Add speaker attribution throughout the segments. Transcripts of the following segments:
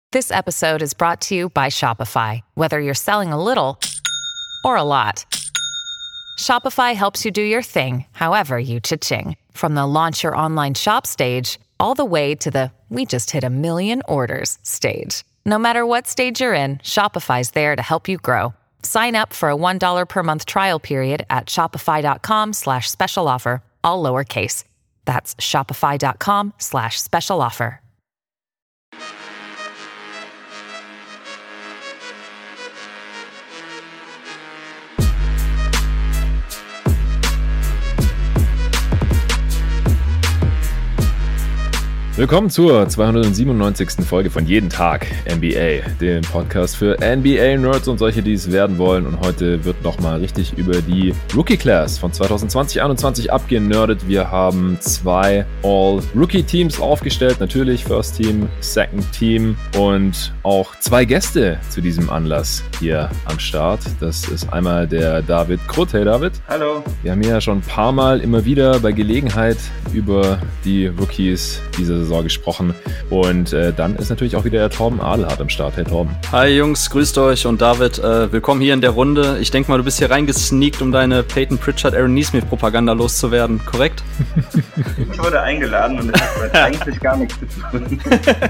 Speaker 1: This episode is brought to you by Shopify. Whether you're selling a little or a lot, Shopify helps you do your thing, however you cha-ching. From the launch your online shop stage, all the way to the we just hit 1 million orders stage. No matter what stage you're in, Shopify's there to help you grow. Sign up for a $1 per month trial period at shopify.com/special offer, all lowercase. That's shopify.com/special offer.
Speaker 2: Willkommen zur 297. Folge von Jeden Tag NBA, dem Podcast für NBA-Nerds und solche, die es werden wollen. Und heute wird nochmal richtig über die Rookie-Class von 2020-21 abgenerdet. Wir haben 2 All-Rookie-Teams aufgestellt, natürlich First Team, Second Team und auch 2 Gäste zu diesem Anlass hier am Start. Das ist einmal der David Krutt. Hey David.
Speaker 3: Hallo.
Speaker 2: Wir haben ja schon ein paar Mal immer wieder bei Gelegenheit über die Rookies dieser Saison gesprochen. Und dann ist natürlich auch wieder der Torben Adelhardt am Start. Hey Torben.
Speaker 3: Hi Jungs, grüßt euch und David, willkommen hier in der Runde. Ich denke mal, du bist hier reingesneakt, um deine Peyton Pritchard, Aaron Nesmith Propaganda loszuwerden, korrekt?
Speaker 4: Ich wurde eingeladen und ich habe eigentlich gar nichts zu tun.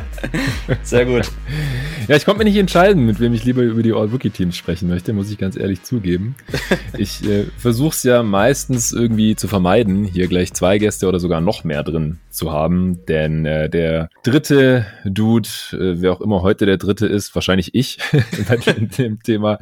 Speaker 3: Sehr gut.
Speaker 2: Ja, ich konnte mir nicht entscheiden, mit wem ich lieber über die All-Rookie-Teams sprechen möchte, muss ich ganz ehrlich zugeben. Ich versuche es ja meistens irgendwie zu vermeiden, hier gleich 2 Gäste oder sogar noch mehr drin zu haben, denn der dritte Dude, wer auch immer heute der dritte ist, wahrscheinlich ich in dem Thema,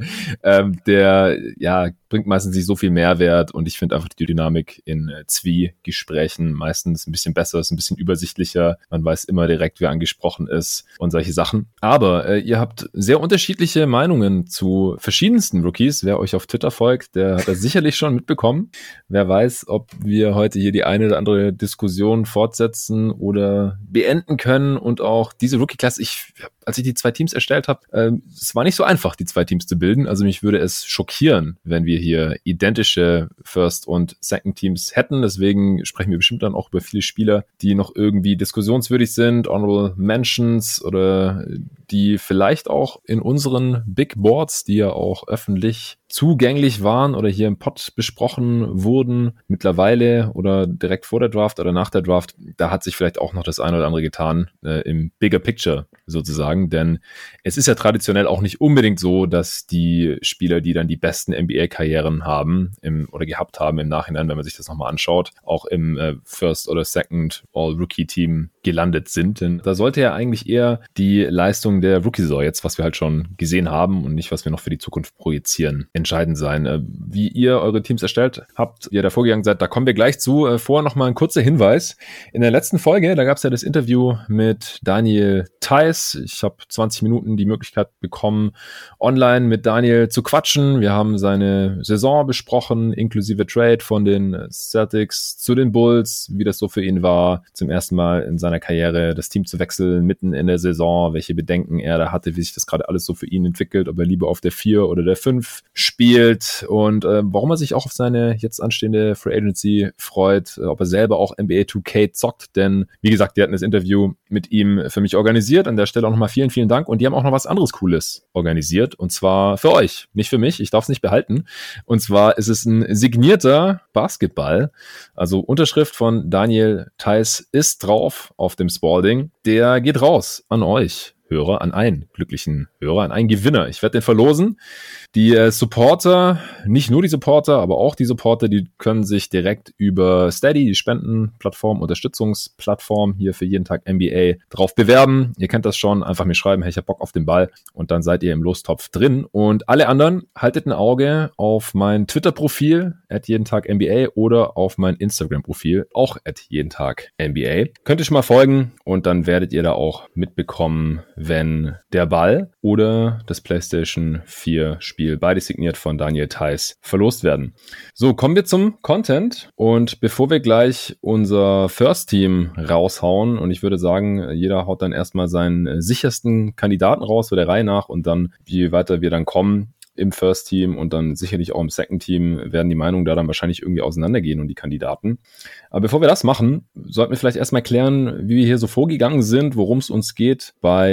Speaker 2: der ja bringt meistens nicht so viel Mehrwert und ich finde einfach die Dynamik in Zwie-Gesprächen meistens ein bisschen besser, ist ein bisschen übersichtlicher, man weiß immer direkt, wer angesprochen ist und solche Sachen. Aber ihr habt sehr unterschiedliche Meinungen zu verschiedensten Rookies. Wer euch auf Twitter folgt, der hat das sicherlich schon mitbekommen. Wer weiß, ob wir heute hier die eine oder andere Diskussion fortsetzen oder beenden können und auch diese Rookie-Class, als ich die 2 Teams erstellt habe, es war nicht so einfach, die 2 Teams zu bilden. Also mich würde es schockieren, wenn wir hier identische First- und Second-Teams hätten. Deswegen sprechen wir bestimmt dann auch über viele Spieler, die noch irgendwie diskussionswürdig sind, Honorable Mentions oder die vielleicht auch in unseren Big Boards, die ja auch öffentlich zugänglich waren oder hier im Pod besprochen wurden, mittlerweile oder direkt vor der Draft oder nach der Draft, da hat sich vielleicht auch noch das eine oder andere getan im Bigger Picture sozusagen, denn es ist ja traditionell auch nicht unbedingt so, dass die Spieler, die dann die besten NBA-Karrieren haben oder gehabt haben im Nachhinein, wenn man sich das nochmal anschaut, auch im First oder Second All-Rookie-Team gelandet sind, denn da sollte ja eigentlich eher die Leistung der Rookie-Saison jetzt, was wir halt schon gesehen haben und nicht, was wir noch für die Zukunft projizieren, entscheidend sein. Wie ihr eure Teams erstellt habt, ihr da vorgegangen seid, da kommen wir gleich zu. Vorher nochmal ein kurzer Hinweis. In der letzten Folge, da gab es ja das Interview mit Daniel Theis. Ich habe 20 Minuten die Möglichkeit bekommen, online mit Daniel zu quatschen. Wir haben seine Saison besprochen, inklusive Trade von den Celtics zu den Bulls, wie das so für ihn war, zum ersten Mal in seiner Karriere das Team zu wechseln, mitten in der Saison, welche Bedenken er da hatte, wie sich das gerade alles so für ihn entwickelt, ob er lieber auf der 4 oder der 5 spielt und warum er sich auch auf seine jetzt anstehende Free Agency freut, ob er selber auch NBA 2K zockt, denn wie gesagt, die hatten das Interview mit ihm für mich organisiert, an der Stelle auch nochmal vielen, vielen Dank und die haben auch noch was anderes Cooles organisiert und zwar für euch, nicht für mich, ich darf es nicht behalten und zwar ist es ein signierter Basketball, also Unterschrift von Daniel Theis ist drauf auf dem Spalding, der geht raus an euch Hörer, an einen glücklichen Hörer, an einen Gewinner. Ich werde den verlosen. Die Supporter, nicht nur die Supporter, aber auch die Supporter, die können sich direkt über Steady, die Spendenplattform, Unterstützungsplattform hier für jeden Tag NBA drauf bewerben. Ihr kennt das schon, einfach mir schreiben, hey, ich hab Bock auf den Ball und dann seid ihr im Lostopf drin. Und alle anderen, haltet ein Auge auf mein Twitter-Profil, @jedentagNBA oder auf mein Instagram-Profil, auch @jedentagNBA. Könnt ihr schon mal folgen und dann werdet ihr da auch mitbekommen, wenn der Ball oder das PlayStation 4 Spiel, beide signiert von Daniel Theis, verlost werden. So, kommen wir zum Content und bevor wir gleich unser First Team raushauen und ich würde sagen, jeder haut dann erstmal seinen sichersten Kandidaten raus, so der Reihe nach und dann, je weiter wir dann kommen, im First Team und dann sicherlich auch im Second Team werden die Meinungen da dann wahrscheinlich irgendwie auseinandergehen und die Kandidaten. Aber bevor wir das machen, sollten wir vielleicht erstmal klären, wie wir hier so vorgegangen sind, worum es uns geht bei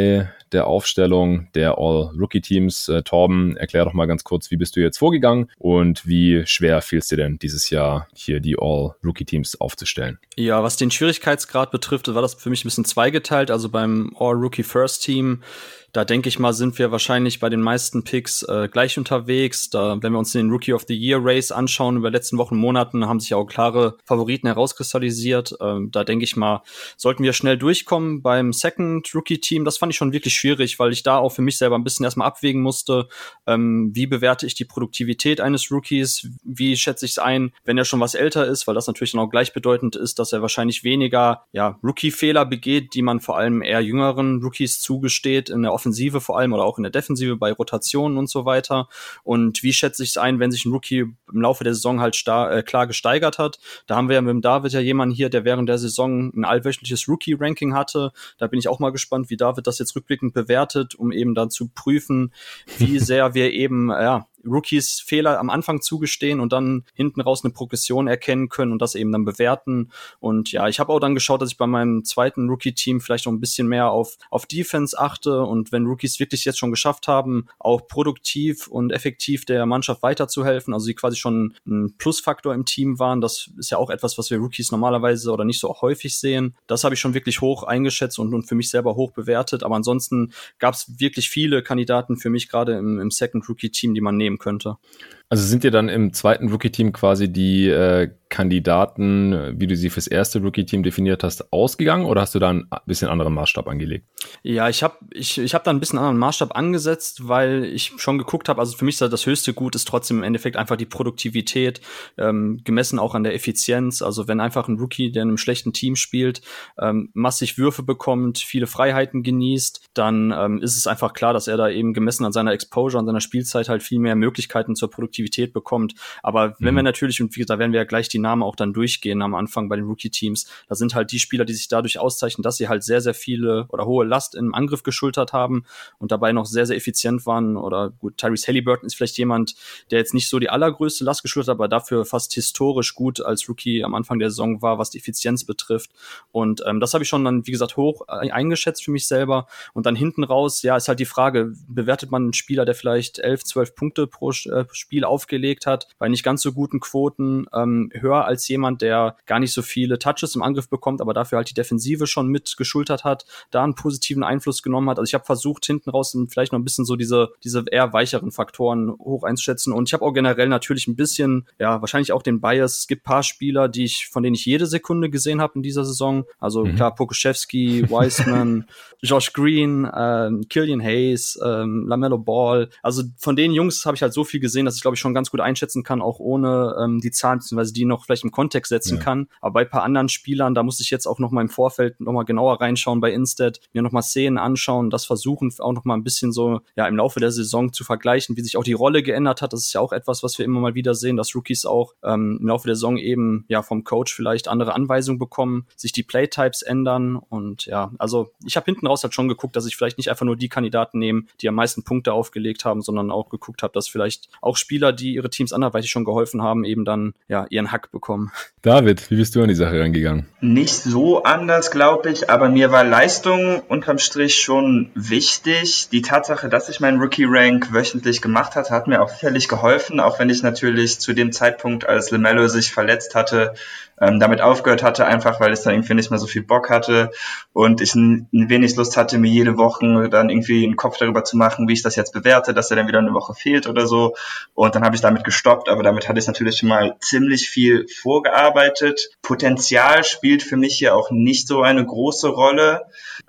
Speaker 2: der Aufstellung der All-Rookie-Teams. Torben, erklär doch mal ganz kurz, wie bist du jetzt vorgegangen und wie schwer fiel es dir denn dieses Jahr, hier die All-Rookie-Teams aufzustellen?
Speaker 3: Ja, was den Schwierigkeitsgrad betrifft, war das für mich ein bisschen zweigeteilt. Also beim All-Rookie-First-Team, da denke ich mal, sind wir wahrscheinlich bei den meisten Picks gleich unterwegs. Da, wenn wir uns den Rookie of the Year Race anschauen über die letzten Wochen, Monaten, haben sich auch klare Favoriten herauskristallisiert. Da denke ich mal, sollten wir schnell durchkommen. Beim Second Rookie Team, das fand ich schon wirklich schwierig, weil ich da auch für mich selber ein bisschen erstmal abwägen musste, wie bewerte ich die Produktivität eines Rookies, wie schätze ich es ein, wenn er schon was älter ist, weil das natürlich dann auch gleichbedeutend ist, dass er wahrscheinlich weniger Rookie-Fehler begeht, die man vor allem eher jüngeren Rookies zugesteht, in der Offensive vor allem oder auch in der Defensive bei Rotationen und so weiter. Und wie schätze ich es ein, wenn sich ein Rookie im Laufe der Saison halt klar gesteigert hat? Da haben wir ja mit dem David ja jemanden hier, der während der Saison ein allwöchentliches Rookie-Ranking hatte. Da bin ich auch mal gespannt, wie David das jetzt rückblickend bewertet, um eben dann zu prüfen, wie sehr wir eben Rookies Fehler am Anfang zugestehen und dann hinten raus eine Progression erkennen können und das eben dann bewerten. Und ja, ich habe auch dann geschaut, dass ich bei meinem zweiten Rookie-Team vielleicht noch ein bisschen mehr auf Defense achte und wenn Rookies wirklich jetzt schon geschafft haben, auch produktiv und effektiv der Mannschaft weiterzuhelfen, also die quasi schon ein Plusfaktor im Team waren, das ist ja auch etwas, was wir Rookies normalerweise oder nicht so häufig sehen. Das habe ich schon wirklich hoch eingeschätzt und für mich selber hoch bewertet, aber ansonsten gab es wirklich viele Kandidaten für mich gerade im Second Rookie-Team, die man nehmen könnte.
Speaker 2: Also sind dir dann im zweiten Rookie-Team quasi die Kandidaten, wie du sie fürs erste Rookie-Team definiert hast, ausgegangen oder hast du da ein bisschen anderen Maßstab angelegt?
Speaker 3: Ja, ich hab da ein bisschen anderen Maßstab angesetzt, weil ich schon geguckt habe, also für mich ist das höchste Gut ist trotzdem im Endeffekt einfach die Produktivität, gemessen auch an der Effizienz. Also wenn einfach ein Rookie, der in einem schlechten Team spielt, massig Würfe bekommt, viele Freiheiten genießt, dann ist es einfach klar, dass er da eben gemessen an seiner Exposure, an seiner Spielzeit halt viel mehr Möglichkeiten zur Produktivität bekommt. Aber wenn wir natürlich, und wie gesagt, da werden wir ja gleich die Namen auch dann durchgehen am Anfang bei den Rookie-Teams, da sind halt die Spieler, die sich dadurch auszeichnen, dass sie halt sehr, sehr viele oder hohe Last im Angriff geschultert haben und dabei noch sehr, sehr effizient waren. Oder gut, Tyrese Haliburton ist vielleicht jemand, der jetzt nicht so die allergrößte Last geschultert hat, aber dafür fast historisch gut als Rookie am Anfang der Saison war, was die Effizienz betrifft. Und das habe ich schon dann, wie gesagt, hoch eingeschätzt für mich selber. Und dann hinten raus, ja, ist halt die Frage, bewertet man einen Spieler, der vielleicht 11, 12 Punkte pro Spiel aufgelegt hat, bei nicht ganz so guten Quoten, höher als jemand, der gar nicht so viele Touches im Angriff bekommt, aber dafür halt die Defensive schon mit geschultert hat, da einen positiven Einfluss genommen hat. Also ich habe versucht, hinten raus vielleicht noch ein bisschen so diese eher weicheren Faktoren hoch einzuschätzen und ich habe auch generell natürlich ein bisschen, ja, wahrscheinlich auch den Bias. Es gibt ein paar Spieler, von denen ich jede Sekunde gesehen habe in dieser Saison. Also klar, Pokusevski, Wiseman, Josh Green, Killian Hayes, LaMelo Ball. Also von den Jungs habe ich halt so viel gesehen, dass ich glaube ich schon ganz gut einschätzen kann, auch ohne die Zahlen, beziehungsweise die noch vielleicht im Kontext setzen kann. Aber bei ein paar anderen Spielern, da muss ich jetzt auch noch mal im Vorfeld noch mal genauer reinschauen bei Instat, mir noch mal Szenen anschauen, das versuchen auch noch mal ein bisschen so ja im Laufe der Saison zu vergleichen, wie sich auch die Rolle geändert hat. Das ist ja auch etwas, was wir immer mal wieder sehen, dass Rookies auch im Laufe der Saison eben ja vom Coach vielleicht andere Anweisungen bekommen, sich die Playtypes ändern und ja, also ich habe hinten raus halt schon geguckt, dass ich vielleicht nicht einfach nur die Kandidaten nehme, die am meisten Punkte aufgelegt haben, sondern auch geguckt habe, dass vielleicht auch Spieler, die ihre Teams anderweitig schon geholfen haben, eben dann ja ihren Hack bekommen.
Speaker 2: David, wie bist du an die Sache rangegangen?
Speaker 4: Nicht so anders, glaube ich, aber mir war Leistung unterm Strich schon wichtig. Die Tatsache, dass ich meinen Rookie-Rank wöchentlich gemacht hatte, hat mir auch sicherlich geholfen, auch wenn ich natürlich zu dem Zeitpunkt, als LaMelo sich verletzt hatte, damit aufgehört hatte, einfach weil es dann irgendwie nicht mehr so viel Bock hatte und ich ein wenig Lust hatte, mir jede Woche dann irgendwie einen Kopf darüber zu machen, wie ich das jetzt bewerte, dass er dann wieder eine Woche fehlt oder so. Und dann habe ich damit gestoppt, aber damit hatte ich natürlich schon mal ziemlich viel vorgearbeitet. Potenzial spielt für mich hier auch nicht so eine große Rolle.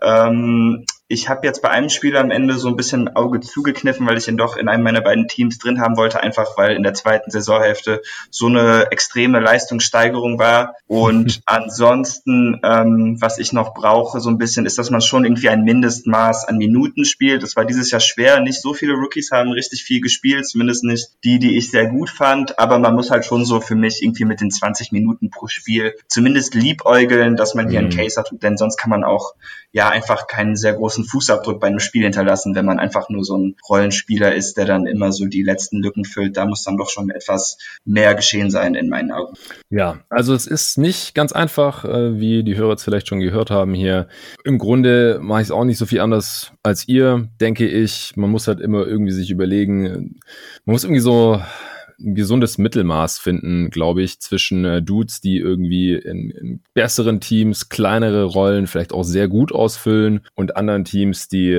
Speaker 4: Ich habe jetzt bei einem Spiel am Ende so ein bisschen Auge zugekniffen, weil ich ihn doch in einem meiner beiden Teams drin haben wollte, einfach weil in der zweiten Saisonhälfte so eine extreme Leistungssteigerung war. Und ansonsten, was ich noch brauche so ein bisschen, ist, dass man schon irgendwie ein Mindestmaß an Minuten spielt. Das war dieses Jahr schwer. Nicht so viele Rookies haben richtig viel gespielt, zumindest nicht die ich sehr gut fand. Aber man muss halt schon so für mich irgendwie mit den 20 Minuten pro Spiel zumindest liebäugeln, dass man hier einen Case hat. Denn sonst kann man auch ja einfach keinen sehr großen großen Fußabdruck bei einem Spiel hinterlassen, wenn man einfach nur so ein Rollenspieler ist, der dann immer so die letzten Lücken füllt. Da muss dann doch schon etwas mehr geschehen sein in meinen Augen.
Speaker 2: Ja, also es ist nicht ganz einfach, wie die Hörer jetzt vielleicht schon gehört haben hier. Im Grunde mache ich es auch nicht so viel anders als ihr, denke ich. Man muss halt immer irgendwie sich überlegen, man muss irgendwie so ein gesundes Mittelmaß finden, glaube ich, zwischen Dudes, die irgendwie in besseren Teams kleinere Rollen vielleicht auch sehr gut ausfüllen und anderen Teams, die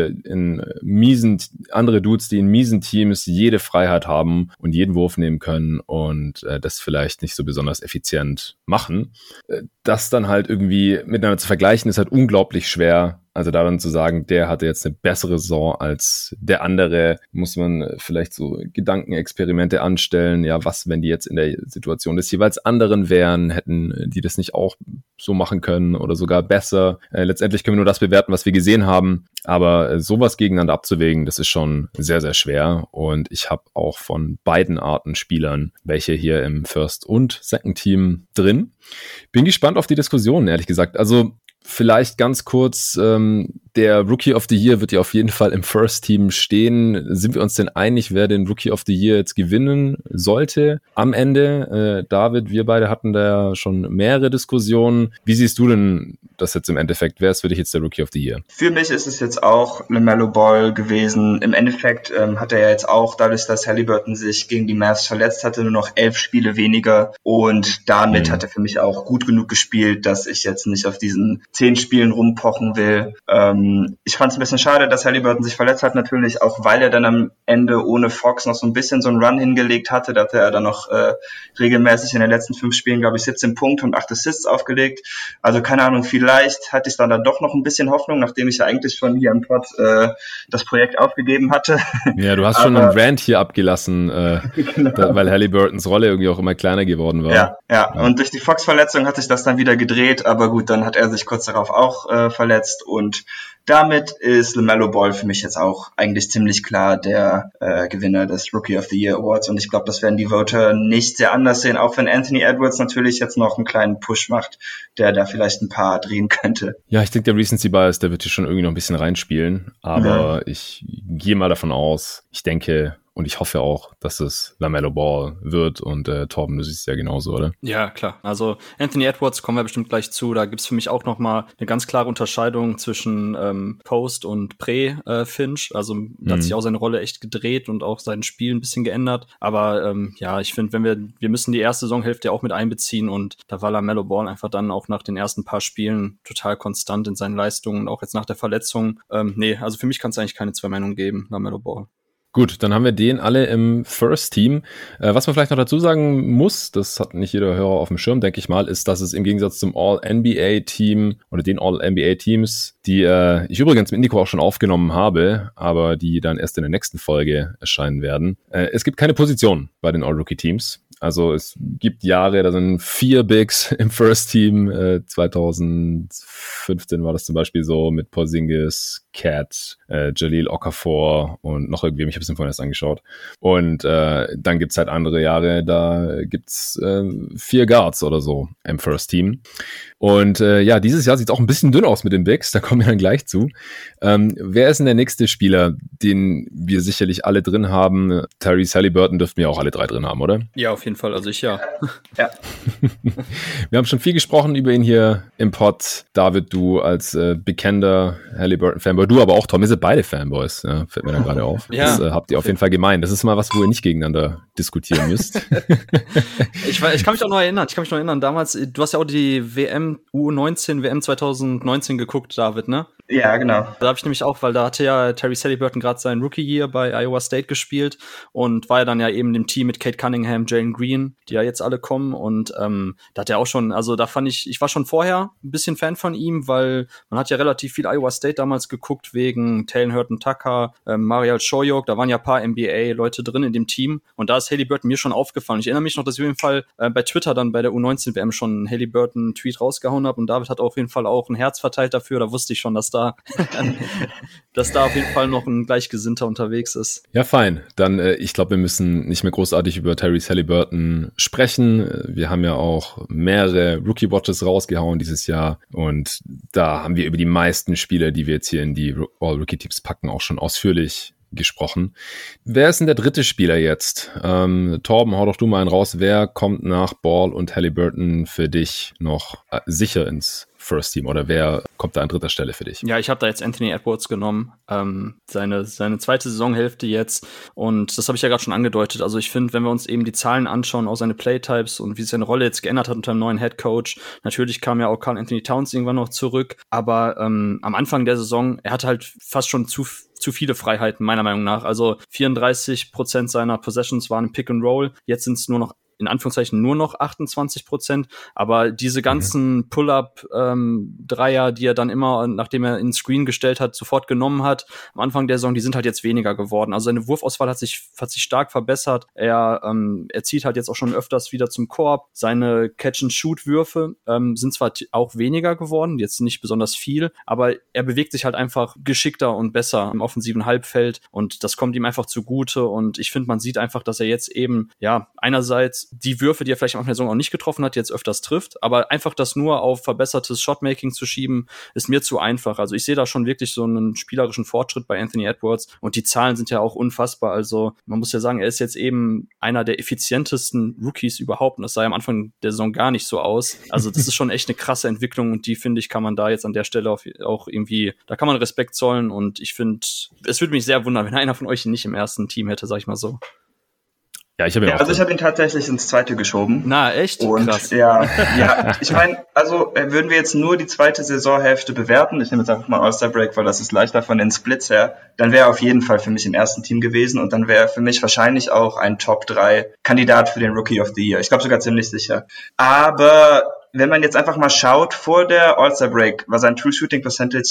Speaker 2: andere Dudes, die in miesen Teams jede Freiheit haben und jeden Wurf nehmen können und das vielleicht nicht so besonders effizient machen. Das dann halt irgendwie miteinander zu vergleichen, ist halt unglaublich schwer. Also daran zu sagen, der hatte jetzt eine bessere Saison als der andere, muss man vielleicht so Gedankenexperimente anstellen. Ja, was, wenn die jetzt in der Situation des jeweils anderen wären, hätten die das nicht auch so machen können oder sogar besser. Letztendlich können wir nur das bewerten, was wir gesehen haben. Aber sowas gegeneinander abzuwägen, das ist schon sehr, sehr schwer. Und ich habe auch von beiden Arten Spielern welche hier im First- und Second-Team drin. Bin gespannt auf die Diskussion, ehrlich gesagt. Also vielleicht ganz kurz, der Rookie of the Year wird ja auf jeden Fall im First Team stehen. Sind wir uns denn einig, wer den Rookie of the Year jetzt gewinnen sollte am Ende? David, wir beide hatten da ja schon mehrere Diskussionen. Wie siehst du denn das jetzt im Endeffekt? Wer ist für dich jetzt der Rookie of the Year?
Speaker 4: Für mich ist es jetzt auch LaMelo Ball gewesen. Im Endeffekt hat er ja jetzt auch, dadurch, dass Haliburton sich gegen die Mavs verletzt hatte, nur noch 11 Spiele weniger. Und damit hat er für mich auch gut genug gespielt, dass ich jetzt nicht auf diesen 10 Spielen rumpochen will. Ich fand es ein bisschen schade, dass Haliburton sich verletzt hat, natürlich auch, weil er dann am Ende ohne Fox noch so ein bisschen so einen Run hingelegt hatte. Da hatte er dann noch regelmäßig in den letzten 5 Spielen, glaube ich, 17 Punkte und 8 Assists aufgelegt. Also keine Ahnung, vielleicht hatte ich dann doch noch ein bisschen Hoffnung, nachdem ich ja eigentlich schon hier im Pod das Projekt aufgegeben hatte.
Speaker 2: Ja, du hast schon einen Rant hier abgelassen, genau. Weil Haliburtons Rolle irgendwie auch immer kleiner geworden war.
Speaker 4: Ja. Und durch die Fox-Verletzung hat sich das dann wieder gedreht, aber gut, dann hat er sich kurz darauf auch verletzt und damit ist LaMelo Ball für mich jetzt auch eigentlich ziemlich klar der Gewinner des Rookie of the Year Awards und ich glaube, das werden die Voter nicht sehr anders sehen, auch wenn Anthony Edwards natürlich jetzt noch einen kleinen Push macht, der da vielleicht ein paar drehen könnte.
Speaker 2: Ja, ich denke, der Recency Bias, der wird hier schon irgendwie noch ein bisschen reinspielen, aber ich gehe mal davon aus, ich denke und ich hoffe auch, dass es LaMelo Ball wird und Torben, du siehst es ja genauso, oder?
Speaker 3: Ja, klar. Also Anthony Edwards kommen wir bestimmt gleich zu. Da gibt's für mich auch noch mal eine ganz klare Unterscheidung zwischen Post und Pre-Finch. Also da hat sich auch seine Rolle echt gedreht und auch sein Spiel ein bisschen geändert. Aber ich finde, wir müssen die erste Saisonhälfte auch mit einbeziehen und da war LaMelo Ball einfach dann auch nach den ersten paar Spielen total konstant in seinen Leistungen und auch jetzt nach der Verletzung. Also für mich kann es eigentlich keine zwei Meinungen geben, LaMelo Ball.
Speaker 2: Gut, dann haben wir den alle im First Team. Was man vielleicht noch dazu sagen muss, das hat nicht jeder Hörer auf dem Schirm, denke ich mal, ist, dass es im Gegensatz zum All-NBA-Team oder den All-NBA-Teams, die ich übrigens mit Nico auch schon aufgenommen habe, aber die dann erst in der nächsten Folge erscheinen werden. Es gibt keine Position bei den All-Rookie-Teams. Also es gibt Jahre, da sind 4 Bigs im First Team. 2015 war das zum Beispiel so mit Porzingis, Cat, Jahlil Okafor und noch irgendwem, ich habe es mir vorhin erst angeschaut. Und dann gibt's halt andere Jahre, da gibt's 4 Guards oder so im First Team. Und dieses Jahr sieht's auch ein bisschen dünn aus mit den Bigs, da kommen wir dann gleich zu. Wer ist denn der nächste Spieler, den wir sicherlich alle drin haben? Tyrese Haliburton dürften wir auch alle 3 drin haben, oder?
Speaker 3: Ja, auf jeden Fall, also ich ja.
Speaker 2: Wir haben schon viel gesprochen über ihn hier im Pod. David, du als bekennender Haliburton-Fanboy, du aber auch, Tom, ihr seid beide Fanboys, ja, fällt mir da gerade auf. Ja. Das habt ihr auf jeden Fall gemeint. Das ist mal was, wo ihr nicht gegeneinander diskutieren müsst.
Speaker 3: Ich kann mich auch noch erinnern, damals, du hast ja auch die WM U19, WM 2019 geguckt, David, ne?
Speaker 4: Ja, genau.
Speaker 3: Da habe ich nämlich auch, weil da hatte ja Tyrese Haliburton gerade seinen Rookie-Year bei Iowa State gespielt und war ja dann ja eben im Team mit Kate Cunningham, Jalen Green, die ja jetzt alle kommen und da hat er auch schon, also da fand ich war schon vorher ein bisschen Fan von ihm, weil man hat ja relativ viel Iowa State damals geguckt wegen Taylor Horton-Tucker, Marial Shoyok, da waren ja ein paar NBA-Leute drin in dem Team und da ist Haliburton mir schon aufgefallen. Ich erinnere mich noch, dass ich auf jeden Fall bei Twitter dann bei der U19-WM schon einen Haliburton-Tweet rausgehauen habe und David hat auf jeden Fall auch ein Herz verteilt dafür, da wusste ich schon, dass da dass da auf jeden Fall noch ein Gleichgesinnter unterwegs ist.
Speaker 2: Ja, fein. Dann, ich glaube, wir müssen nicht mehr großartig über Tyrese Haliburton sprechen. Wir haben ja auch mehrere Rookie-Watches rausgehauen dieses Jahr und da haben wir über die meisten Spieler, die wir jetzt hier in die All-Rookie-Teams packen, auch schon ausführlich gesprochen. Wer ist denn der dritte Spieler jetzt? Torben, hau doch du mal einen raus. Wer kommt nach Ball und Haliburton für dich noch sicher ins First Team oder wer kommt da an dritter Stelle für dich?
Speaker 3: Ja, ich habe da jetzt Anthony Edwards genommen, seine zweite Saisonhälfte jetzt und das habe ich ja gerade schon angedeutet. Also ich finde, wenn wir uns eben die Zahlen anschauen, auch seine Playtypes und wie sich seine Rolle jetzt geändert hat unter dem neuen Headcoach, natürlich kam ja auch Karl Anthony Towns irgendwann noch zurück, aber am Anfang der Saison, er hatte halt fast schon zu viele Freiheiten, meiner Meinung nach. Also 34% seiner Possessions waren im Pick and Roll, jetzt sind es nur noch in Anführungszeichen nur noch 28%, aber diese ganzen Pull-Up-Dreier, die er dann immer, nachdem er ins Screen gestellt hat, sofort genommen hat, am Anfang der Saison, die sind halt jetzt weniger geworden. Also seine Wurfauswahl hat sich stark verbessert. Er zieht halt jetzt auch schon öfters wieder zum Korb. Seine Catch-and-Shoot-Würfe sind zwar auch weniger geworden, jetzt nicht besonders viel, aber er bewegt sich halt einfach geschickter und besser im offensiven Halbfeld und das kommt ihm einfach zugute und ich finde, man sieht einfach, dass er jetzt eben, ja, einerseits die Würfe, die er vielleicht am Anfang der Saison auch nicht getroffen hat, jetzt öfters trifft, aber einfach das nur auf verbessertes Shotmaking zu schieben, ist mir zu einfach. Also ich sehe da schon wirklich so einen spielerischen Fortschritt bei Anthony Edwards und die Zahlen sind ja auch unfassbar. Also man muss ja sagen, er ist jetzt eben einer der effizientesten Rookies überhaupt und das sah ja am Anfang der Saison gar nicht so aus. Also das ist schon echt eine krasse Entwicklung und die, finde ich, kann man da jetzt an der Stelle auch irgendwie, da kann man Respekt zollen und ich finde, es würde mich sehr wundern, wenn einer von euch ihn nicht im ersten Team hätte, sag ich mal so.
Speaker 2: Ja, ich habe ihn
Speaker 4: ich habe ihn tatsächlich ins zweite geschoben.
Speaker 3: Na, echt?
Speaker 4: Und
Speaker 3: krass.
Speaker 4: Ja, ich meine, also würden wir jetzt nur die zweite Saisonhälfte bewerten, ich nehme jetzt einfach mal All-Star Break, weil das ist leichter von den Splits her, dann wäre er auf jeden Fall für mich im ersten Team gewesen und dann wäre er für mich wahrscheinlich auch ein Top-3-Kandidat für den Rookie of the Year. Ich glaube sogar ziemlich sicher. Aber wenn man jetzt einfach mal schaut, vor der All-Star Break war sein True Shooting Percentage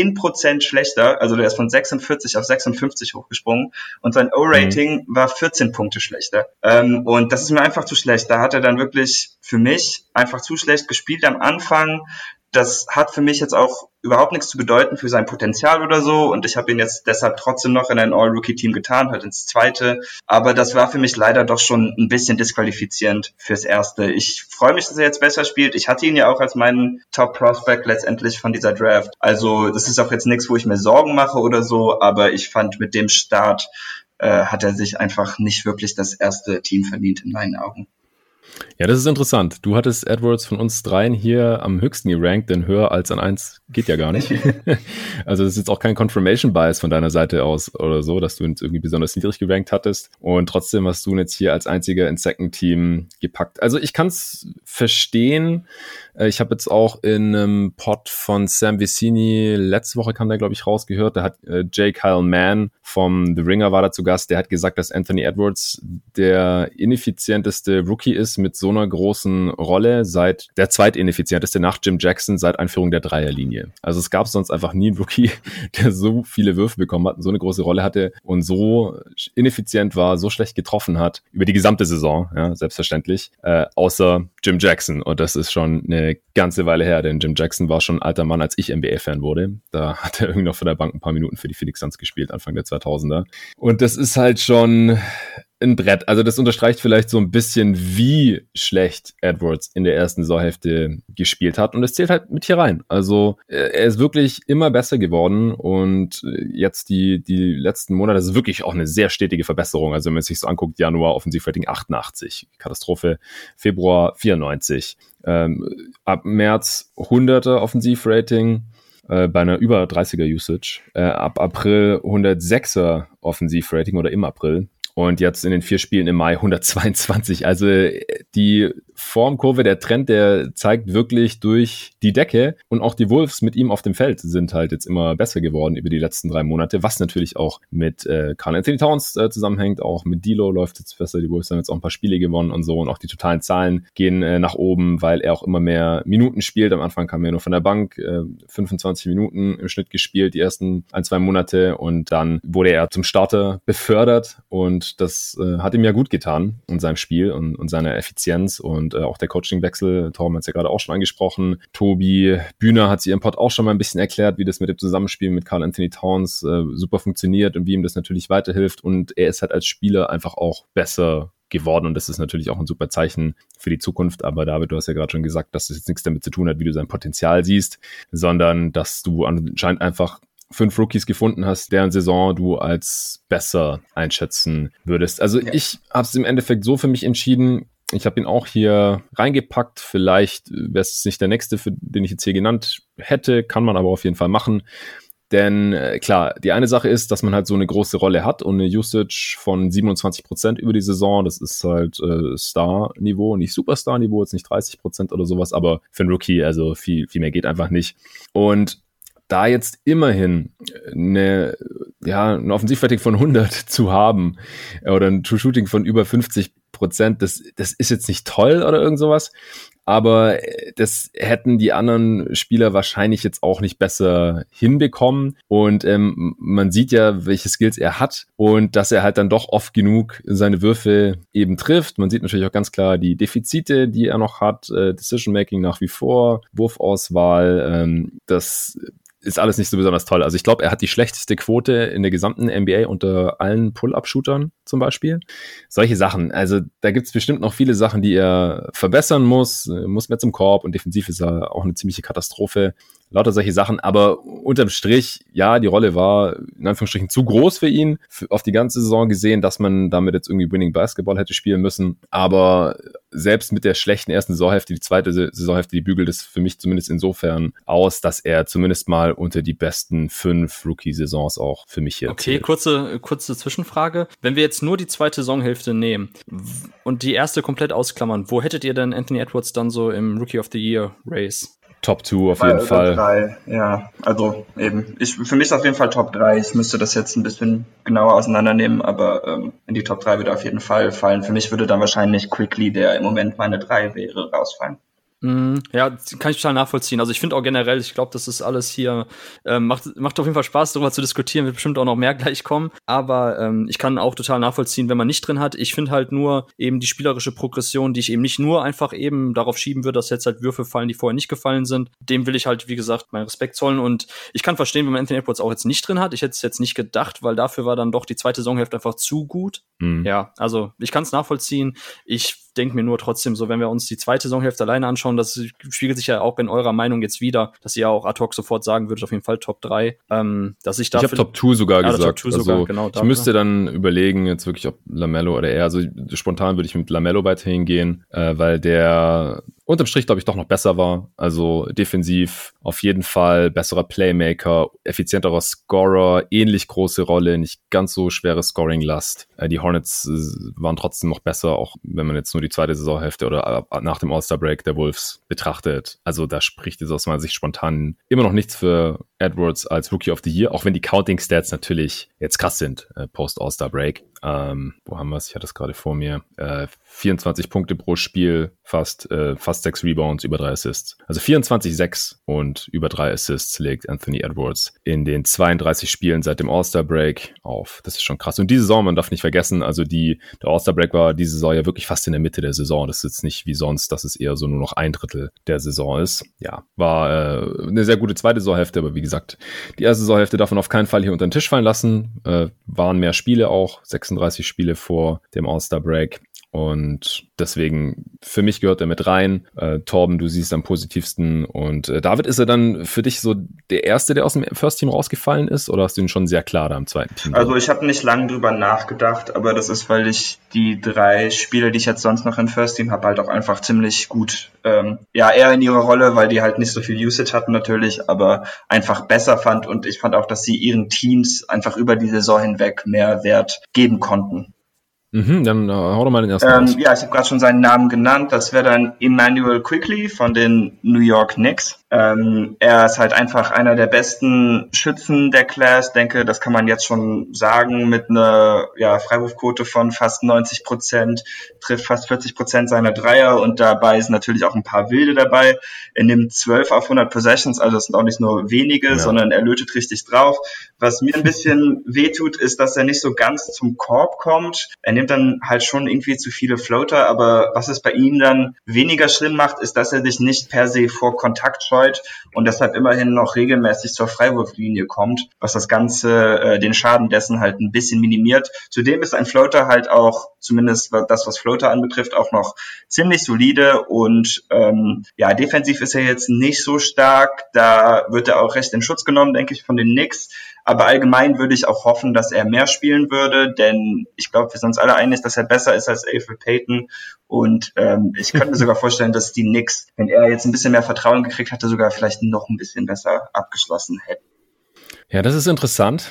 Speaker 4: 10% schlechter, also der ist von 46 auf 56 hochgesprungen und sein O-Rating war 14 Punkte schlechter. Und das ist mir einfach zu schlecht. Da hat er dann wirklich für mich einfach zu schlecht gespielt am Anfang. Das hat für mich jetzt auch überhaupt nichts zu bedeuten für sein Potenzial oder so und ich habe ihn jetzt deshalb trotzdem noch in ein All-Rookie-Team getan, halt ins zweite, aber das war für mich leider doch schon ein bisschen disqualifizierend fürs erste. Ich freue mich, dass er jetzt besser spielt. Ich hatte ihn ja auch als meinen Top-Prospect letztendlich von dieser Draft. Also das ist auch jetzt nichts, wo ich mir Sorgen mache oder so, aber ich fand, mit dem Start hat er sich einfach nicht wirklich das erste Team verdient in meinen Augen.
Speaker 2: Ja, das ist interessant. Du hattest Edwards von uns dreien hier am höchsten gerankt, denn höher als an 1 geht ja gar nicht. Also das ist jetzt auch kein Confirmation Bias von deiner Seite aus oder so, dass du ihn irgendwie besonders niedrig gerankt hattest und trotzdem hast du ihn jetzt hier als einziger ins Second Team gepackt. Also ich kann es verstehen. Ich habe jetzt auch in einem Pod von Sam Vecini, letzte Woche kam der, glaube ich, rausgehört, da hat J. Kyle Mann vom The Ringer war da zu Gast, der hat gesagt, dass Anthony Edwards der ineffizienteste Rookie ist mit so einer großen Rolle, seit der zweitineffizienteste nach Jim Jackson seit Einführung der Dreierlinie. Also es gab sonst einfach nie einen Rookie, der so viele Würfe bekommen hat, so eine große Rolle hatte und so ineffizient war, so schlecht getroffen hat, über die gesamte Saison, ja, selbstverständlich, außer Jim Jackson. Und das ist schon eine ganze Weile her, denn Jim Jackson war schon ein alter Mann, als ich NBA-Fan wurde. Da hat er irgendwie noch von der Bank ein paar Minuten für die Phoenix Suns gespielt, Anfang der 2000er. Und das ist halt schon ein Brett. Also das unterstreicht vielleicht so ein bisschen, wie schlecht Edwards in der ersten Saisonhälfte gespielt hat. Und es zählt halt mit hier rein. Also er ist wirklich immer besser geworden und jetzt die letzten Monate, das ist wirklich auch eine sehr stetige Verbesserung. Also wenn man sich so anguckt, Januar Offensivrating 88, Katastrophe, Februar 94, ab März 100er Offensivrating, bei einer über 30er Usage, ab April 106er Offensivrating oder im April. Und jetzt in den 4 Spielen im Mai 122. Also die Formkurve, der Trend, der zeigt wirklich durch die Decke. Und auch die Wolves mit ihm auf dem Feld sind halt jetzt immer besser geworden über die letzten 3 Monate. Was natürlich auch mit Karl Anthony Towns zusammenhängt. Auch mit D'Lo läuft jetzt besser. Die Wolves haben jetzt auch ein paar Spiele gewonnen und so. Und auch die totalen Zahlen gehen nach oben, weil er auch immer mehr Minuten spielt. Am Anfang kam er nur von der Bank. 25 Minuten im Schnitt gespielt, die ersten 1-2 Monate. Und dann wurde er zum Starter befördert und und das hat ihm ja gut getan in seinem Spiel und seiner Effizienz und auch der Coachingwechsel. Torben hat es ja gerade auch schon angesprochen. Tobi Bühner hat sie im Pod auch schon mal ein bisschen erklärt, wie das mit dem Zusammenspiel mit Karl Anthony Towns super funktioniert und wie ihm das natürlich weiterhilft, und er ist halt als Spieler einfach auch besser geworden, und das ist natürlich auch ein super Zeichen für die Zukunft. Aber David, du hast ja gerade schon gesagt, dass das jetzt nichts damit zu tun hat, wie du sein Potenzial siehst, sondern dass du anscheinend einfach 5 Rookies gefunden hast, deren Saison du als besser einschätzen würdest. Also ich habe es im Endeffekt so für mich entschieden, ich habe ihn auch hier reingepackt. Vielleicht wäre es nicht der nächste, für den ich jetzt hier genannt hätte, kann man aber auf jeden Fall machen. Denn klar, die eine Sache ist, dass man halt so eine große Rolle hat und eine Usage von 27% über die Saison. Das ist halt Star-Niveau, nicht Superstar-Niveau, jetzt nicht 30% oder sowas, aber für einen Rookie, also viel mehr geht einfach nicht. Und da jetzt immerhin eine Offensivrating von 100 zu haben oder ein True Shooting von über 50%, das ist jetzt nicht toll oder irgend sowas, aber das hätten die anderen Spieler wahrscheinlich jetzt auch nicht besser hinbekommen, und man sieht ja, welche Skills er hat und dass er halt dann doch oft genug seine Würfe eben trifft. Man sieht natürlich auch ganz klar die Defizite, die er noch hat, Decision-Making nach wie vor, Wurfauswahl, das ist alles nicht so besonders toll. Also ich glaube, er hat die schlechteste Quote in der gesamten NBA unter allen Pull-Up-Shootern zum Beispiel. Solche Sachen. Also da gibt es bestimmt noch viele Sachen, die er verbessern muss mehr zum Korb, und defensiv ist er auch eine ziemliche Katastrophe. Lauter solche Sachen, aber unterm Strich, ja, die Rolle war in Anführungsstrichen zu groß für ihn, auf die ganze Saison gesehen, dass man damit jetzt irgendwie Winning Basketball hätte spielen müssen. Aber selbst mit der schlechten ersten Saisonhälfte, die zweite Saisonhälfte, die bügelt es für mich zumindest insofern aus, dass er zumindest mal unter die besten 5 Rookie-Saisons auch für mich hier
Speaker 3: Okay, kurze Zwischenfrage. Wenn wir jetzt nur die zweite Saisonhälfte nehmen und die erste komplett ausklammern, wo hättet ihr denn Anthony Edwards dann so im Rookie of the Year Race?
Speaker 2: Top 2 auf jeden Fall.
Speaker 4: 3, ja, also eben. Für mich ist auf jeden Fall Top 3. Ich müsste das jetzt ein bisschen genauer auseinandernehmen, aber in die Top 3 würde auf jeden Fall fallen. Für mich würde dann wahrscheinlich Quickly, der im Moment meine 3 wäre, rausfallen.
Speaker 3: Ja, kann ich total nachvollziehen. Also ich finde auch generell, ich glaube, das ist alles hier, macht auf jeden Fall Spaß, darüber zu diskutieren, wird bestimmt auch noch mehr gleich kommen, aber ich kann auch total nachvollziehen, wenn man nicht drin hat. Ich finde halt nur eben die spielerische Progression, die ich eben nicht nur einfach eben darauf schieben würde, dass jetzt halt Würfe fallen, die vorher nicht gefallen sind. Dem will ich halt, wie gesagt, meinen Respekt zollen, und ich kann verstehen, wenn man Anthony Edwards auch jetzt nicht drin hat. Ich hätte es jetzt nicht gedacht, weil dafür war dann doch die zweite Saisonhälfte einfach zu gut. Ja, also ich kann es nachvollziehen. Ich denke mir nur trotzdem so, wenn wir uns die zweite Saisonhälfte alleine anschauen, das spiegelt sich ja auch in eurer Meinung jetzt wieder, dass ihr ja auch ad hoc sofort sagen würdet, auf jeden Fall Top 3. Dass ich
Speaker 2: habe Top 2 sogar gesagt.
Speaker 3: Top 2 sogar,
Speaker 2: also
Speaker 3: genau,
Speaker 2: ich müsste dann überlegen, jetzt wirklich, ob LaMelo oder er, also spontan würde ich mit LaMelo weiterhin gehen, weil der unterm Strich, glaube ich, doch noch besser war. Also defensiv auf jeden Fall besserer Playmaker, effizienterer Scorer, ähnlich große Rolle, nicht ganz so schwere Scoring-Last. Die Hornets waren trotzdem noch besser, auch wenn man jetzt nur die zweite Saisonhälfte oder nach dem All-Star-Break der Wolves betrachtet. Also da spricht jetzt aus meiner Sicht spontan immer noch nichts für Edwards als Rookie of the Year, auch wenn die Counting-Stats natürlich jetzt krass sind, post-All-Star-Break. Wo haben wir es? Ich hatte es gerade vor mir. 24 Punkte pro Spiel, fast 6 Rebounds, über 3 Assists. Also 24,6 und über 3 Assists legt Anthony Edwards in den 32 Spielen seit dem All-Star-Break auf. Das ist schon krass. Und diese Saison, man darf nicht vergessen, also der All-Star-Break war diese Saison ja wirklich fast in der Mitte der Saison. Das ist jetzt nicht wie sonst, dass es eher so nur noch 1/3 der Saison ist. Ja, war eine sehr gute zweite Saisonhälfte, aber wie gesagt, die erste Saisonhälfte darf man auf keinen Fall hier unter den Tisch fallen lassen. Waren mehr Spiele auch, 36 Spiele vor dem All-Star-Break. Und deswegen, für mich gehört er mit rein. Torben, du siehst am positivsten. Und David, ist er dann für dich so der Erste, der aus dem First Team rausgefallen ist? Oder hast du ihn schon sehr klar da im zweiten Team?
Speaker 4: Also ich habe nicht lange drüber nachgedacht, aber das ist, weil ich die 3 Spiele, die ich jetzt sonst noch im First Team habe, halt auch einfach ziemlich gut, eher in ihrer Rolle, weil die halt nicht so viel Usage hatten natürlich, aber einfach besser fand. Und ich fand auch, dass sie ihren Teams einfach über die Saison hinweg mehr Wert geben konnten.
Speaker 2: Dann hau doch mal den ersten raus.
Speaker 4: Ja, ich habe gerade schon seinen Namen genannt. Das wäre dann Immanuel Quickley von den New York Knicks. Er ist halt einfach einer der besten Schützen der Class. Denke, das kann man jetzt schon sagen, mit einer Freiwurfquote von fast 90%, trifft fast 40% seiner Dreier und dabei sind natürlich auch ein paar Wilde dabei. Er nimmt 12 auf 100 Possessions, also das sind auch nicht nur wenige, sondern er lötet richtig drauf. Was mir ein bisschen wehtut, ist, dass er nicht so ganz zum Korb kommt. Er nimmt dann halt schon irgendwie zu viele Floater, aber was es bei ihm dann weniger schlimm macht, ist, dass er sich nicht per se vor Kontakt scheut und deshalb immerhin noch regelmäßig zur Freiwurflinie kommt, was das Ganze, den Schaden dessen halt ein bisschen minimiert. Zudem ist ein Floater halt auch, zumindest das, was Floater anbetrifft, auch noch ziemlich solide und defensiv ist er jetzt nicht so stark, da wird er auch recht in Schutz genommen, denke ich, von den Knicks. Aber allgemein würde ich auch hoffen, dass er mehr spielen würde, denn ich glaube, wir sind uns alle einig, dass er besser ist als Elfrid Payton. Und ich könnte mir sogar vorstellen, dass die Knicks, wenn er jetzt ein bisschen mehr Vertrauen gekriegt hatte, sogar vielleicht noch ein bisschen besser abgeschlossen hätten.
Speaker 2: Ja, das ist interessant.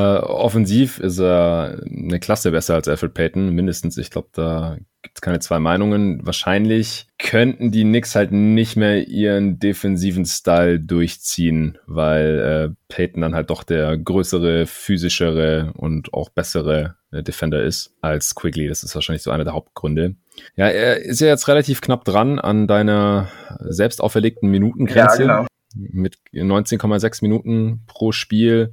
Speaker 2: Offensiv ist er eine Klasse besser als Elfrid Payton, mindestens. Ich glaube, da gibt es keine zwei Meinungen. Wahrscheinlich könnten die Knicks halt nicht mehr ihren defensiven Style durchziehen, weil Payton dann halt doch der größere, physischere und auch bessere Defender ist als Quigley. Das ist wahrscheinlich so einer der Hauptgründe. Ja, er ist ja jetzt relativ knapp dran an deiner selbst auferlegten Minutengrenze.
Speaker 4: Ja, genau.
Speaker 2: Mit 19,6 Minuten pro Spiel,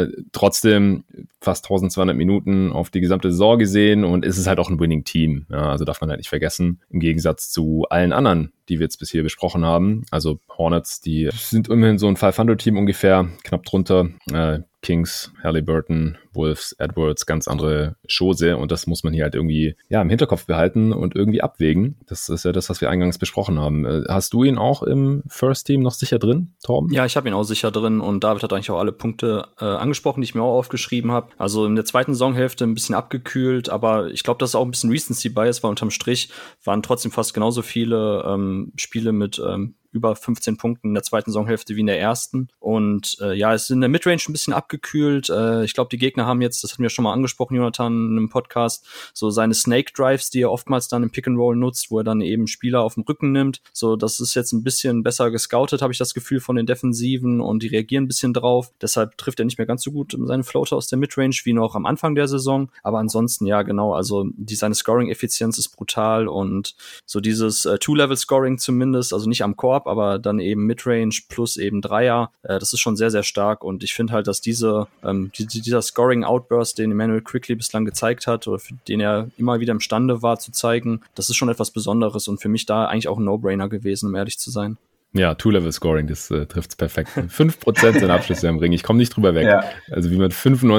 Speaker 2: trotzdem fast 1200 Minuten auf die gesamte Saison gesehen und ist es halt auch ein Winning-Team. Ja, also darf man halt nicht vergessen, im Gegensatz zu allen anderen, die wir jetzt bis hier besprochen haben. Also Hornets, die sind immerhin so ein 500-Team ungefähr, knapp drunter. Kings, Halliburton, Wolves, Edwards, ganz andere Chose und das muss man hier halt irgendwie im Hinterkopf behalten und irgendwie abwägen. Das ist ja das, was wir eingangs besprochen haben. Hast du ihn auch im First Team noch sicher drin, Torben?
Speaker 3: Ja, ich habe ihn auch sicher drin und David hat eigentlich auch alle Punkte angesprochen, die ich mir auch aufgeschrieben habe. Also in der zweiten Saisonhälfte ein bisschen abgekühlt, aber ich glaube, dass auch ein bisschen Recency Bias war. Unterm Strich waren trotzdem fast genauso viele Spiele mit über 15 Punkten in der zweiten Saisonhälfte wie in der ersten. Und es ist in der Midrange ein bisschen abgekühlt. Ich glaube, die Gegner haben jetzt, das hatten wir schon mal angesprochen, Jonathan, im Podcast, so seine Snake Drives, die er oftmals dann im Pick and Roll nutzt, wo er dann eben Spieler auf dem Rücken nimmt. So, das ist jetzt ein bisschen besser gescoutet, habe ich das Gefühl, von den Defensiven und die reagieren ein bisschen drauf. Deshalb trifft er nicht mehr ganz so gut seine Floater aus der Midrange wie noch am Anfang der Saison. Aber ansonsten, ja, genau, also seine Scoring-Effizienz ist brutal und so dieses Two-Level-Scoring zumindest, also nicht am Korb, aber dann eben Midrange plus eben Dreier, das ist schon sehr, sehr stark und ich finde halt, dass dieser Scoring-Outburst, den Emmanuel Quickley bislang gezeigt hat oder für den er immer wieder imstande war zu zeigen, das ist schon etwas Besonderes und für mich da eigentlich auch ein No-Brainer gewesen, um ehrlich zu sein.
Speaker 2: Ja, Two-Level-Scoring, das trifft's perfekt. 5% seiner Abschlüsse im Ring, ich komme nicht drüber weg. Ja. Also wie man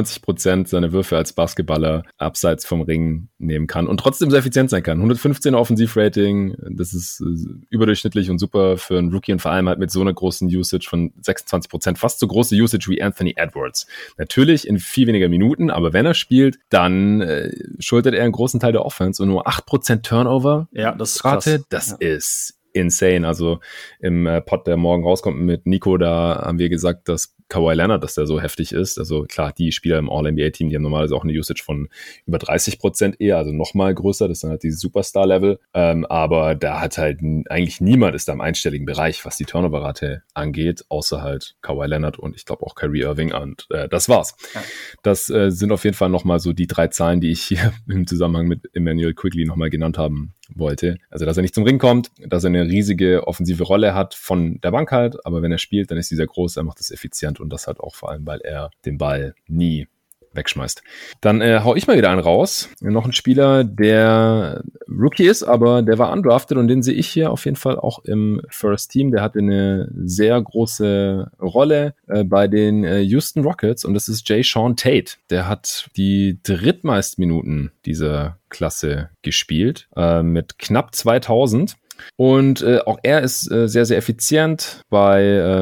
Speaker 2: 95% seiner Würfe als Basketballer abseits vom Ring nehmen kann und trotzdem so effizient sein kann. 115er Offensivrating, das ist überdurchschnittlich und super für einen Rookie und vor allem halt mit so einer großen Usage von 26%, fast so große Usage wie Anthony Edwards. Natürlich in viel weniger Minuten, aber wenn er spielt, dann schultert er einen großen Teil der Offense und nur 8% Turnover.
Speaker 3: Ja, das ist
Speaker 2: Rate,
Speaker 3: krass.
Speaker 2: Das ist insane. Also im Pod, der morgen rauskommt mit Nico, da haben wir gesagt, dass Kawhi Leonard, dass der so heftig ist. Also klar, die Spieler im All-NBA-Team, die haben normalerweise auch eine Usage von über 30% eher, also nochmal größer. Das ist dann halt dieses Superstar-Level. Aber da hat halt eigentlich niemand ist da im einstelligen Bereich, was die Turnover-Rate angeht, außer halt Kawhi Leonard und ich glaube auch Kyrie Irving. Und das war's. Ja. Das sind auf jeden Fall nochmal so die 3 Zahlen, die ich hier im Zusammenhang mit Emmanuel Quickley nochmal genannt haben wollte. Also, dass er nicht zum Ring kommt, dass er eine riesige offensive Rolle hat von der Bank halt, aber wenn er spielt, dann ist dieser groß, er macht das effizient und das halt auch vor allem, weil er den Ball nie wegschmeißt. Dann hau ich mal wieder einen raus. Noch ein Spieler, der Rookie ist, aber der war undrafted und den sehe ich hier auf jeden Fall auch im First Team. Der hatte eine sehr große Rolle bei den Houston Rockets und das ist Jae'Sean Tate. Der hat die drittmeisten Minuten dieser Klasse gespielt mit knapp 2000. Und auch er ist sehr, sehr effizient bei,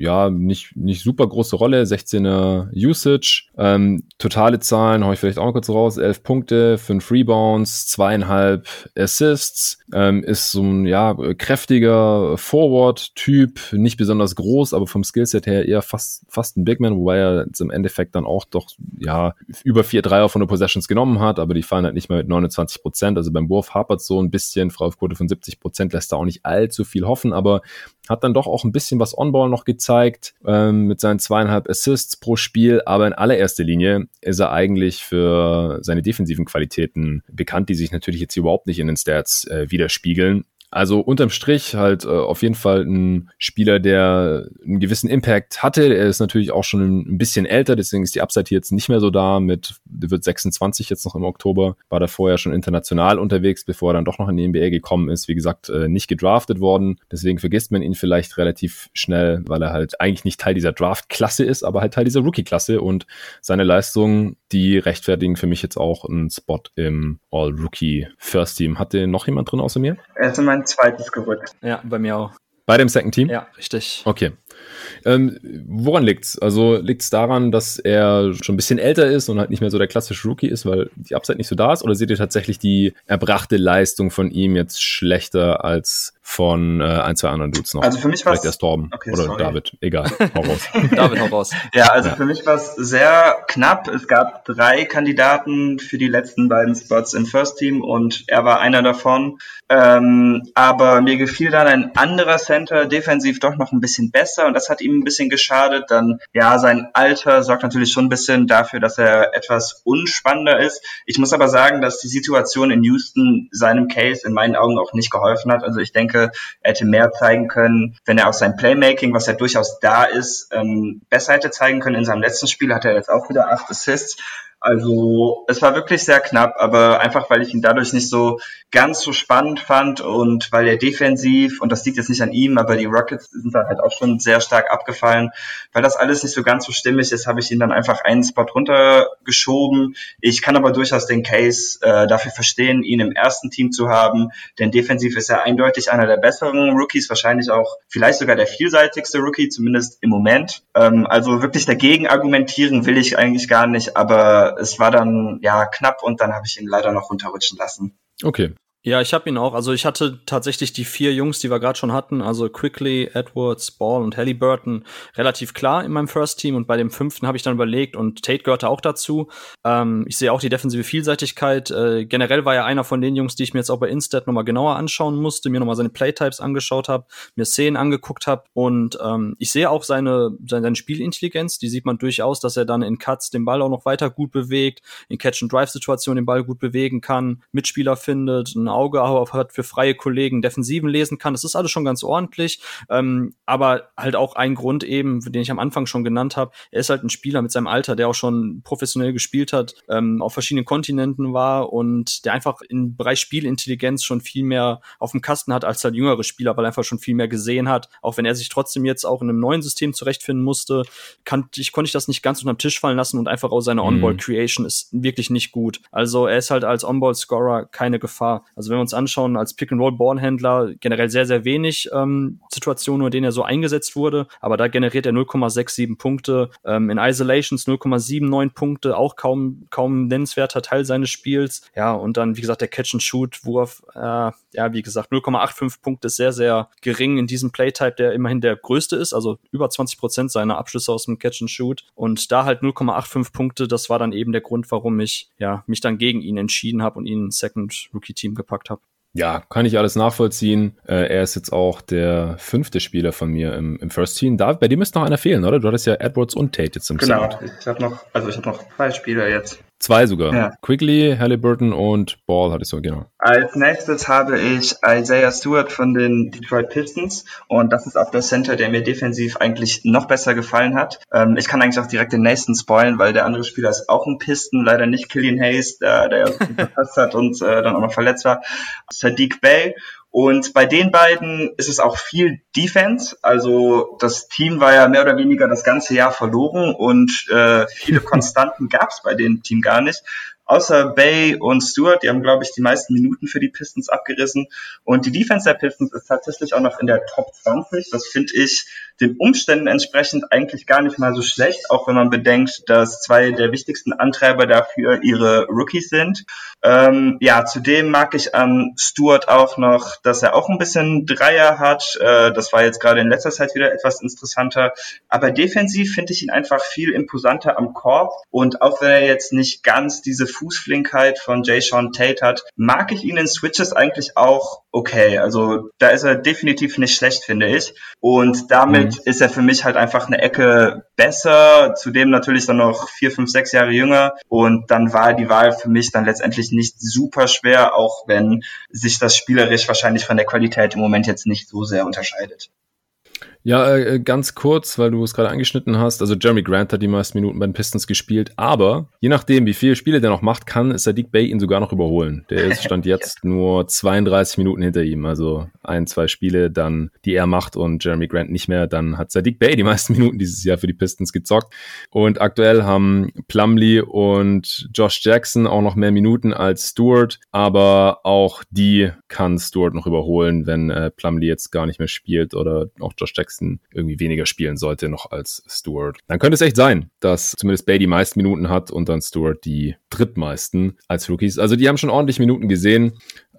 Speaker 2: nicht super große Rolle, 16er Usage. Totale Zahlen hau ich vielleicht auch mal kurz raus. 11 Punkte, 5 Rebounds, 2,5 Assists. Ist so ein, kräftiger Forward-Typ, nicht besonders groß, aber vom Skillset her eher fast ein Big Man, wobei er jetzt im Endeffekt dann auch doch, über 4 Dreier von den Possessions genommen hat, aber die fallen halt nicht mehr mit 29%. Also beim Wurf hapert so ein bisschen, Freiwurfquote von 70%. 100% lässt da auch nicht allzu viel hoffen, aber hat dann doch auch ein bisschen was On-Ball noch gezeigt, mit seinen 2,5 Assists pro Spiel, aber in allererster Linie ist er eigentlich für seine defensiven Qualitäten bekannt, die sich natürlich jetzt überhaupt nicht in den Stats widerspiegeln. Also unterm Strich halt auf jeden Fall ein Spieler, der einen gewissen Impact hatte. Er ist natürlich auch schon ein bisschen älter, deswegen ist die Upside hier jetzt nicht mehr so da. Der wird 26 jetzt noch im Oktober, war da vorher schon international unterwegs, bevor er dann doch noch in die NBA gekommen ist. Wie gesagt, nicht gedraftet worden, deswegen vergisst man ihn vielleicht relativ schnell, weil er halt eigentlich nicht Teil dieser Draft-Klasse ist, aber halt Teil dieser Rookie-Klasse, und seine Leistungen, die rechtfertigen für mich jetzt auch einen Spot im All-Rookie-First-Team. Hatte noch jemand drin außer mir?
Speaker 4: Er ist in mein zweites gerückt.
Speaker 3: Ja, bei mir auch.
Speaker 2: Bei dem Second Team?
Speaker 3: Ja, richtig.
Speaker 2: Okay. Woran liegt's? Also liegt's daran, dass er schon ein bisschen älter ist und halt nicht mehr so der klassische Rookie ist, weil die Upside nicht so da ist? Oder seht ihr tatsächlich die erbrachte Leistung von ihm jetzt schlechter als von ein, zwei anderen Dudes noch?
Speaker 4: Also für mich war es...
Speaker 2: Vielleicht der Torben oder David. Egal, hau raus.
Speaker 3: David, hau raus.
Speaker 4: Ja, also für mich war es sehr knapp. Es gab 3 Kandidaten für die letzten beiden Spots im First Team und er war einer davon. Aber mir gefiel dann ein anderer Center defensiv doch noch ein bisschen besser und das hat ihm ein bisschen geschadet. Dann, ja, sein Alter sorgt natürlich schon ein bisschen dafür, dass er etwas unspannender ist. Ich muss aber sagen, dass die Situation in Houston seinem Case in meinen Augen auch nicht geholfen hat. Also ich denke, er hätte mehr zeigen können, wenn er aus seinem Playmaking, was ja durchaus da ist, besser hätte zeigen können. In seinem letzten Spiel hatte er jetzt auch wieder 8 Assists. Also es war wirklich sehr knapp, aber einfach, weil ich ihn dadurch nicht so ganz so spannend fand und weil er defensiv, und das liegt jetzt nicht an ihm, aber die Rockets sind dann halt auch schon sehr stark abgefallen, weil das alles nicht so ganz so stimmig ist, habe ich ihn dann einfach einen Spot runtergeschoben. Ich kann aber durchaus den Case dafür verstehen, ihn im ersten Team zu haben, denn defensiv ist er eindeutig einer der besseren Rookies, wahrscheinlich auch vielleicht sogar der vielseitigste Rookie, zumindest im Moment. Also wirklich dagegen argumentieren will ich eigentlich gar nicht, aber es war dann ja knapp und dann habe ich ihn leider noch runterrutschen lassen.
Speaker 2: Okay.
Speaker 3: Ja, ich habe ihn auch. Also ich hatte tatsächlich die 4 Jungs, die wir gerade schon hatten, also Quickly, Edwards, Ball und Halliburton, relativ klar in meinem First Team. Und bei dem 5. habe ich dann überlegt, und Tate gehörte auch dazu. Ich sehe auch die defensive Vielseitigkeit. Generell war er einer von den Jungs, die ich mir jetzt auch bei Instat nochmal genauer anschauen musste, mir nochmal seine Playtypes angeschaut habe, mir Szenen angeguckt habe. Und ich sehe auch seine Spielintelligenz. Die sieht man durchaus, dass er dann in Cuts den Ball auch noch weiter gut bewegt, in Catch-and-Drive-Situationen den Ball gut bewegen kann, Mitspieler findet, ein Auge hat für freie Kollegen, Defensiven lesen kann. Das ist alles schon ganz ordentlich. Aber halt auch ein Grund eben, den ich am Anfang schon genannt habe. Er ist halt ein Spieler mit seinem Alter, der auch schon professionell gespielt hat, auf verschiedenen Kontinenten war und der einfach im Bereich Spielintelligenz schon viel mehr auf dem Kasten hat als halt jüngere Spieler, weil er einfach schon viel mehr gesehen hat. Auch wenn er sich trotzdem jetzt auch in einem neuen System zurechtfinden musste, konnte ich das nicht ganz unterm Tisch fallen lassen und einfach auch seine On-Ball-Creation ist wirklich nicht gut. Also er ist halt als On-Ball-Scorer keine Gefahr. Also wenn wir uns anschauen, als Pick-and-Roll-Ballhändler generell sehr, sehr wenig Situationen, in denen er so eingesetzt wurde, aber da generiert er 0,67 Punkte, in Isolations 0,79 Punkte, auch kaum nennenswerter Teil seines Spiels. Ja, und dann, wie gesagt, der Catch-and-Shoot-Wurf, wie gesagt, 0,85 Punkte ist sehr, sehr gering in diesem Playtype, der immerhin der größte ist, also über 20% seiner Abschlüsse aus dem Catch-and-Shoot und da halt 0,85 Punkte, das war dann eben der Grund, warum ich mich dann gegen ihn entschieden habe und ihn ins Second-Rookie-Team gepackt habe.
Speaker 2: Ja, kann ich alles nachvollziehen. Er ist jetzt auch der 5. Spieler von mir im First Team. David, bei dir müsste noch einer fehlen, oder? Du hattest ja Edwards und Tate jetzt im
Speaker 4: Genau,
Speaker 2: Second.
Speaker 4: ich habe noch 2 Spieler jetzt.
Speaker 2: 2 sogar.
Speaker 4: Ja.
Speaker 2: Quickly, Halliburton und Ball hattest du, genau.
Speaker 4: Als nächstes habe ich Isaiah Stewart von den Detroit Pistons und das ist auch der Center, der mir defensiv eigentlich noch besser gefallen hat. Ich kann eigentlich auch direkt den nächsten spoilen, weil der andere Spieler ist auch ein Piston, leider nicht Killian Hayes, der verpasst hat und dann auch noch verletzt war. Sadiq Bey. Und bei den beiden ist es auch viel Defense. Also das Team war ja mehr oder weniger das ganze Jahr verloren und viele Konstanten gab es bei dem Team gar nicht. Außer Bay und Stewart, die haben, glaube ich, die meisten Minuten für die Pistons abgerissen. Und die Defense der Pistons ist tatsächlich auch noch in der Top 20. Das finde ich den Umständen entsprechend eigentlich gar nicht mal so schlecht, auch wenn man bedenkt, dass 2 der wichtigsten Antreiber dafür ihre Rookies sind. Zudem mag ich an Stewart auch noch, dass er auch ein bisschen Dreier hat. Das war jetzt gerade in letzter Zeit wieder etwas interessanter. Aber defensiv finde ich ihn einfach viel imposanter am Korb. Und auch wenn er jetzt nicht ganz diese Fußflinkheit von Jae'Sean Tate hat, mag ich ihn in Switches eigentlich auch okay. Also da ist er definitiv nicht schlecht, finde ich. Und damit ist er für mich halt einfach eine Ecke besser, zudem natürlich dann noch 4, 5, 6 Jahre jünger. Und dann war die Wahl für mich dann letztendlich nicht super schwer, auch wenn sich das spielerisch wahrscheinlich von der Qualität im Moment jetzt nicht so sehr unterscheidet.
Speaker 2: Ja, ganz kurz, weil du es gerade angeschnitten hast. Also Jeremy Grant hat die meisten Minuten bei den Pistons gespielt, aber je nachdem, wie viele Spiele der noch macht, kann Saddiq Bey ihn sogar noch überholen. Der ist Stand jetzt nur 32 Minuten hinter ihm, also 1, 2 Spiele dann, die er macht und Jeremy Grant nicht mehr. Dann hat Saddiq Bey die meisten Minuten dieses Jahr für die Pistons gezockt und aktuell haben Plumlee und Josh Jackson auch noch mehr Minuten als Stewart, aber auch die kann Stewart noch überholen, wenn Plumlee jetzt gar nicht mehr spielt oder auch Josh Jackson irgendwie weniger spielen sollte noch als Stewart. Dann könnte es echt sein, dass zumindest Bey die meisten Minuten hat und dann Stewart die drittmeisten als Rookies. Also die haben schon ordentlich Minuten gesehen.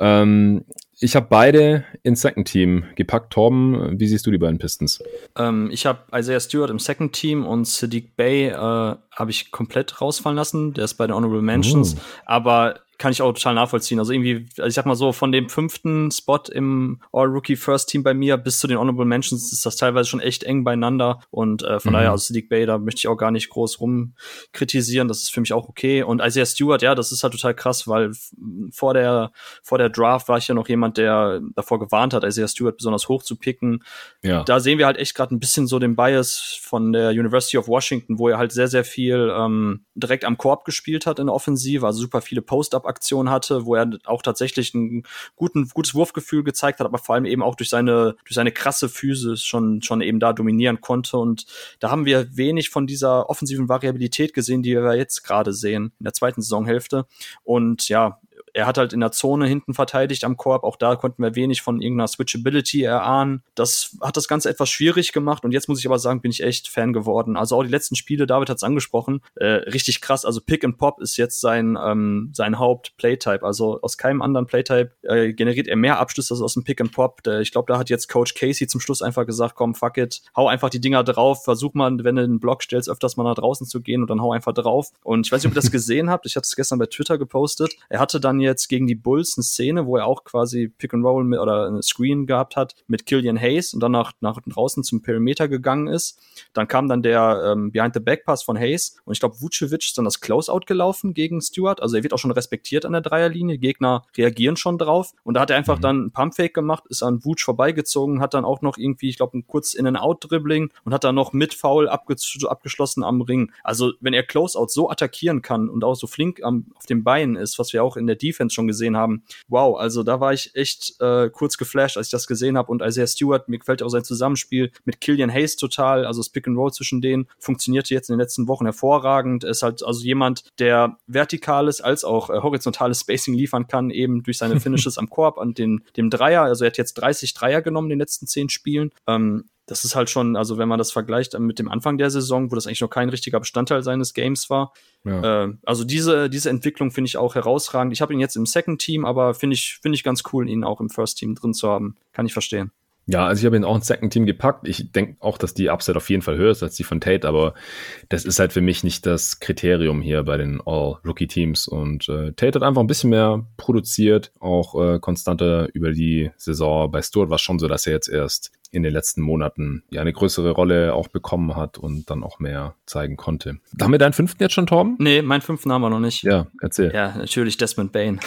Speaker 2: Ich habe beide ins Second Team gepackt. Torben, wie siehst du die beiden Pistons?
Speaker 3: Ich habe Isaiah Stewart im Second Team und Saddiq Bey habe ich komplett rausfallen lassen. Der ist bei den Honorable Mentions. Aber kann ich auch total nachvollziehen. Also irgendwie, ich sag mal so, von dem 5. Spot im All-Rookie-First-Team bei mir bis zu den Honorable Mentions ist das teilweise schon echt eng beieinander. Und von daher, also Saddiq Bey, da möchte ich auch gar nicht groß rumkritisieren. Das ist für mich auch okay. Und Isaiah Stewart, ja, das ist halt total krass, weil vor der Draft war ich ja noch jemand, der davor gewarnt hat, Isaiah Stewart besonders hoch zu picken. Ja. Da sehen wir halt echt gerade ein bisschen so den Bias von der University of Washington, wo er halt sehr, sehr viel direkt am Korb gespielt hat in der Offensive, also super viele Post-Up-Aktionen hatte, wo er auch tatsächlich ein gutes Wurfgefühl gezeigt hat, aber vor allem eben auch durch seine krasse Physis schon eben da dominieren konnte. Und da haben wir wenig von dieser offensiven Variabilität gesehen, die wir jetzt gerade sehen in der zweiten Saisonhälfte. Und ja, er hat halt in der Zone hinten verteidigt am Korb. Auch da konnten wir wenig von irgendeiner Switchability erahnen. Das hat das Ganze etwas schwierig gemacht. Und jetzt muss ich aber sagen, bin ich echt Fan geworden. Also auch die letzten Spiele, David hat es angesprochen, richtig krass. Also Pick and Pop ist jetzt sein Haupt-Playtype. Also aus keinem anderen Playtype generiert er mehr Abschlüsse als aus dem Pick and Pop. Ich glaube, da hat jetzt Coach Casey zum Schluss einfach gesagt, komm, fuck it, hau einfach die Dinger drauf. Versuch mal, wenn du einen Block stellst, öfters mal nach draußen zu gehen und dann hau einfach drauf. Und ich weiß nicht, ob ihr das gesehen habt. Ich hatte es gestern bei Twitter gepostet. Er hatte dann jetzt gegen die Bulls eine Szene, wo er auch quasi Pick and Roll oder eine Screen gehabt hat mit Killian Hayes und dann nach draußen zum Perimeter gegangen ist. Dann kam dann der Behind-the-Back-Pass von Hayes und ich glaube, Vucevic ist dann das Closeout gelaufen gegen Stewart. Also er wird auch schon respektiert an der Dreierlinie. Gegner reagieren schon drauf. Und da hat er einfach dann einen Pumpfake gemacht, ist an Vuce vorbeigezogen, hat dann auch noch irgendwie, ich glaube, ein kurz In-and-Out-Dribbling und hat dann noch mit Foul abgeschlossen am Ring. Also wenn er Closeout so attackieren kann und auch so flink auf den Beinen ist, was wir auch in der Defense schon gesehen haben. Wow, also da war ich echt kurz geflasht, als ich das gesehen habe. Und Isaiah Stewart, mir gefällt auch sein Zusammenspiel mit Killian Hayes total. Also das Pick and Roll zwischen denen funktionierte jetzt in den letzten Wochen hervorragend. Er ist halt also jemand, der vertikales als auch horizontales Spacing liefern kann, eben durch seine Finishes am Korb und dem Dreier. Also er hat jetzt 30 Dreier genommen in den letzten 10 Spielen. Das ist halt schon, also wenn man das vergleicht mit dem Anfang der Saison, wo das eigentlich noch kein richtiger Bestandteil seines Games war. Ja. Also diese Entwicklung finde ich auch herausragend. Ich habe ihn jetzt im Second Team, aber finde ich ganz cool, ihn auch im First Team drin zu haben. Kann ich verstehen.
Speaker 2: Ja, also ich habe ihn auch ins Second Team gepackt. Ich denke auch, dass die Upside auf jeden Fall höher ist als die von Tate, aber das ist halt für mich nicht das Kriterium hier bei den All-Rookie-Teams. Und Tate hat einfach ein bisschen mehr produziert, auch konstanter über die Saison. Bei Stewart war es schon so, dass er jetzt erst in den letzten Monaten ja eine größere Rolle auch bekommen hat und dann auch mehr zeigen konnte. Haben wir deinen 5. jetzt schon, Torben?
Speaker 3: Nee, meinen 5. haben wir noch nicht.
Speaker 2: Ja, erzähl.
Speaker 3: Ja, natürlich Desmond Bane.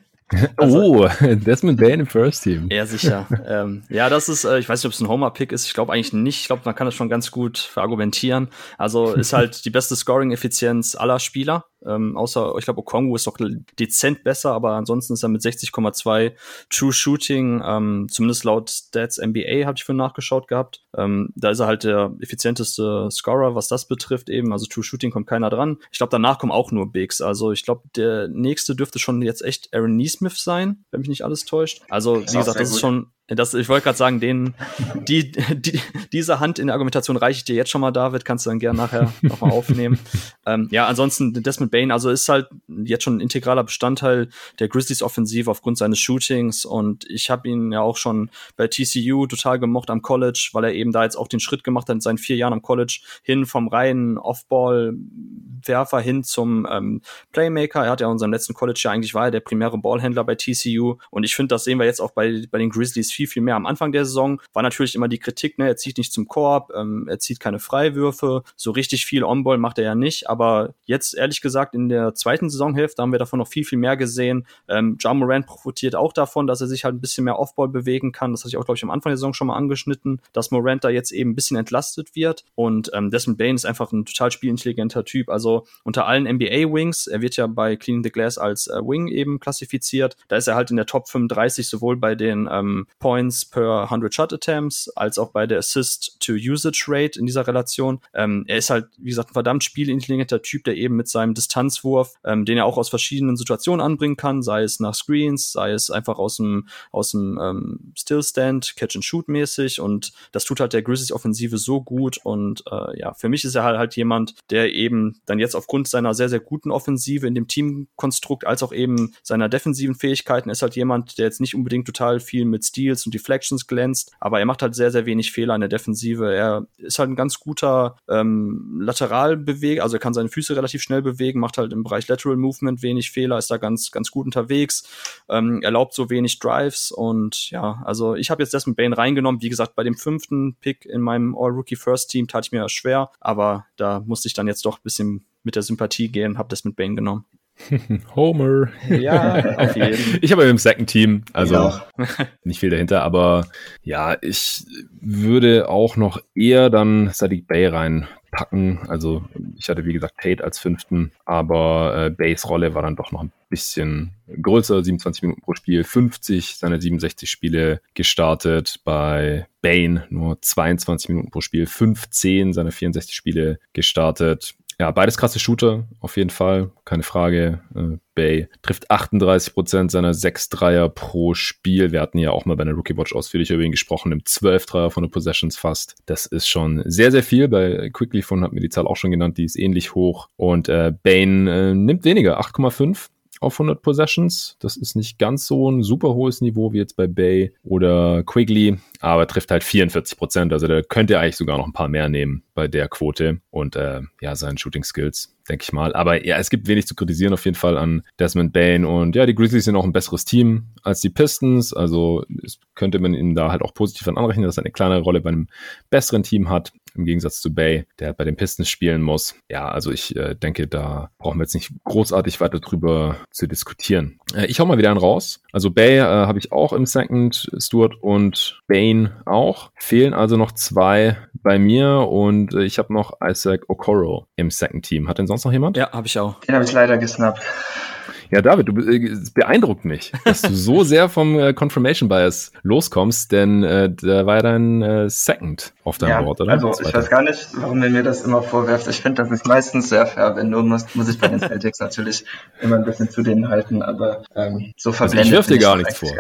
Speaker 2: Also, Desmond Bane im First Team.
Speaker 3: Ja, sicher. Ja, das ist, ich weiß nicht, ob es ein Homer-Pick ist. Ich glaube eigentlich nicht. Ich glaube, man kann das schon ganz gut verargumentieren. Also ist halt die beste Scoring-Effizienz aller Spieler. Außer, ich glaube, Okongwu ist doch dezent besser, aber ansonsten ist er mit 60,2 True Shooting, zumindest laut Stats NBA habe ich für nachgeschaut gehabt. Da ist er halt der effizienteste Scorer, was das betrifft eben. Also True Shooting kommt keiner dran. Ich glaube, danach kommen auch nur Bigs. Also ich glaube, der nächste dürfte schon jetzt echt Aaron Nesmith sein, wenn mich nicht alles täuscht. Also wie gesagt, das ist schon... ich wollte gerade sagen, diese Hand in der Argumentation reiche ich dir jetzt schon mal, David, kannst du dann gerne nachher nochmal aufnehmen. Ja, ansonsten Desmond Bane, also ist halt jetzt schon ein integraler Bestandteil der Grizzlies Offensive aufgrund seines Shootings und ich habe ihn ja auch schon bei TCU total gemocht am College, weil er eben da jetzt auch den Schritt gemacht hat in seinen 4 Jahren am College hin vom reinen Off-Ball-Werfer hin zum Playmaker. Er hat ja in unserem letzten College ja eigentlich war er der primäre Ballhändler bei TCU und ich finde, das sehen wir jetzt auch bei den Grizzlies viel, viel mehr. Am Anfang der Saison war natürlich immer die Kritik, ne, er zieht nicht zum Korb, er zieht keine Freiwürfe, so richtig viel On-Ball macht er ja nicht, aber jetzt ehrlich gesagt in der zweiten Saisonhälfte haben wir davon noch viel, viel mehr gesehen. Ja Morant profitiert auch davon, dass er sich halt ein bisschen mehr Off-Ball bewegen kann. Das hatte ich auch, glaube ich, am Anfang der Saison schon mal angeschnitten, dass Morant da jetzt eben ein bisschen entlastet wird und Desmond Bane ist einfach ein total spielintelligenter Typ. Also unter allen NBA-Wings, er wird ja bei Cleaning the Glass als Wing eben klassifiziert, da ist er halt in der Top 35 sowohl bei den Points per 100 Shot Attempts als auch bei der Assist-to-Usage-Rate in dieser Relation. Er ist halt, wie gesagt, ein verdammt spielintelligenter Typ, der eben mit seinem Distanzwurf, den er auch aus verschiedenen Situationen anbringen kann, sei es nach Screens, sei es einfach aus dem Stillstand, Catch-and-Shoot-mäßig und das tut halt der Grizzlies-Offensive so gut und für mich ist er halt jemand, der eben dann jetzt aufgrund seiner sehr, sehr guten Offensive in dem Teamkonstrukt als auch eben seiner defensiven Fähigkeiten ist halt jemand, der jetzt nicht unbedingt total viel mit Steals und Deflections glänzt, aber er macht halt sehr, sehr wenig Fehler in der Defensive. Er ist halt ein ganz guter Lateralbeweger, also er kann seine Füße relativ schnell bewegen, macht halt im Bereich Lateral Movement wenig Fehler, ist da ganz, ganz gut unterwegs, erlaubt so wenig Drives und ja, also ich habe jetzt Desmond Bane reingenommen, wie gesagt, bei dem 5. Pick in meinem All-Rookie-First-Team tat ich mir das schwer, aber da musste ich dann jetzt doch ein bisschen mit der Sympathie gehen, habe Desmond Bane genommen.
Speaker 2: Homer.
Speaker 3: Ja, auf jeden Fall.
Speaker 2: Ich habe im Second Team, also nicht viel dahinter, aber ja, ich würde auch noch eher dann Saddiq Bey reinpacken. Also ich hatte, wie gesagt, Tate als 5., aber Bays Rolle war dann doch noch ein bisschen größer, 27 Minuten pro Spiel, 50, seine 67 Spiele gestartet. Bei Bane nur 22 Minuten pro Spiel, 15 seine 64 Spiele gestartet. Ja, beides krasse Shooter, auf jeden Fall, keine Frage. Bey trifft 38% seiner 6 Dreier pro Spiel. Wir hatten ja auch mal bei der Rookie Watch ausführlich über ihn gesprochen, im 12 Dreier von den Possessions fast. Das ist schon sehr, sehr viel. Bei Quickly von hat mir die Zahl auch schon genannt, die ist ähnlich hoch. Und Bane nimmt weniger, 8,5 auf 100 Possessions. Das ist nicht ganz so ein super hohes Niveau wie jetzt bei Bey oder Quigley, aber trifft halt 44%. Also der könnte eigentlich sogar noch ein paar mehr nehmen bei der Quote und seinen Shooting Skills, denke ich mal. Aber ja, es gibt wenig zu kritisieren auf jeden Fall an Desmond Bane und ja, die Grizzlies sind auch ein besseres Team als die Pistons, also könnte man ihm da halt auch positiv anrechnen, dass er eine kleinere Rolle bei einem besseren Team hat, im Gegensatz zu Bey, der bei den Pistons spielen muss. Ja, also ich denke, da brauchen wir jetzt nicht großartig weiter drüber zu diskutieren. Ich hau mal wieder einen raus. Also Bey habe ich auch im Second, Stewart und Bane auch. Fehlen also noch 2 bei mir und ich habe noch Isaac Okoro im Second Team. Hat denn sonst noch jemand?
Speaker 3: Ja, habe ich auch.
Speaker 4: Den habe ich leider gesnappt.
Speaker 2: Ja, David, es beeindruckt mich, dass du so sehr vom Confirmation Bias loskommst, denn da war ja dein Second auf deinem Board, oder?
Speaker 4: Also ich weiß gar nicht, warum ihr mir das immer vorwerft. Ich finde, das ist meistens sehr fair. Wenn du musst, muss ich bei den Celtics natürlich immer ein bisschen zu denen halten, aber so verblendet.
Speaker 2: Also ich werf dir gar nichts vor.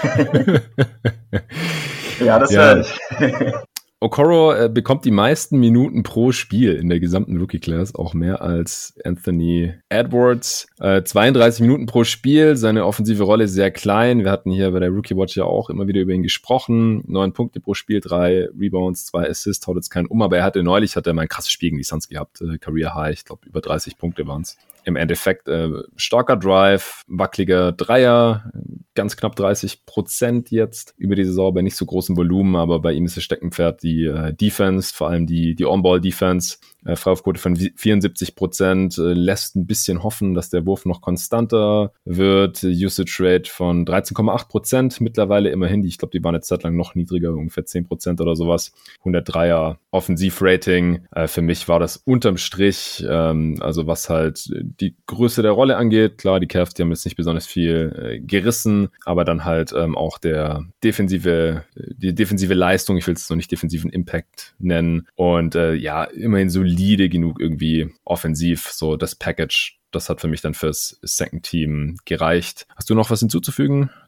Speaker 4: Ja, das höre ich.
Speaker 2: Okoro bekommt die meisten Minuten pro Spiel in der gesamten Rookie-Class, auch mehr als Anthony Edwards. 32 Minuten pro Spiel, seine offensive Rolle ist sehr klein. Wir hatten hier bei der Rookie Watch ja auch immer wieder über ihn gesprochen. 9 Punkte pro Spiel, 3 Rebounds, 2 Assists, haut jetzt keinen aber er hatte neulich mal ein krasses Spiel gegen die Suns gehabt. Career High, ich glaube über 30 Punkte waren es. Im Endeffekt starker Drive, wackeliger Dreier, ganz knapp 30% jetzt über die Saison bei nicht so großem Volumen, aber bei ihm ist das Steckenpferd die Defense, vor allem die On-Ball-Defense. Freiwurfquote von 74%, lässt ein bisschen hoffen, dass der Wurf noch konstanter wird. Usage Rate von 13,8% mittlerweile immerhin. Ich glaube, die waren eine Zeit lang noch niedriger, ungefähr 10% oder sowas. 103er Offensivrating. Für mich war das unterm Strich, also was halt die Größe der Rolle angeht. Klar, die Cavs, die haben jetzt nicht besonders viel gerissen, aber dann halt auch die defensive Leistung, ich will es noch nicht defensiven Impact nennen. Und immerhin solide genug irgendwie offensiv, so das Package, das hat für mich dann fürs Second Team gereicht. Hast du noch was hinzuzufügen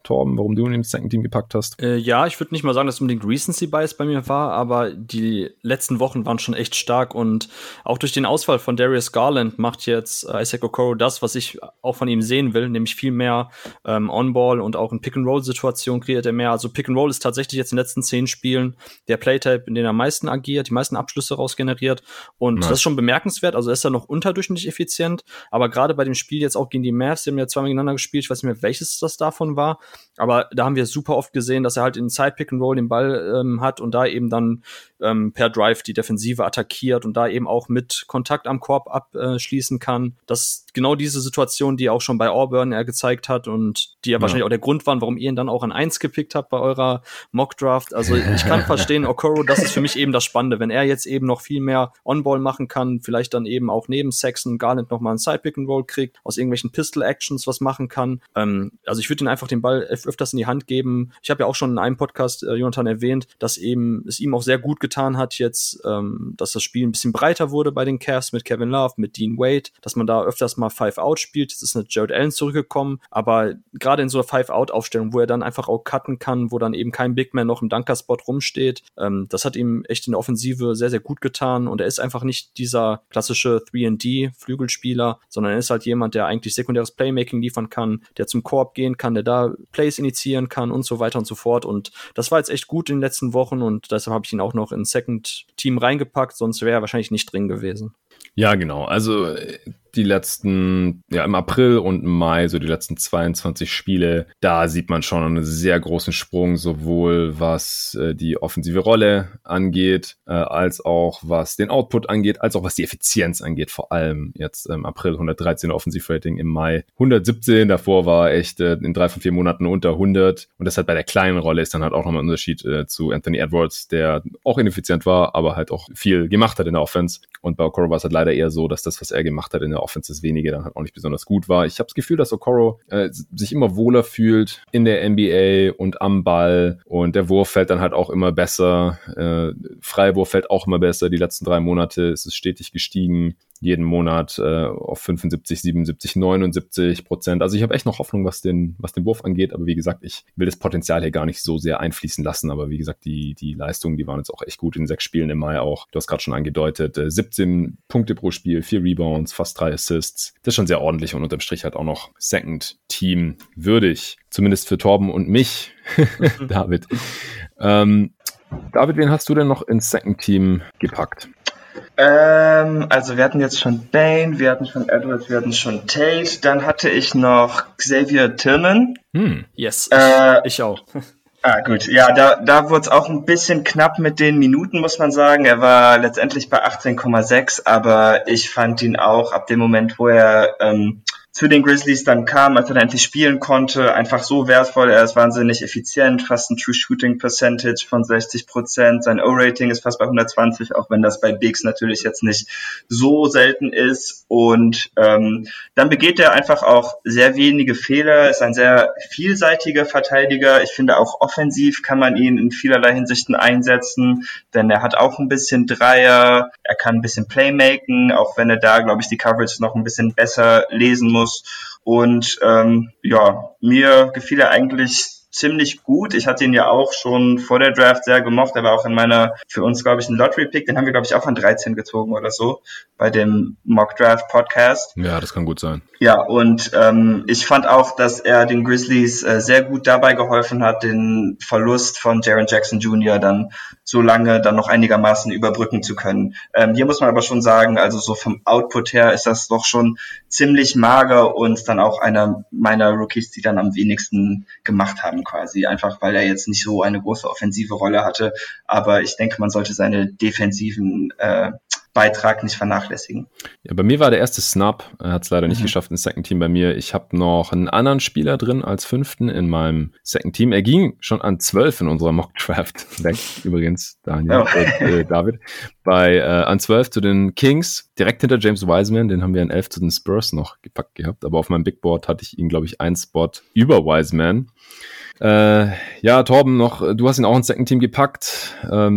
Speaker 2: Torben, warum du ihn ins Second Team gepackt hast?
Speaker 3: Ja, ich würde nicht mal sagen, dass unbedingt Recency Bias bei mir war, aber die letzten Wochen waren schon echt stark und auch durch den Ausfall von Darius Garland macht jetzt Isaac Okoro das, was ich auch von ihm sehen will, nämlich viel mehr On-Ball und auch in Pick-and-Roll-Situationen kreiert er mehr. Also Pick-and-Roll ist tatsächlich jetzt in den letzten 10 Spielen der Playtype, in dem er am meisten agiert, die meisten Abschlüsse rausgeneriert und das ist schon bemerkenswert. Also er ist da noch unterdurchschnittlich effizient, aber gerade bei dem Spiel jetzt auch gegen die Mavs, die haben ja zweimal gegeneinander gespielt, ich weiß nicht mehr, welches das davon war, aber da haben wir super oft gesehen, dass er halt in Side-Pick-and-Roll den Ball hat und da eben dann per Drive die Defensive attackiert und da eben auch mit Kontakt am Korb abschließen kann. Das ist genau diese Situation, die auch schon bei Auburn er gezeigt hat und die ja wahrscheinlich auch der Grund waren, warum ihr ihn dann auch an 1 gepickt habt bei eurer Mock-Draft. Also ich kann verstehen, Okoro, das ist für mich eben das Spannende, wenn er jetzt eben noch viel mehr On-Ball machen kann, vielleicht dann eben auch neben Sexton und Garland noch mal einen Side-Pick-and-Roll kriegt, aus irgendwelchen Pistol-Actions was machen kann. Also ich würde ihm einfach den Ball öfters in die Hand geben. Ich habe ja auch schon in einem Podcast, Jonathan, erwähnt, dass eben es ihm auch sehr gut getan hat jetzt, dass das Spiel ein bisschen breiter wurde bei den Cavs mit Kevin Love, mit Dean Wade, dass man da öfters mal 5-Out spielt. Jetzt ist eine Jared Allen zurückgekommen, aber gerade in so einer 5-Out-Aufstellung, wo er dann einfach auch cutten kann, wo dann eben kein Big Man noch im Dunker-Spot rumsteht, das hat ihm echt in der Offensive sehr, sehr gut getan und er ist einfach nicht dieser klassische 3&D-Flügelspieler, sondern er ist halt jemand, der eigentlich sekundäres Playmaking liefern kann, der zum Korb gehen kann, der da Plays initiieren kann und so weiter und so fort und das war jetzt echt gut in den letzten Wochen und deshalb habe ich ihn auch noch ins Second Team reingepackt, sonst wäre er wahrscheinlich nicht drin gewesen.
Speaker 2: Ja, genau. Also die letzten, im April und Mai, so die letzten 22 Spiele, da sieht man schon einen sehr großen Sprung, sowohl was die offensive Rolle angeht, als auch was den Output angeht, als auch was die Effizienz angeht. Vor allem jetzt im April 113 Offensivrating, im Mai 117. Davor war echt in 3 von 4 Monaten unter 100. Und deshalb bei der kleinen Rolle ist dann halt auch nochmal ein Unterschied zu Anthony Edwards, der auch ineffizient war, aber halt auch viel gemacht hat in der Offense. Und bei Okoro war es halt leider eher so, dass das, was er gemacht hat in der Offense, das wenige dann halt auch nicht besonders gut war. Ich habe das Gefühl, dass Okoro sich immer wohler fühlt in der NBA und am Ball und der Wurf fällt dann halt auch immer besser. Freiwurf fällt auch immer besser. Die letzten 3 Monate ist es stetig gestiegen. Jeden Monat auf 75, 77, 79%. Also ich habe echt noch Hoffnung, was den Wurf angeht. Aber wie gesagt, ich will das Potenzial hier gar nicht so sehr einfließen lassen. Aber wie gesagt, die Leistungen, die waren jetzt auch echt gut in 6 Spielen im Mai auch. Du hast gerade schon angedeutet, 17 Punkte pro Spiel, 4 Rebounds, fast 3 Assists. Das ist schon sehr ordentlich und unterm Strich halt auch noch Second Team würdig. Zumindest für Torben und mich, David. David, wen hast du denn noch ins Second Team gepackt?
Speaker 4: Also wir hatten jetzt schon Bane, wir hatten schon Edwards, wir hatten schon Tate, dann hatte ich noch Xavier Tillman.
Speaker 3: Yes, ich auch.
Speaker 4: Gut. Ja, da wurde es auch ein bisschen knapp mit den Minuten, muss man sagen. Er war letztendlich bei 18,6, aber ich fand ihn auch ab dem Moment, wo er zu den Grizzlies dann kam, als er dann endlich spielen konnte, einfach so wertvoll. Er ist wahnsinnig effizient, fast ein True Shooting Percentage von 60%. Sein O-Rating ist fast bei 120, auch wenn das bei Bigs natürlich jetzt nicht so selten ist. Und dann begeht er einfach auch sehr wenige Fehler, ist ein sehr vielseitiger Verteidiger. Ich finde auch offensiv kann man ihn in vielerlei Hinsichten einsetzen, denn er hat auch ein bisschen Dreier, er kann ein bisschen Playmaken, auch wenn er da, glaube ich, die Coverage noch ein bisschen besser lesen muss. Und mir gefiel er eigentlich ziemlich gut. Ich hatte ihn ja auch schon vor der Draft sehr gemocht. Er war auch in meiner, für uns, glaube ich, ein Lottery-Pick. Den haben wir, glaube ich, auch an 13 gezogen oder so bei dem Mock-Draft-Podcast.
Speaker 2: Ja, das kann gut sein.
Speaker 4: Ja, und ich fand auch, dass er den Grizzlies sehr gut dabei geholfen hat, den Verlust von Jaren Jackson Jr. dann so lange dann noch einigermaßen überbrücken zu können. Hier muss man aber schon sagen, also so vom Output her ist das doch schon ziemlich mager und dann auch einer meiner Rookies, die dann am wenigsten gemacht haben quasi, einfach weil er jetzt nicht so eine große offensive Rolle hatte, aber ich denke, man sollte seine defensiven Beitrag nicht vernachlässigen.
Speaker 2: Ja, bei mir war der erste Snap, er hat es leider nicht geschafft ins Second Team bei mir. Ich habe noch einen anderen Spieler drin als 5. in meinem Second Team. Er ging schon an 12 in unserer Mock Draft weg, übrigens, Daniel, David. An 12 zu den Kings, direkt hinter James Wiseman, den haben wir an 11 zu den Spurs noch gepackt gehabt, aber auf meinem Big Board hatte ich ihn, glaube ich, einen Spot über Wiseman. Torben, du hast ihn auch ins Second Team gepackt.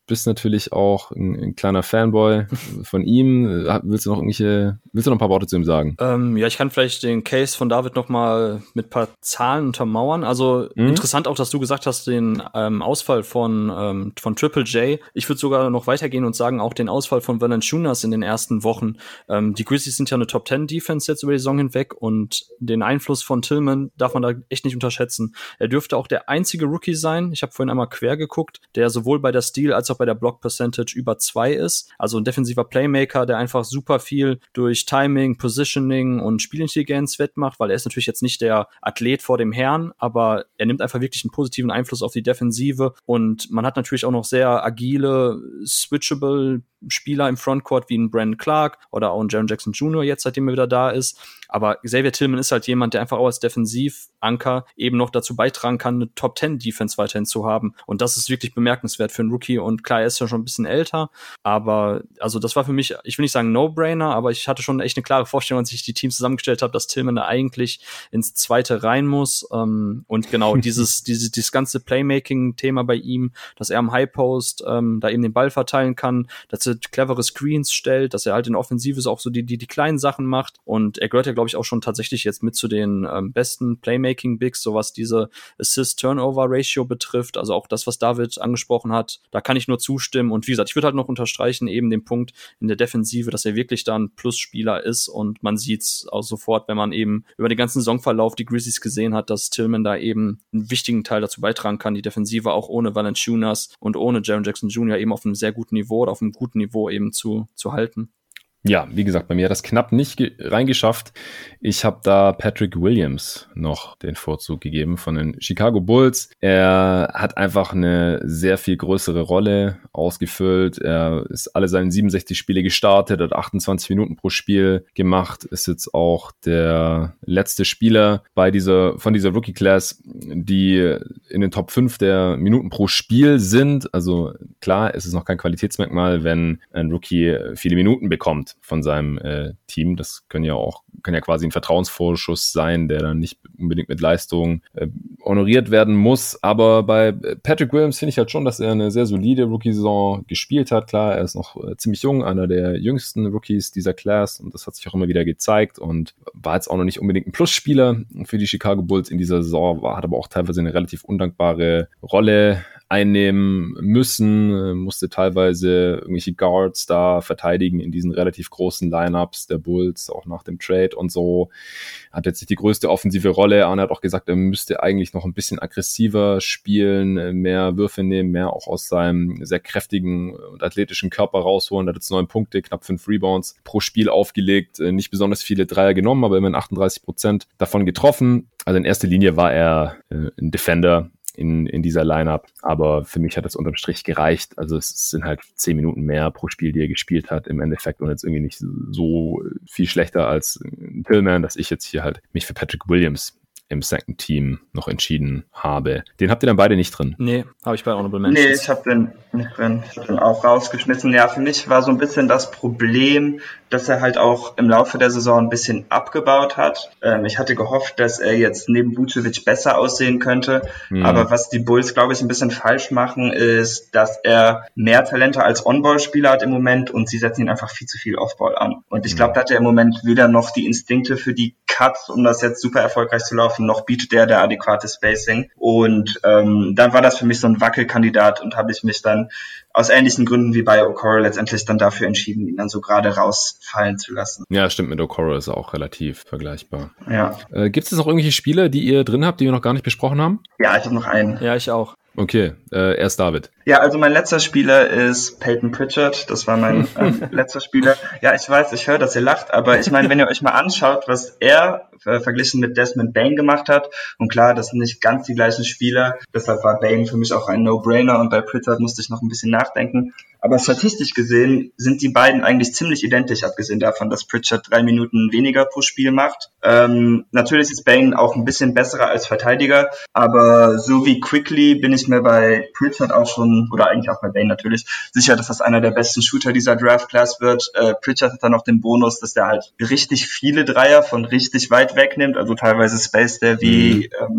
Speaker 2: bist natürlich auch ein kleiner Fanboy von ihm. Willst du noch ein paar Worte zu ihm sagen?
Speaker 3: Ja, ich kann vielleicht den Case von David noch mal mit ein paar Zahlen untermauern. Also interessant auch, dass du gesagt hast, den Ausfall von Triple J. Ich würde sogar noch weitergehen und sagen, auch den Ausfall von Valanciunas in den ersten Wochen. Die Grizzlies sind ja eine Top-10-Defense jetzt über die Saison hinweg und den Einfluss von Tillman darf man da echt nicht unterschätzen. Er dürfte auch der einzige Rookie sein, ich habe vorhin einmal quer geguckt, der sowohl bei der Steal- als auch bei der Block-Percentage über 2 ist. Also ein defensiver Playmaker, der einfach super viel durch Timing, Positioning und Spielintelligenz wettmacht, weil er ist natürlich jetzt nicht der Athlet vor dem Herrn, aber er nimmt einfach wirklich einen positiven Einfluss auf die Defensive und man hat natürlich auch noch sehr agile, switchable Spieler im Frontcourt wie ein Brandon Clark oder auch ein Jaren Jackson Jr. jetzt, seitdem er wieder da ist. Aber Xavier Tillman ist halt jemand, der einfach auch als Defensivanker eben noch dazu beitragen kann, eine Top-10-Defense weiterhin zu haben. Und das ist wirklich bemerkenswert für einen Rookie. Und klar, er ist ja schon ein bisschen älter. Aber also das war für mich, ich will nicht sagen No-Brainer, aber ich hatte schon echt eine klare Vorstellung, als ich die Teams zusammengestellt habe, dass Tillman da eigentlich ins Zweite rein muss. Und genau, dieses ganze Playmaking-Thema bei ihm, dass er am High-Post da eben den Ball verteilen kann, dass er clevere Screens stellt, dass er halt in Offensive auch so die kleinen Sachen macht. Und er gehört ja, glaube ich, auch schon tatsächlich jetzt mit zu den besten Playmaking-Bigs, so was diese Assist-Turnover-Ratio betrifft. Also auch das, was David angesprochen hat, da kann ich nur zustimmen. Und wie gesagt, ich würde halt noch unterstreichen, eben den Punkt in der Defensive, dass er wirklich da ein Plus-Spieler ist. Und man sieht's auch sofort, wenn man eben über den ganzen Saisonverlauf die Grizzlies gesehen hat, dass Tillman da eben einen wichtigen Teil dazu beitragen kann, die Defensive auch ohne Valanciunas und ohne Jaren Jackson Jr. eben auf einem sehr guten Niveau oder auf einem guten Niveau eben zu halten.
Speaker 2: Ja, wie gesagt, bei mir hat das knapp nicht reingeschafft. Ich habe da Patrick Williams noch den Vorzug gegeben von den Chicago Bulls. Er hat einfach eine sehr viel größere Rolle ausgefüllt. Er ist alle seine 67 Spiele gestartet, hat 28 Minuten pro Spiel gemacht, ist jetzt auch der letzte Spieler von dieser Rookie-Class, die in den Top 5 der Minuten pro Spiel sind. Also klar, es ist noch kein Qualitätsmerkmal, wenn ein Rookie viele Minuten bekommt von seinem Team. Das kann ja quasi ein Vertrauensvorschuss sein, der dann nicht unbedingt mit Leistung honoriert werden muss. Aber bei Patrick Williams finde ich halt schon, dass er eine sehr solide Rookie-Saison gespielt hat. Klar, er ist noch ziemlich jung, einer der jüngsten Rookies dieser Class und das hat sich auch immer wieder gezeigt und war jetzt auch noch nicht unbedingt ein Plusspieler für die Chicago Bulls in dieser Saison, hat aber auch teilweise eine relativ undankbare Rolle einnehmen müssen, musste teilweise irgendwelche Guards da verteidigen in diesen relativ großen Lineups der Bulls, auch nach dem Trade und so. Hat jetzt nicht die größte offensive Rolle. Arne hat auch gesagt, er müsste eigentlich noch ein bisschen aggressiver spielen, mehr Würfe nehmen, mehr auch aus seinem sehr kräftigen und athletischen Körper rausholen. Er hat jetzt 9 Punkte, knapp 5 Rebounds pro Spiel aufgelegt, nicht besonders viele Dreier genommen, aber immerhin 38% davon getroffen. Also in erster Linie war er ein Defender in dieser Lineup, aber für mich hat das unterm Strich gereicht. Also es sind halt 10 Minuten mehr pro Spiel, die er gespielt hat im Endeffekt und jetzt irgendwie nicht so viel schlechter als Tillman, dass ich jetzt hier halt mich für Patrick Williams im Second Team noch entschieden habe. Den habt ihr dann beide nicht drin?
Speaker 3: Nee, habe ich bei Honorable Mentions.
Speaker 4: Nee, ich habe den nicht drin. Ich habe den auch rausgeschmissen. Ja, für mich war so ein bisschen das Problem, dass er halt auch im Laufe der Saison ein bisschen abgebaut hat. Ich hatte gehofft, dass er jetzt neben Vucevic besser aussehen könnte. Aber was die Bulls, glaube ich, ein bisschen falsch machen, ist, dass er mehr Talente als On-Ball-Spieler hat im Moment und sie setzen ihn einfach viel zu viel Off-Ball an. Und ich glaube, da hat er im Moment weder noch die Instinkte für die Cuts, um das jetzt super erfolgreich zu laufen, noch bietet er der adäquate Spacing. Und dann war das für mich so ein Wackelkandidat und habe ich mich dann aus ähnlichen Gründen wie bei Okoro letztendlich dann dafür entschieden, ihn dann so gerade rausfallen zu lassen.
Speaker 2: Ja, stimmt, mit Okoro ist er auch relativ vergleichbar.
Speaker 4: Ja.
Speaker 2: Gibt es noch irgendwelche Spiele, die ihr drin habt, die wir noch gar nicht besprochen haben?
Speaker 4: Ja, ich habe noch einen.
Speaker 3: Ja, ich auch.
Speaker 2: Okay, erst David.
Speaker 4: Ja, also mein letzter Spieler ist Peyton Pritchard. Das war mein letzter Spieler. Ja, ich weiß, ich höre, dass ihr lacht, aber ich meine, wenn ihr euch mal anschaut, was er verglichen mit Desmond Bane gemacht hat, und klar, das sind nicht ganz die gleichen Spieler, deshalb war Bane für mich auch ein No-Brainer und bei Pritchard musste ich noch ein bisschen nachdenken. Aber statistisch gesehen sind die beiden eigentlich ziemlich identisch, abgesehen davon, dass Pritchard 3 Minuten weniger pro Spiel macht. Natürlich ist Bane auch ein bisschen besserer als Verteidiger, aber so wie Quickly bin ich mir bei Pritchard auch schon, oder eigentlich auch bei Bane natürlich, sicher, dass das einer der besten Shooter dieser Draft-Class wird. Pritchard hat dann noch den Bonus, dass der halt richtig viele Dreier von richtig weit wegnimmt, also teilweise spaced der wie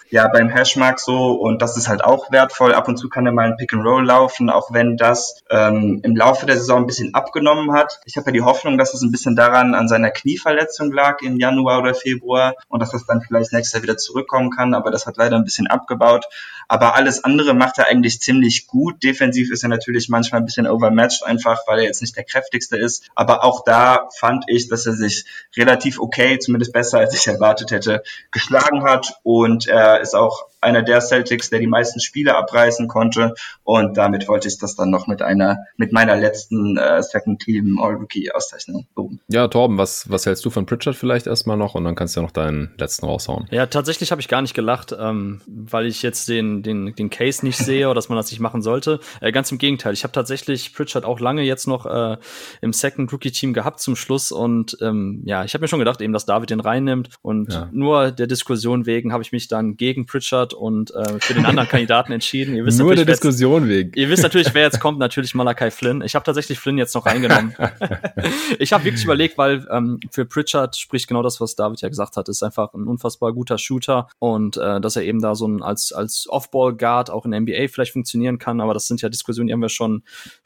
Speaker 4: ja beim Hashmark so und das ist halt auch wertvoll. Ab und zu kann er mal ein Pick and Roll laufen, auch wenn das im Laufe der Saison ein bisschen abgenommen hat. Ich habe ja die Hoffnung, dass es ein bisschen daran an seiner Knieverletzung lag im Januar oder Februar und dass das dann vielleicht nächstes Jahr wieder zurückkommen kann, aber das hat leider ein bisschen abgebaut. Aber alles andere macht er eigentlich ziemlich gut. Defensiv ist er natürlich manchmal ein bisschen overmatched, einfach weil er jetzt nicht der kräftigste ist. Aber auch da fand ich, dass er sich relativ okay, zumindest besser als ich erwartet hätte, geschlagen hat. Und er ist auch einer der Celtics, der die meisten Spiele abreißen konnte. Und damit wollte ich das dann noch mit meiner letzten Second Team All-Rookie-Auszeichnung loben.
Speaker 2: Ja, Torben, was hältst du von Pritchard vielleicht erstmal noch? Und dann kannst du ja noch deinen letzten raushauen.
Speaker 3: Ja, tatsächlich habe ich gar nicht gelacht, weil ich jetzt den Case nicht sehe oder dass man das nicht machen sollte. Ganz im Gegenteil. Ich habe tatsächlich Pritchard auch lange jetzt noch im Second Rookie-Team gehabt zum Schluss. Und ja, ich habe mir schon gedacht, eben, dass David den reinnimmt. Und nur der Diskussion wegen habe ich mich dann gegen Pritchard und für den anderen Kandidaten entschieden. Ihr wisst
Speaker 2: nur der
Speaker 3: jetzt,
Speaker 2: Diskussion wegen.
Speaker 3: Ihr wisst natürlich, wer jetzt kommt, natürlich Malachi Flynn. Ich habe tatsächlich Flynn jetzt noch reingenommen. Ich habe wirklich überlegt, weil für Pritchard spricht genau das, was David ja gesagt hat. Ist einfach ein unfassbar guter Shooter und dass er eben da so ein als Off-Ball-Guard auch in der NBA vielleicht funktionieren kann. Aber das sind ja Diskussionen, die haben wir schon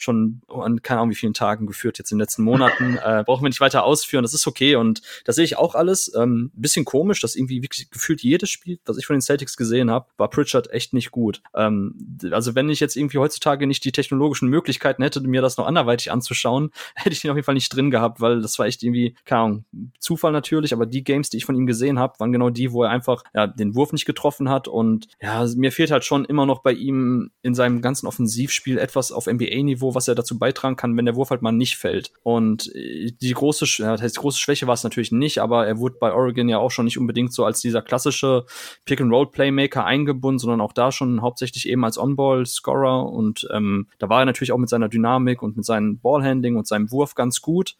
Speaker 3: an keine Ahnung wie vielen Tagen geführt, jetzt in den letzten Monaten. Brauchen wir nicht weiter ausführen. Das ist okay und das sehe ich auch alles. Bisschen komisch, dass irgendwie wirklich gefühlt jedes Spiel, was ich von den Celtics gesehen habe, war Pritchard echt nicht gut. Also wenn ich jetzt irgendwie heutzutage nicht die technologischen Möglichkeiten hätte, mir das noch anderweitig anzuschauen, hätte ich den auf jeden Fall nicht drin gehabt, weil das war echt irgendwie, keine Ahnung, Zufall natürlich, aber die Games, die ich von ihm gesehen habe, waren genau die, wo er einfach den Wurf nicht getroffen hat und ja, mir fehlt halt schon immer noch bei ihm in seinem ganzen Offensivspiel etwas auf NBA-Niveau, was er dazu beitragen kann, wenn der Wurf halt mal nicht fällt. Und die große Schwäche war es natürlich nicht, aber er wurde bei Oregon ja auch schon nicht unbedingt so als dieser klassische Pick-and-Roll-Playmaker eingebunden, sondern auch da schon hauptsächlich eben als On-Ball-Scorer und da war er natürlich auch mit seiner Dynamik und mit seinem Ballhandling und seinem Wurf ganz gut.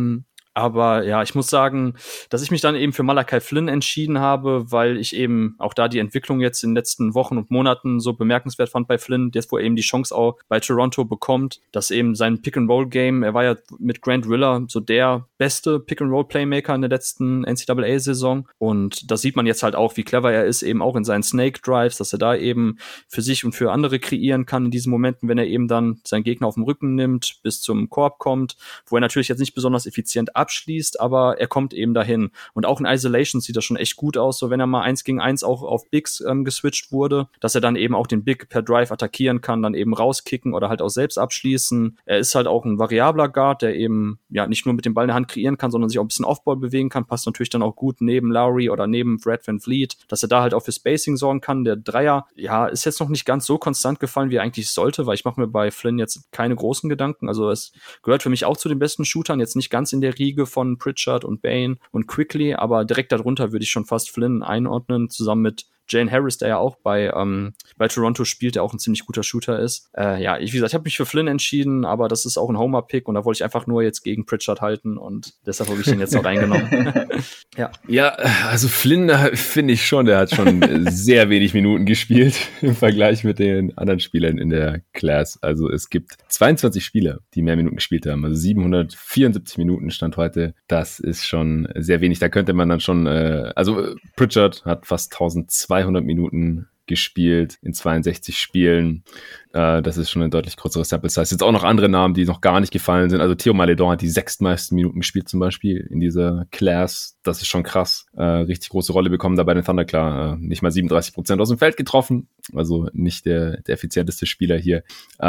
Speaker 3: Aber ja, ich muss sagen, dass ich mich dann eben für Malachi Flynn entschieden habe, weil ich eben auch da die Entwicklung jetzt in den letzten Wochen und Monaten so bemerkenswert fand bei Flynn, jetzt wo er eben die Chance auch bei Toronto bekommt, dass eben sein Pick-and-Roll-Game, er war ja mit Grant Riller so der beste Pick-and-Roll-Playmaker in der letzten NCAA-Saison und das sieht man jetzt halt auch, wie clever er ist, eben auch in seinen Snake-Drives, dass er da eben für sich und für andere kreieren kann in diesen Momenten, wenn er eben dann seinen Gegner auf den Rücken nimmt, bis zum Korb kommt, wo er natürlich jetzt nicht besonders effizient abschließt, aber er kommt eben dahin. Und auch in Isolation sieht das schon echt gut aus, so wenn er mal 1 gegen 1 auch auf Bigs geswitcht wurde, dass er dann eben auch den Big per Drive attackieren kann, dann eben rauskicken oder halt auch selbst abschließen. Er ist halt auch ein variabler Guard, der eben ja nicht nur mit dem Ball in der Hand kreieren kann, sondern sich auch ein bisschen Offball bewegen kann, passt natürlich dann auch gut neben Lowry oder neben Fred VanVleet, dass er da halt auch für Spacing sorgen kann. Der Dreier, ja, ist jetzt noch nicht ganz so konstant gefallen, wie er eigentlich sollte, weil ich mache mir bei Flynn jetzt keine großen Gedanken. Also es gehört für mich auch zu den besten Shootern, jetzt nicht ganz in der Riege von Pritchard und Bane und Quickly, aber direkt darunter würde ich schon fast Flynn einordnen, zusammen mit Jalen Harris, der ja auch bei Toronto spielt, der auch ein ziemlich guter Shooter ist. Ja, wie gesagt, ich habe mich für Flynn entschieden, aber das ist auch ein Homer-Pick und da wollte ich einfach nur jetzt gegen Pritchard halten und deshalb habe ich den jetzt noch reingenommen.
Speaker 2: Ja, also Flynn finde ich schon, der hat schon sehr wenig Minuten gespielt im Vergleich mit den anderen Spielern in der Class. Also es gibt 22 Spieler, die mehr Minuten gespielt haben. Also 774 Minuten stand heute. Das ist schon sehr wenig. Da könnte man dann schon, also Pritchard hat fast 1200 Minuten gespielt in 62 Spielen. Das ist schon eine deutlich größere Sample Size. Jetzt auch noch andere Namen, die noch gar nicht gefallen sind. Also Theo Maledon hat die 6. Minuten gespielt zum Beispiel in dieser Class. Das ist schon krass. Richtig große Rolle bekommen da bei den Thunder. Klar, nicht mal 37% aus dem Feld getroffen. Also nicht der effizienteste Spieler hier.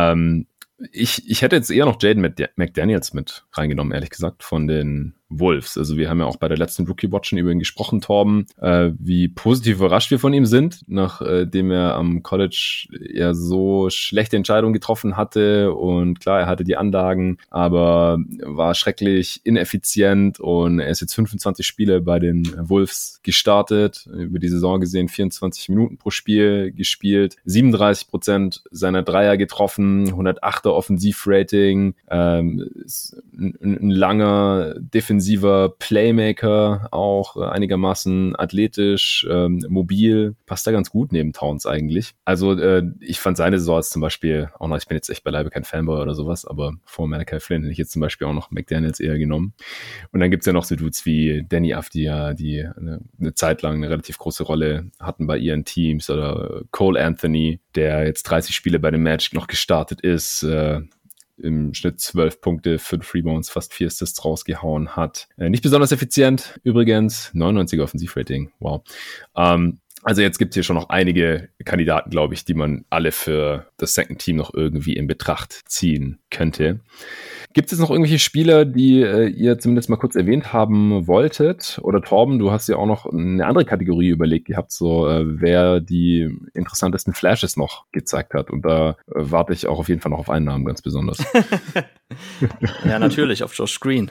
Speaker 2: Ich hätte jetzt eher noch Jaden McDaniels mit reingenommen, ehrlich gesagt, von den Wolves. Also wir haben ja auch bei der letzten Rookie-Watch schon über ihn gesprochen, Torben, wie positiv überrascht wir von ihm sind, nachdem er am College ja so schlechte Entscheidungen getroffen hatte und klar, er hatte die Anlagen, aber war schrecklich ineffizient und er ist jetzt 25 Spiele bei den Wolves gestartet, über die Saison gesehen 24 Minuten pro Spiel gespielt, 37% seiner Dreier getroffen, 108er Offensivrating, ein langer Defensiv offensiver Playmaker, auch einigermaßen athletisch, mobil, passt da ganz gut neben Towns eigentlich. Also ich fand seine Saison als zum Beispiel auch noch, ich bin jetzt echt beileibe kein Fanboy oder sowas, aber vor Malachi Flynn hätte ich jetzt zum Beispiel auch noch McDaniels eher genommen. Und dann gibt's ja noch so Dudes wie Danny Avdija, die eine Zeit lang eine relativ große Rolle hatten bei ihren Teams, oder Cole Anthony, der jetzt 30 Spiele bei dem Magic noch gestartet ist, im Schnitt 12 Punkte, 5 Rebounds, fast 4 Assists rausgehauen hat. Nicht besonders effizient, übrigens, 99er Offensivrating, wow. Also jetzt gibt es hier schon noch einige Kandidaten, glaube ich, die man alle für das Second Team noch irgendwie in Betracht ziehen könnte. Gibt es noch irgendwelche Spieler, die ihr zumindest mal kurz erwähnt haben wolltet? Oder Torben, du hast ja auch noch eine andere Kategorie überlegt gehabt, so wer die interessantesten Flashes noch gezeigt hat. Und da warte ich auch auf jeden Fall noch auf einen Namen ganz besonders.
Speaker 3: Ja, natürlich, auf Josh Green.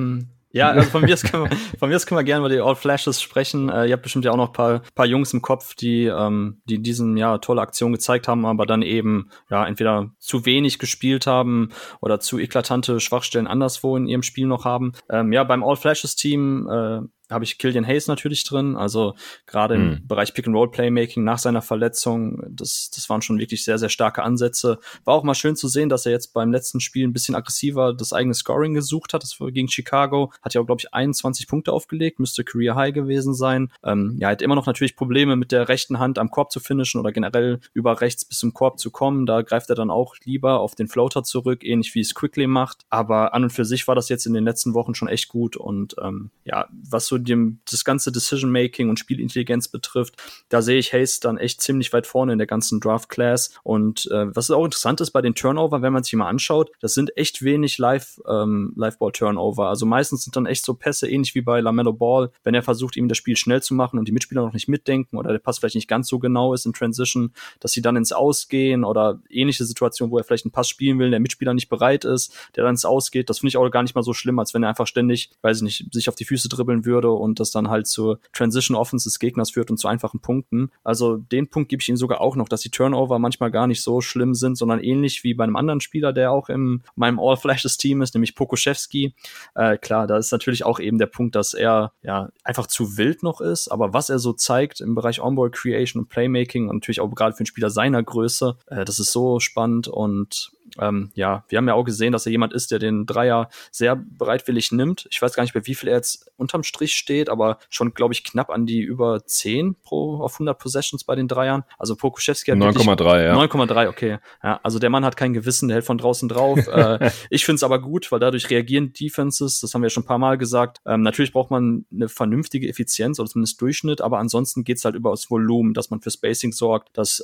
Speaker 3: Ja, also von mir aus können wir gerne über die All Flashes sprechen. Ihr habt bestimmt ja auch noch ein paar Jungs im Kopf, die in diesem Jahr tolle Aktionen gezeigt haben, aber dann eben ja entweder zu wenig gespielt haben oder zu eklatante Schwachstellen anderswo in ihrem Spiel noch haben. Ja, beim All Flashes Team habe ich Killian Hayes natürlich drin, also gerade im Bereich Pick-and-Roll-Playmaking nach seiner Verletzung, das waren schon wirklich sehr, sehr starke Ansätze. War auch mal schön zu sehen, dass er jetzt beim letzten Spiel ein bisschen aggressiver das eigene Scoring gesucht hat, das war gegen Chicago, hat ja auch, glaube ich, 21 Punkte aufgelegt, müsste Career High gewesen sein. Ja, hat immer noch natürlich Probleme mit der rechten Hand am Korb zu finishen oder generell über rechts bis zum Korb zu kommen, da greift er dann auch lieber auf den Floater zurück, ähnlich wie es Quickly macht, aber an und für sich war das jetzt in den letzten Wochen schon echt gut und ja, was so das ganze Decision-Making und Spielintelligenz betrifft, da sehe ich Hayes dann echt ziemlich weit vorne in der ganzen Draft-Class. Und was auch interessant ist bei den Turnover, wenn man sich mal anschaut, das sind echt wenig Live-Ball-Turnover. Also meistens sind dann echt so Pässe, ähnlich wie bei LaMelo Ball, wenn er versucht, ihm das Spiel schnell zu machen und die Mitspieler noch nicht mitdenken oder der Pass vielleicht nicht ganz so genau ist in Transition, dass sie dann ins Ausgehen oder ähnliche Situationen, wo er vielleicht einen Pass spielen will, der Mitspieler nicht bereit ist, der dann ins Ausgeht. Das finde ich auch gar nicht mal so schlimm, als wenn er einfach ständig, weiß ich nicht, sich auf die Füße dribbeln würde und das dann halt zur Transition Offense des Gegners führt und zu einfachen Punkten. Also den Punkt gebe ich ihnen sogar auch noch, dass die Turnover manchmal gar nicht so schlimm sind, sondern ähnlich wie bei einem anderen Spieler, der auch in meinem All-Flashes-Team ist, nämlich Pokusevski. Klar, da ist natürlich auch eben der Punkt, dass er ja einfach zu wild noch ist, aber was er so zeigt im Bereich On-Ball Creation und Playmaking und natürlich auch gerade für einen Spieler seiner Größe, das ist so spannend und ja, wir haben ja auch gesehen, dass er jemand ist, der den Dreier sehr bereitwillig nimmt. Ich weiß gar nicht, bei wie viel er jetzt unterm Strich steht, aber schon, glaube ich, knapp an die über 10 auf 100 Possessions bei den Dreiern. Also Pokusevski hat
Speaker 2: 9,3, ja.
Speaker 3: 9,3, okay. Ja, also der Mann hat kein Gewissen, der hält von draußen drauf. Ich finde es aber gut, weil dadurch reagieren Defenses, das haben wir ja schon ein paar Mal gesagt. Natürlich braucht man eine vernünftige Effizienz oder zumindest Durchschnitt, aber ansonsten geht's halt über das Volumen, dass man für Spacing sorgt, dass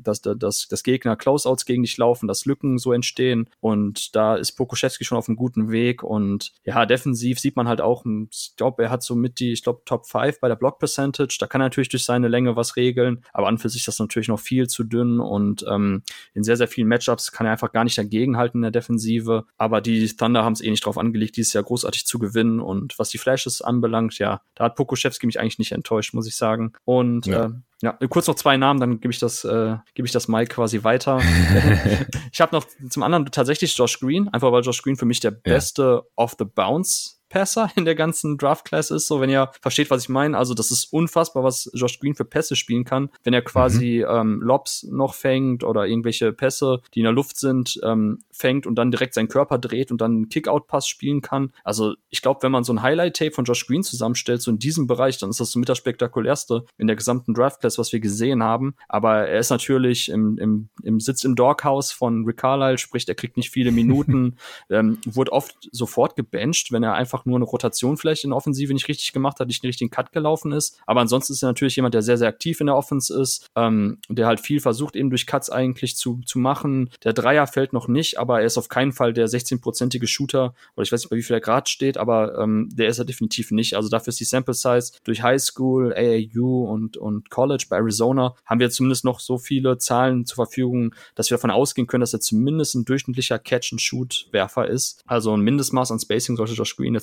Speaker 3: Gegner Closeouts gegen dich laufen, dass Lücken so entstehen und da ist Pokusevski schon auf einem guten Weg und ja, defensiv sieht man halt auch, ich glaube, er hat so mit die, Top 5 bei der Block Percentage, da kann er natürlich durch seine Länge was regeln, aber an für sich ist das natürlich noch viel zu dünn und in sehr, sehr vielen Matchups kann er einfach gar nicht dagegenhalten in der Defensive, aber die Thunder haben es eh nicht drauf angelegt, dieses Jahr großartig zu gewinnen und was die Flashes anbelangt, ja, da hat Pokusevski mich eigentlich nicht enttäuscht, muss ich sagen und ja, kurz noch 2 Namen, dann gebe ich das Mike quasi weiter. Ich habe noch zum anderen tatsächlich Josh Green, einfach weil Josh Green für mich der beste Off-the-Bounce-Passer in der ganzen Draft-Class ist, so wenn ihr versteht, was ich meine. Also das ist unfassbar, was Josh Green für Pässe spielen kann, wenn er quasi Lobs noch fängt oder irgendwelche Pässe, die in der Luft sind, fängt und dann direkt seinen Körper dreht und dann einen Kick-Out-Pass spielen kann. Also ich glaube, wenn man so ein Highlight-Tape von Josh Green zusammenstellt, so in diesem Bereich, dann ist das so mit das spektakulärste in der gesamten Draft-Class, was wir gesehen haben. Aber er ist natürlich im Sitz im Doghouse von Rick Carlisle, sprich, er kriegt nicht viele Minuten, wurde oft sofort gebencht, wenn er einfach nur eine Rotation vielleicht in der Offensive nicht richtig gemacht hat, nicht den richtigen Cut gelaufen ist. Aber ansonsten ist er natürlich jemand, der sehr, sehr aktiv in der Offense ist, der halt viel versucht, eben durch Cuts eigentlich zu machen. Der Dreier fällt noch nicht, aber er ist auf keinen Fall der 16-prozentige Shooter, oder ich weiß nicht, bei wie viel er Grad steht, aber der ist er definitiv nicht. Also dafür ist die Sample Size durch High School, AAU und College bei Arizona haben wir zumindest noch so viele Zahlen zur Verfügung, dass wir davon ausgehen können, dass er zumindest ein durchschnittlicher Catch-and-Shoot-Werfer ist. Also ein Mindestmaß an Spacing sollte Josh Green jetzt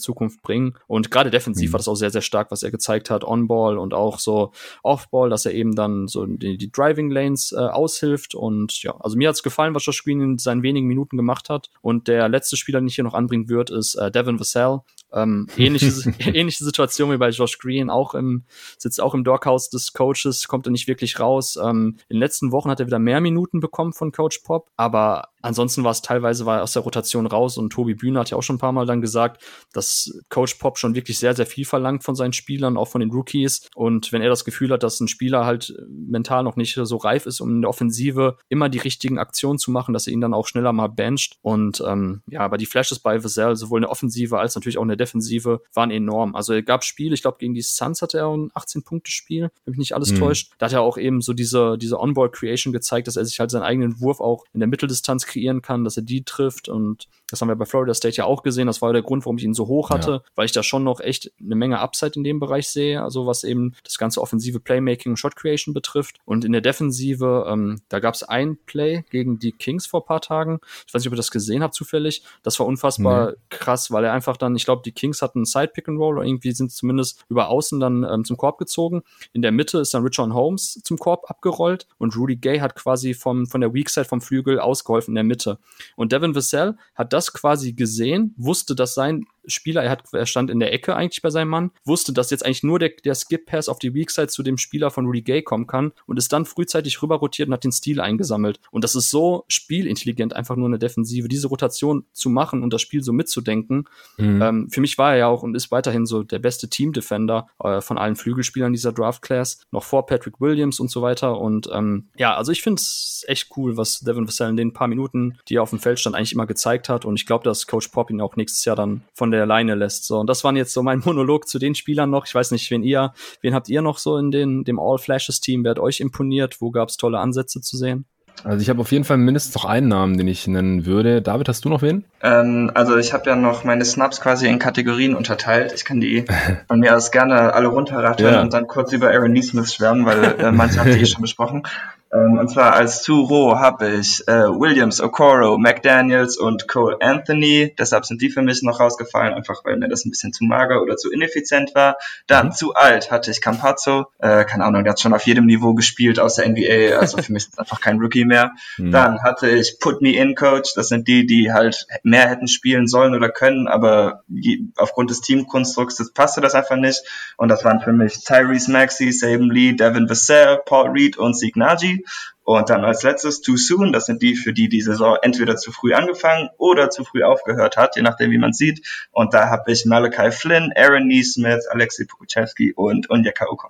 Speaker 3: Zukunft bringen. Und gerade defensiv war das auch sehr, sehr stark, was er gezeigt hat, On-Ball und auch so Off-Ball, dass er eben dann so die Driving Lanes aushilft. Und ja, also mir hat's gefallen, was Josh Green in seinen wenigen Minuten gemacht hat. Und der letzte Spieler, den ich hier noch anbringen würde, ist Devin Vassell. Ähnliche Situation wie bei Josh Green, sitzt auch im Doghouse des Coaches, kommt er nicht wirklich raus. In den letzten Wochen hat er wieder mehr Minuten bekommen von Coach Pop, aber ansonsten war er aus der Rotation raus und Tobi Bühne hat ja auch schon ein paar Mal dann gesagt, dass Coach Pop schon wirklich sehr, sehr viel verlangt von seinen Spielern, auch von den Rookies. Und wenn er das Gefühl hat, dass ein Spieler halt mental noch nicht so reif ist, um in der Offensive immer die richtigen Aktionen zu machen, dass er ihn dann auch schneller mal bencht. Und aber die Flashes bei Vassell, sowohl in der Offensive als natürlich auch in der Defensive, waren enorm. Also er gab Spiele, ich glaube gegen die Suns hatte er ein 18-Punkte-Spiel, wenn mich nicht alles täuscht. Da hat er auch eben so diese On-Ball-Creation gezeigt, dass er sich halt seinen eigenen Wurf auch in der Mitteldistanz kreieren kann, dass er die trifft, und das haben wir bei Florida State ja auch gesehen. Das war der Grund, warum ich ihn so hoch hatte, weil ich da schon noch echt eine Menge Upside in dem Bereich sehe, also was eben das ganze offensive Playmaking und Shot Creation betrifft. Und in der Defensive, da gab es ein Play gegen die Kings vor ein paar Tagen. Ich weiß nicht, ob ihr das gesehen habt zufällig. Das war unfassbar krass, weil er einfach dann, ich glaube, die Kings hatten einen Side-Pick-and-Roll oder irgendwie sind zumindest über außen dann zum Korb gezogen. In der Mitte ist dann Richaun Holmes zum Korb abgerollt und Rudy Gay hat quasi von der Weak Side vom Flügel ausgeholfen in der Mitte. Und Devin Vassell hat das quasi gesehen, wusste, dass sein Spieler, er stand in der Ecke eigentlich bei seinem Mann, wusste, dass jetzt eigentlich nur der Skip-Pass auf die Weak-Side zu dem Spieler von Rudy Gay kommen kann und ist dann frühzeitig rüber rotiert und hat den Steal eingesammelt. Und das ist so spielintelligent, einfach nur eine Defensive, diese Rotation zu machen und das Spiel so mitzudenken. Für mich war er ja auch und ist weiterhin so der beste Team-Defender von allen Flügelspielern dieser Draft-Class, noch vor Patrick Williams und so weiter. Und also ich finde es echt cool, was Devin Vassell in den paar Minuten, die er auf dem Feld stand, eigentlich immer gezeigt hat. Und ich glaube, dass Coach Pop ihn auch nächstes Jahr dann von der Leine lässt. So, und das waren jetzt so mein Monolog zu den Spielern noch. Ich weiß nicht, wen habt ihr noch so in dem All-Flashes-Team? Wer hat euch imponiert? Wo gab es tolle Ansätze zu sehen?
Speaker 2: Also ich habe auf jeden Fall mindestens noch einen Namen, den ich nennen würde. David, hast du noch wen?
Speaker 4: Also ich habe ja noch meine Snaps quasi in Kategorien unterteilt. Ich kann die von mir aus gerne alle runterrattern und dann kurz über Aaron Nesmith schwärmen, weil manche habt ihr schon besprochen. Und zwar als zu roh habe ich Williams, Okoro, McDaniels und Cole Anthony. Deshalb sind die für mich noch rausgefallen, einfach weil mir das ein bisschen zu mager oder zu ineffizient war. Dann zu alt hatte ich Campazzo. Keine Ahnung, der hat schon auf jedem Niveau gespielt aus der NBA. Also für mich ist das einfach kein Rookie mehr. Dann hatte ich Put Me In Coach. Das sind die halt mehr hätten spielen sollen oder können, aber aufgrund des Teamkonstrukts passte das einfach nicht. Und das waren für mich Tyrese Maxey, Saben Lee, Devin Vassell, Paul Reed und Zeke Nnaji. Und dann als letztes Too Soon, das sind die, für die Saison entweder zu früh angefangen oder zu früh aufgehört hat, je nachdem, wie man sieht. Und da habe ich Malachi Flynn, Aaron Nesmith, Alexei Pokusevski und Onyeka Okon.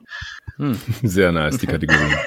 Speaker 2: Sehr nice, die Kategorie.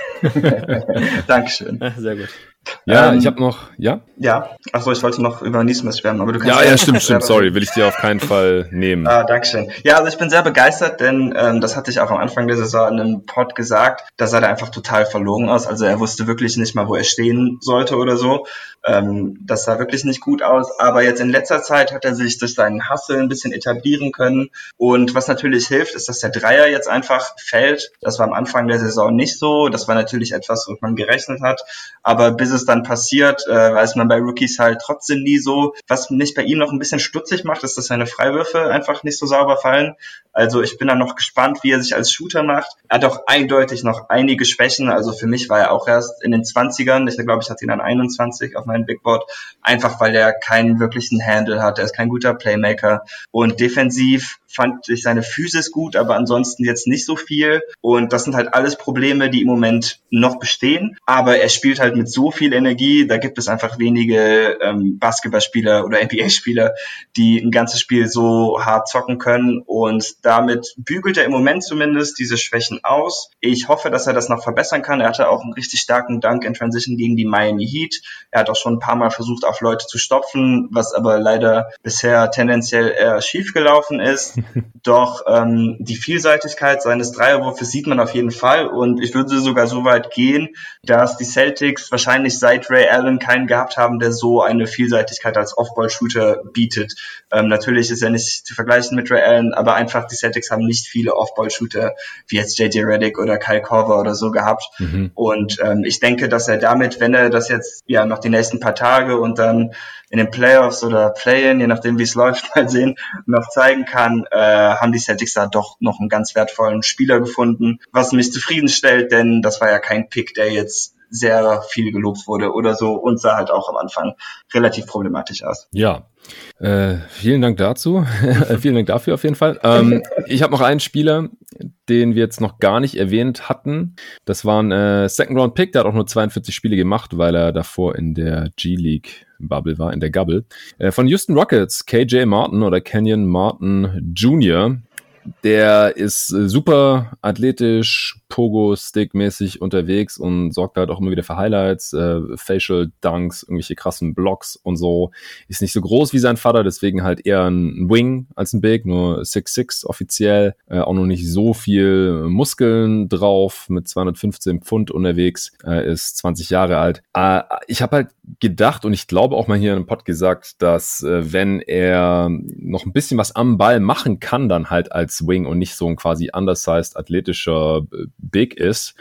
Speaker 4: Dankeschön.
Speaker 3: Sehr gut.
Speaker 2: Ja, ich habe noch,
Speaker 4: Ja, achso, ich wollte noch über Nesmith schwärmen, aber du kannst...
Speaker 2: Ja, stimmt, sorry, will ich dir auf keinen Fall nehmen.
Speaker 4: Dankeschön. Ja, also ich bin sehr begeistert, denn das hatte ich auch am Anfang der Saison in einem Pod gesagt, da sah er einfach total verlogen aus, also er wusste wirklich nicht mal, wo er stehen sollte oder so. Das sah wirklich nicht gut aus, aber jetzt in letzter Zeit hat er sich durch seinen Hustle ein bisschen etablieren können und was natürlich hilft, ist, dass der Dreier jetzt einfach fällt. Das war am Anfang der Saison nicht so, das war natürlich etwas, womit man gerechnet hat, aber bis es dann passiert, weiß man bei Rookies halt trotzdem nie so. Was mich bei ihm noch ein bisschen stutzig macht, ist, dass seine Freiwürfe einfach nicht so sauber fallen. Also ich bin dann noch gespannt, wie er sich als Shooter macht. Er hat auch eindeutig noch einige Schwächen. Also für mich war er auch erst in den 20ern. Ich glaube, ich hatte ihn an 21 auf meinem Big Board. Einfach, weil er keinen wirklichen Handle hat. Er ist kein guter Playmaker. Und defensiv fand ich seine Physis gut, aber ansonsten jetzt nicht so viel. Und das sind halt alles Probleme, die im Moment noch bestehen. Aber er spielt halt mit so viel Energie. Da gibt es einfach wenige Basketballspieler oder NBA-Spieler, die ein ganzes Spiel so hart zocken können. Und damit bügelt er im Moment zumindest diese Schwächen aus. Ich hoffe, dass er das noch verbessern kann. Er hatte auch einen richtig starken Dunk in Transition gegen die Miami Heat. Er hat auch schon ein paar Mal versucht, auf Leute zu stopfen, was aber leider bisher tendenziell eher schief gelaufen ist. Doch die Vielseitigkeit seines Dreierwurfes sieht man auf jeden Fall und ich würde sogar so weit gehen, dass die Celtics wahrscheinlich seit Ray Allen keinen gehabt haben, der so eine Vielseitigkeit als Off-Ball-Shooter bietet. Natürlich ist er nicht zu vergleichen mit Ray Allen, aber einfach die Celtics haben nicht viele Off-Ball-Shooter wie jetzt JJ Redick oder Kyle Korver oder so gehabt. Und ich denke, dass er damit, wenn er das jetzt ja noch die nächsten paar Tage und dann in den Playoffs oder Play-In, je nachdem wie es läuft, mal sehen, noch zeigen kann, haben die Celtics da doch noch einen ganz wertvollen Spieler gefunden, was mich zufriedenstellt, denn das war ja kein Pick, der jetzt sehr viel gelobt wurde oder so und sah halt auch am Anfang relativ problematisch aus.
Speaker 2: Ja, vielen Dank dazu. Vielen Dank dafür auf jeden Fall. Ich habe noch einen Spieler, den wir jetzt noch gar nicht erwähnt hatten. Das war ein Second-Round-Pick, der hat auch nur 42 Spiele gemacht, weil er davor in der G-League-Bubble war, in der Gubble. Von Houston Rockets, KJ Martin oder Kenyon Martin Jr., der ist super athletisch, Pogo-Stick-mäßig unterwegs und sorgt halt auch immer wieder für Highlights, Facial Dunks, irgendwelche krassen Blocks und so. Ist nicht so groß wie sein Vater, deswegen halt eher ein Wing als ein Big, nur 6'6" offiziell. Auch noch nicht so viel Muskeln drauf, mit 215 Pfund unterwegs, ist 20 Jahre alt. Ich habe halt gedacht und ich glaube auch mal hier in einem Pod gesagt, dass wenn er noch ein bisschen was am Ball machen kann, dann halt als Wing und nicht so ein quasi undersized athletischer Big ist,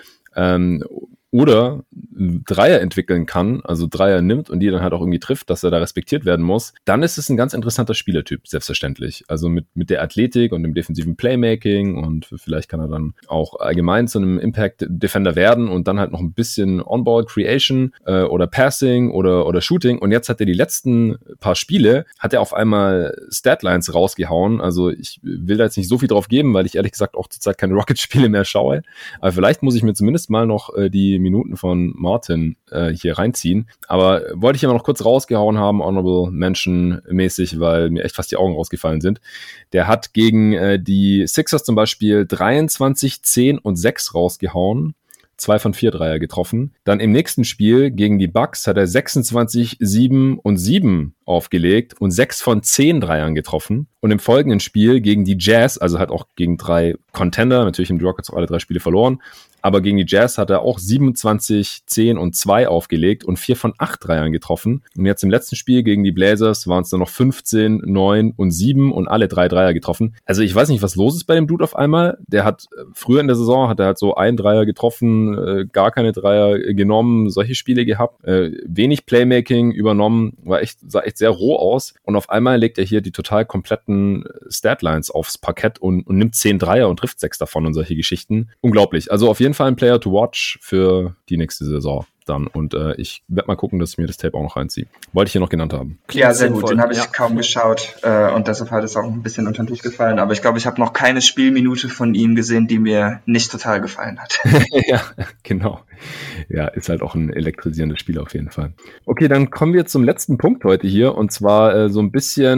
Speaker 2: oder Dreier entwickeln kann, also Dreier nimmt und die dann halt auch irgendwie trifft, dass er da respektiert werden muss, dann ist es ein ganz interessanter Spielertyp, selbstverständlich. Also mit der Athletik und dem defensiven Playmaking und vielleicht kann er dann auch allgemein zu einem Impact-Defender werden und dann halt noch ein bisschen On-Ball-Creation oder Passing oder Shooting und jetzt hat er die letzten paar Spiele, hat er auf einmal Statlines rausgehauen, also ich will da jetzt nicht so viel drauf geben, weil ich ehrlich gesagt auch zurzeit keine Rocket-Spiele mehr schaue, aber vielleicht muss ich mir zumindest mal noch die Minuten von Martin hier reinziehen. Aber wollte ich immer noch kurz rausgehauen haben, Honorable Mention mäßig, weil mir echt fast die Augen rausgefallen sind. Der hat gegen die Sixers zum Beispiel 23, 10 und 6 rausgehauen. 2 von 4 Dreier getroffen. Dann im nächsten Spiel gegen die Bucks hat er 26, 7 und 7 aufgelegt und 6 von 10 Dreiern getroffen. Und im folgenden Spiel gegen die Jazz, also halt auch gegen 3 Contender, natürlich haben die Rockets auch alle 3 Spiele verloren, aber gegen die Jazz hat er auch 27, 10 und 2 aufgelegt und 4 von 8 Dreiern getroffen. Und jetzt im letzten Spiel gegen die Blazers waren es dann noch 15, 9 und 7 und alle 3 Dreier getroffen. Also ich weiß nicht, was los ist bei dem Dude auf einmal. Der hat früher in der Saison, hat er halt so einen Dreier getroffen, gar keine Dreier genommen, solche Spiele gehabt, wenig Playmaking übernommen, sah echt sehr roh aus. Und auf einmal legt er hier die total kompletten Statlines aufs Parkett und nimmt 10 Dreier und trifft 6 davon und solche Geschichten. Unglaublich. Also auf jeden Fall ein Player to watch für die nächste Saison dann. Und ich werde mal gucken, dass ich mir das Tape auch noch reinziehe. Wollte ich hier noch genannt haben.
Speaker 4: Ja, sehr gut. Den habe ich kaum geschaut und deshalb hat es auch ein bisschen unter den Tisch gefallen. Aber ich glaube, ich habe noch keine Spielminute von ihm gesehen, die mir nicht total gefallen hat.
Speaker 2: Ja, genau. Ja, ist halt auch ein elektrisierendes Spiel auf jeden Fall. Okay, dann kommen wir zum letzten Punkt heute hier und zwar so ein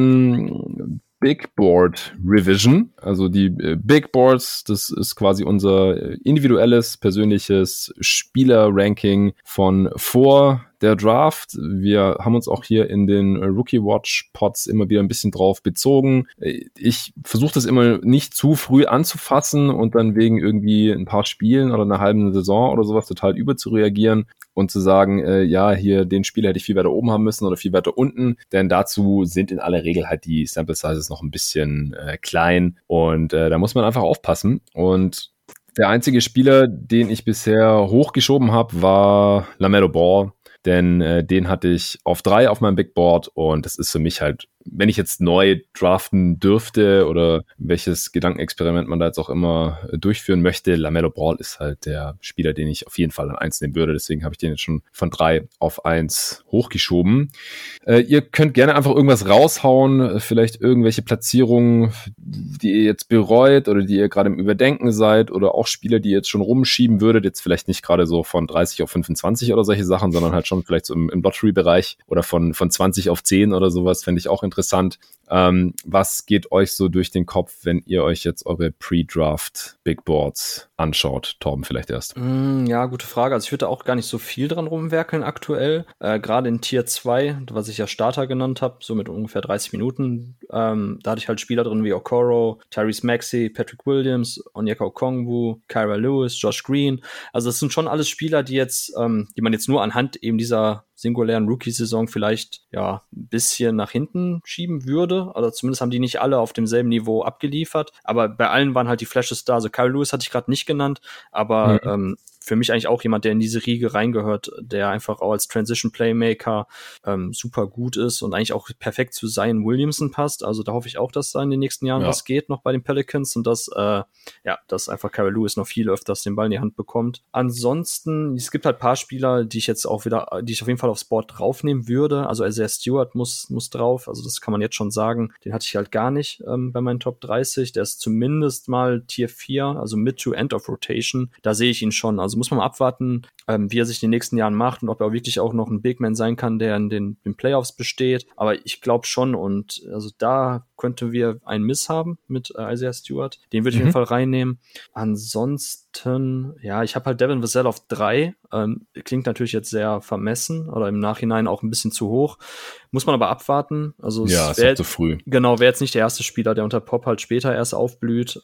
Speaker 2: bisschen Big Board Revision, also die Big Boards, das ist quasi unser individuelles, persönliches Spieler-Ranking von vor der Draft. Wir haben uns auch hier in den Rookie Watch Pods immer wieder ein bisschen drauf bezogen. Ich versuche das immer nicht zu früh anzufassen und dann wegen irgendwie ein paar Spielen oder einer halben Saison oder sowas total überzureagieren und zu sagen, ja, hier den Spieler hätte ich viel weiter oben haben müssen oder viel weiter unten, denn dazu sind in aller Regel halt die Sample Sizes noch ein bisschen klein und da muss man einfach aufpassen. Und der einzige Spieler, den ich bisher hochgeschoben habe, war LaMelo Ball. Denn den hatte ich auf 3 auf meinem Big Board und das ist für mich halt, wenn ich jetzt neu draften dürfte oder welches Gedankenexperiment man da jetzt auch immer durchführen möchte, LaMelo Ball ist halt der Spieler, den ich auf jeden Fall an 1 nehmen würde. Deswegen habe ich den jetzt schon von 3 auf 1 hochgeschoben. Ihr könnt gerne einfach irgendwas raushauen, vielleicht irgendwelche Platzierungen, die ihr jetzt bereut oder die ihr gerade im Überdenken seid oder auch Spieler, die ihr jetzt schon rumschieben würdet, jetzt vielleicht nicht gerade so von 30 auf 25 oder solche Sachen, sondern halt schon vielleicht so im Lottery-Bereich oder von 20 auf 10 oder sowas, fände ich auch interessant. Was geht euch so durch den Kopf, wenn ihr euch jetzt eure Pre-Draft Big Boards anschaut? Torben vielleicht erst.
Speaker 3: Ja, gute Frage. Also ich würde auch gar nicht so viel dran rumwerkeln aktuell. Gerade in Tier 2, was ich ja Starter genannt habe, so mit ungefähr 30 Minuten, da hatte ich halt Spieler drin wie Okoro, Tyrese Maxey, Patrick Williams, Onyeka Okongwu, Kyra Lewis, Josh Green. Also das sind schon alles Spieler, die man jetzt nur anhand eben dieser singulären Rookie-Saison vielleicht ein bisschen nach hinten schieben würde. Oder zumindest haben die nicht alle auf demselben Niveau abgeliefert. Aber bei allen waren halt die Flashes da. Also Kyle Lewis hatte ich gerade nicht genannt, aber für mich eigentlich auch jemand, der in diese Riege reingehört, der einfach auch als Transition-Playmaker super gut ist und eigentlich auch perfekt zu Zion Williamson passt. Also da hoffe ich auch, dass da in den nächsten Jahren was geht noch bei den Pelicans und dass einfach Kyle Lewis noch viel öfters den Ball in die Hand bekommt. Ansonsten, es gibt halt ein paar Spieler, die ich auf jeden Fall aufs Board draufnehmen würde. Also Isaiah Stewart muss drauf. Also das kann man jetzt schon sagen. Den hatte ich halt gar nicht bei meinen Top 30. Der ist zumindest mal Tier 4, also Mid to End of Rotation. Da sehe ich ihn schon. Also muss man mal abwarten, wie er sich in den nächsten Jahren macht und ob er auch wirklich auch noch ein Big Man sein kann, der in den Playoffs besteht. Aber ich glaube schon und also da könnten wir einen Miss haben mit Isaiah Stewart. Den würde ich auf jeden Fall reinnehmen. Ansonsten, ich habe halt Devin Vassell auf 3. Klingt natürlich jetzt sehr vermessen oder im Nachhinein auch ein bisschen zu hoch. Muss man aber abwarten. Also
Speaker 2: es ist halt zu früh.
Speaker 3: Genau, wäre jetzt nicht der erste Spieler, der unter Pop halt später erst aufblüht.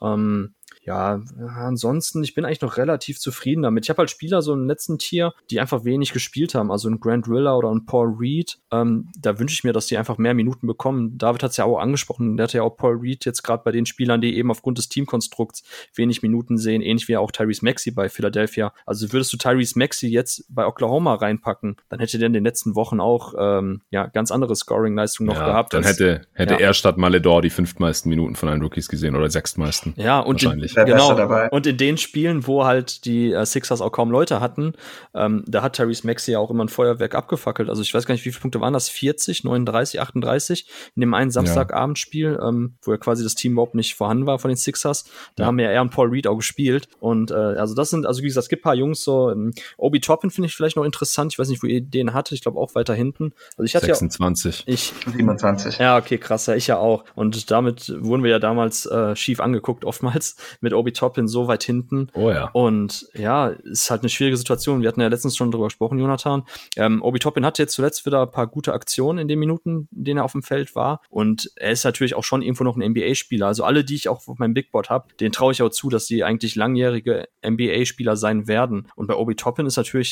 Speaker 3: Ansonsten, ich bin eigentlich noch relativ zufrieden damit. Ich habe halt Spieler so im letzten Tier, die einfach wenig gespielt haben. Also ein Grant Riller oder ein Paul Reed. Da wünsche ich mir, dass die einfach mehr Minuten bekommen. David hat es ja auch angesprochen. Der hatte ja auch Paul Reed jetzt gerade bei den Spielern, die eben aufgrund des Teamkonstrukts wenig Minuten sehen. Ähnlich wie auch Tyrese Maxey bei Philadelphia. Also würdest du Tyrese Maxey jetzt bei Oklahoma reinpacken, dann hätte der in den letzten Wochen auch ganz andere Scoring-Leistungen noch gehabt.
Speaker 2: Dann hätte er statt Maledor die 5. meisten Minuten von allen Rookies gesehen oder 6. meisten.
Speaker 3: Ja, und
Speaker 2: wahrscheinlich.
Speaker 3: Genau. Und in den Spielen, wo halt die Sixers auch kaum Leute hatten, da hat Tyrese Maxey ja auch immer ein Feuerwerk abgefackelt. Also ich weiß gar nicht, wie viele Punkte waren das? 40, 39, 38 in dem einen Samstagabendspiel, wo ja quasi das Team überhaupt nicht vorhanden war von den Sixers. Da haben ja er und Paul Reed auch gespielt. Und wie gesagt, es gibt ein paar Jungs so. Obi Toppin finde ich vielleicht noch interessant. Ich weiß nicht, wo ihr den hattet. Ich glaube auch weiter hinten. Also ich hatte
Speaker 2: 26.
Speaker 4: 27.
Speaker 3: Ja, okay, krass. Ja, ich ja auch. Und damit wurden wir ja damals schief angeguckt, oftmals mit Obi Toppin so weit hinten.
Speaker 2: Oh ja.
Speaker 3: Und ist halt eine schwierige Situation. Wir hatten ja letztens schon drüber gesprochen, Jonathan. Obi Toppin hatte jetzt zuletzt wieder ein paar gute Aktionen in den Minuten, in denen er auf dem Feld war. Und er ist natürlich auch schon irgendwo noch ein NBA-Spieler. Also alle, die ich auch auf meinem Big Board habe, denen traue ich auch zu, dass die eigentlich langjährige NBA-Spieler sein werden. Und bei Obi Toppin ist natürlich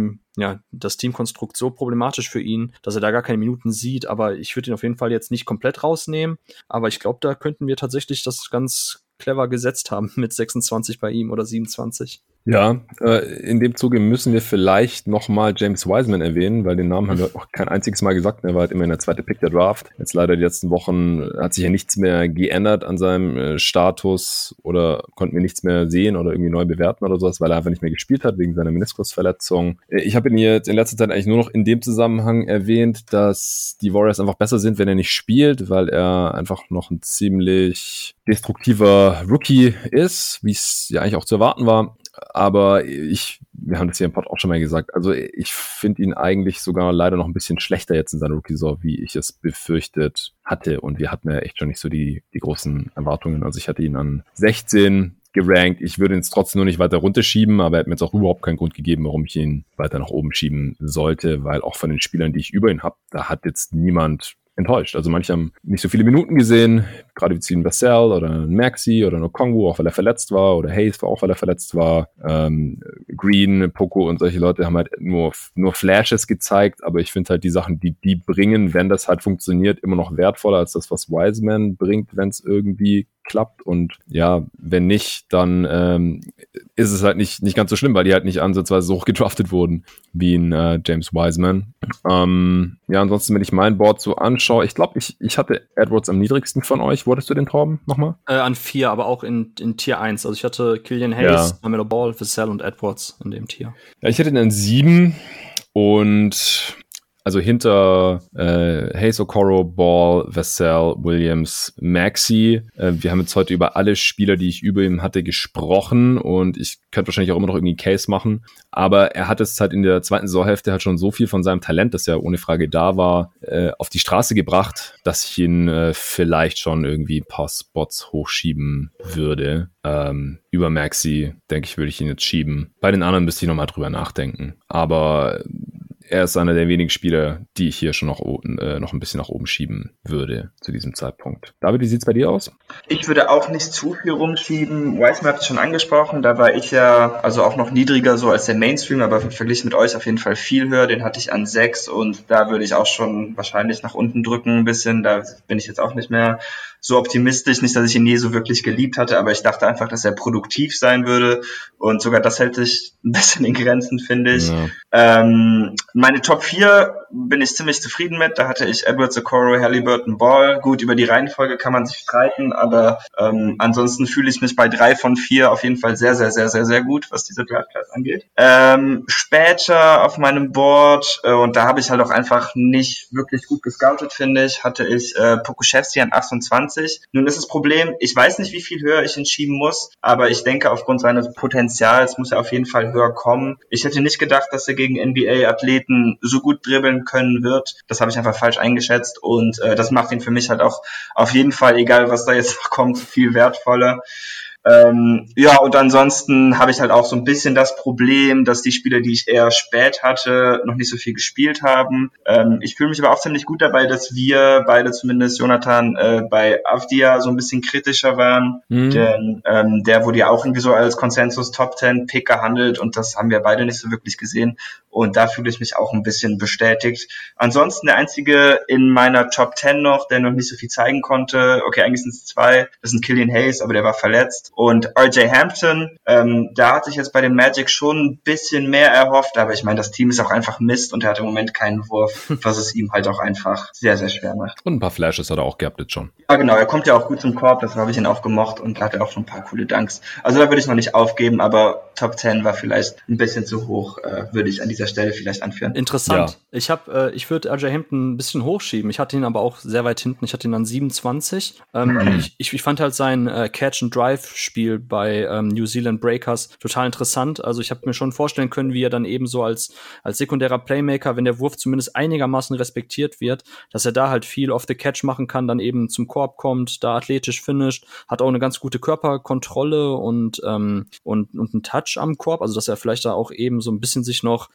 Speaker 3: das Teamkonstrukt so problematisch für ihn, dass er da gar keine Minuten sieht. Aber ich würde ihn auf jeden Fall jetzt nicht komplett rausnehmen. Aber ich glaube, da könnten wir tatsächlich das ganz clever gesetzt haben mit 26 bei ihm oder 27.
Speaker 2: Ja, in dem Zuge müssen wir vielleicht nochmal James Wiseman erwähnen, weil den Namen haben wir auch kein einziges Mal gesagt. Er war halt immerhin der zweite Pick der Draft. Jetzt leider die letzten Wochen hat sich ja nichts mehr geändert an seinem Status oder konnten wir nichts mehr sehen oder irgendwie neu bewerten oder sowas, weil er einfach nicht mehr gespielt hat wegen seiner Meniskusverletzung. Ich habe ihn jetzt in letzter Zeit eigentlich nur noch in dem Zusammenhang erwähnt, dass die Warriors einfach besser sind, wenn er nicht spielt, weil er einfach noch ein ziemlich destruktiver Rookie ist, wie es ja eigentlich auch zu erwarten war. Aber wir haben das hier im Pod auch schon mal gesagt, also ich finde ihn eigentlich sogar leider noch ein bisschen schlechter jetzt in seiner Rookie-Saison, wie ich es befürchtet hatte. Und wir hatten ja echt schon nicht so die großen Erwartungen. Also ich hatte ihn an 16 gerankt. Ich würde ihn jetzt trotzdem nur nicht weiter runterschieben, aber er hat mir jetzt auch überhaupt keinen Grund gegeben, warum ich ihn weiter nach oben schieben sollte, weil auch von den Spielern, die ich über ihn habe, da hat jetzt niemand enttäuscht. Also manche haben nicht so viele Minuten gesehen, gerade wie ein Vassell oder ein Maxey oder ein Okongwu, auch weil er verletzt war, oder Hayes war auch, weil er verletzt war. Green, Poco und solche Leute haben halt nur Flashes gezeigt, aber ich finde halt die Sachen, die bringen, wenn das halt funktioniert, immer noch wertvoller als das, was Wiseman bringt, wenn es irgendwie klappt. Und ja, wenn nicht, dann ist es halt nicht ganz so schlimm, weil die halt nicht ansatzweise so hoch gedraftet wurden wie ein James Wiseman. Ansonsten, wenn ich mein Board so anschaue, ich glaube, ich hatte Edwards am niedrigsten von euch. Wo hattest du den, Torben, nochmal?
Speaker 3: An 4, aber auch in Tier 1. Also ich hatte Killian Hayes, LaMelo Ball, Vassell und Edwards in dem Tier.
Speaker 2: Ja, ich hatte ihn an 7 und also hinter Hayes, Okoro, Ball, Vassell, Williams, Maxey. Wir haben jetzt heute über alle Spieler, die ich über ihm hatte, gesprochen und ich könnte wahrscheinlich auch immer noch irgendwie einen Case machen, aber er hat es halt in der zweiten Saisonhälfte halt schon so viel von seinem Talent, das ja ohne Frage da war, auf die Straße gebracht, dass ich ihn vielleicht schon irgendwie ein paar Spots hochschieben würde. Über Maxey, denke ich, würde ich ihn jetzt schieben. Bei den anderen müsste ich nochmal drüber nachdenken. Aber er ist einer der wenigen Spieler, die ich hier schon noch ein bisschen nach oben schieben würde zu diesem Zeitpunkt. David, wie sieht's bei dir aus?
Speaker 4: Ich würde auch nicht zu viel rumschieben. Wiseman hat es schon angesprochen, da war ich ja also auch noch niedriger so als der Mainstream, aber verglichen mit euch auf jeden Fall viel höher. Den hatte ich an 6 und da würde ich auch schon wahrscheinlich nach unten drücken ein bisschen. Da bin ich jetzt auch nicht mehr so optimistisch. Nicht, dass ich ihn je so wirklich geliebt hatte, aber ich dachte einfach, dass er produktiv sein würde und sogar das hält sich ein bisschen in Grenzen, finde ich. Ja. Meine Top 4 bin ich ziemlich zufrieden mit. Da hatte ich Edwards, Okoro, Halliburton, Ball. Gut, über die Reihenfolge kann man sich streiten, aber ansonsten fühle ich mich bei 3 von 4 auf jeden Fall sehr, sehr, sehr, sehr, sehr gut, was diese Draft Class angeht. Später auf meinem Board, und da habe ich halt auch einfach nicht wirklich gut gescoutet, finde ich, hatte ich Pokusevski an 28. Nun ist das Problem, ich weiß nicht, wie viel höher ich ihn schieben muss, aber ich denke, aufgrund seines Potenzials muss er auf jeden Fall höher kommen. Ich hätte nicht gedacht, dass er gegen NBA-Athleten so gut dribbeln können wird. Das habe ich einfach falsch eingeschätzt und das macht ihn für mich halt auch auf jeden Fall, egal was da jetzt noch kommt, viel wertvoller. Ja, und ansonsten habe ich halt auch so ein bisschen das Problem, dass die Spieler, die ich eher spät hatte, noch nicht so viel gespielt haben. Ich fühle mich aber auch ziemlich gut dabei, dass wir beide, zumindest Jonathan, bei Avdia so ein bisschen kritischer waren. Denn der wurde ja auch irgendwie so als Consensus Top 10 Pick gehandelt und das haben wir beide nicht so wirklich gesehen. Und da fühle ich mich auch ein bisschen bestätigt. Ansonsten der einzige in meiner Top 10 noch, der noch nicht so viel zeigen konnte, okay, eigentlich sind es 2, das sind Killian Hayes, aber der war verletzt. Und RJ Hampton, da hatte ich jetzt bei den Magic schon ein bisschen mehr erhofft, aber ich meine, das Team ist auch einfach Mist und er hat im Moment keinen Wurf, was es ihm halt auch einfach sehr, sehr schwer macht.
Speaker 2: Und ein paar Flashes hat er auch gehabt jetzt schon.
Speaker 4: Ja, genau, er kommt ja auch gut zum Korb, das habe ich ihn auch gemocht und hatte auch schon ein paar coole Dunks. Also da würde ich noch nicht aufgeben, aber Top 10 war vielleicht ein bisschen zu hoch, würde ich an dieser Stelle vielleicht anführen.
Speaker 3: Interessant. Ja. Ich würde RJ Hampton ein bisschen hochschieben. Ich hatte ihn aber auch sehr weit hinten. Ich hatte ihn an 27. Ich fand halt sein Catch-and-Drive-Spiel bei New Zealand Breakers total interessant. Also ich habe mir schon vorstellen können, wie er dann eben so als sekundärer Playmaker, wenn der Wurf zumindest einigermaßen respektiert wird, dass er da halt viel off the catch machen kann, dann eben zum Korb kommt, da athletisch finisht, hat auch eine ganz gute Körperkontrolle und einen Touch am Korb, also dass er vielleicht da auch eben so ein bisschen sich noch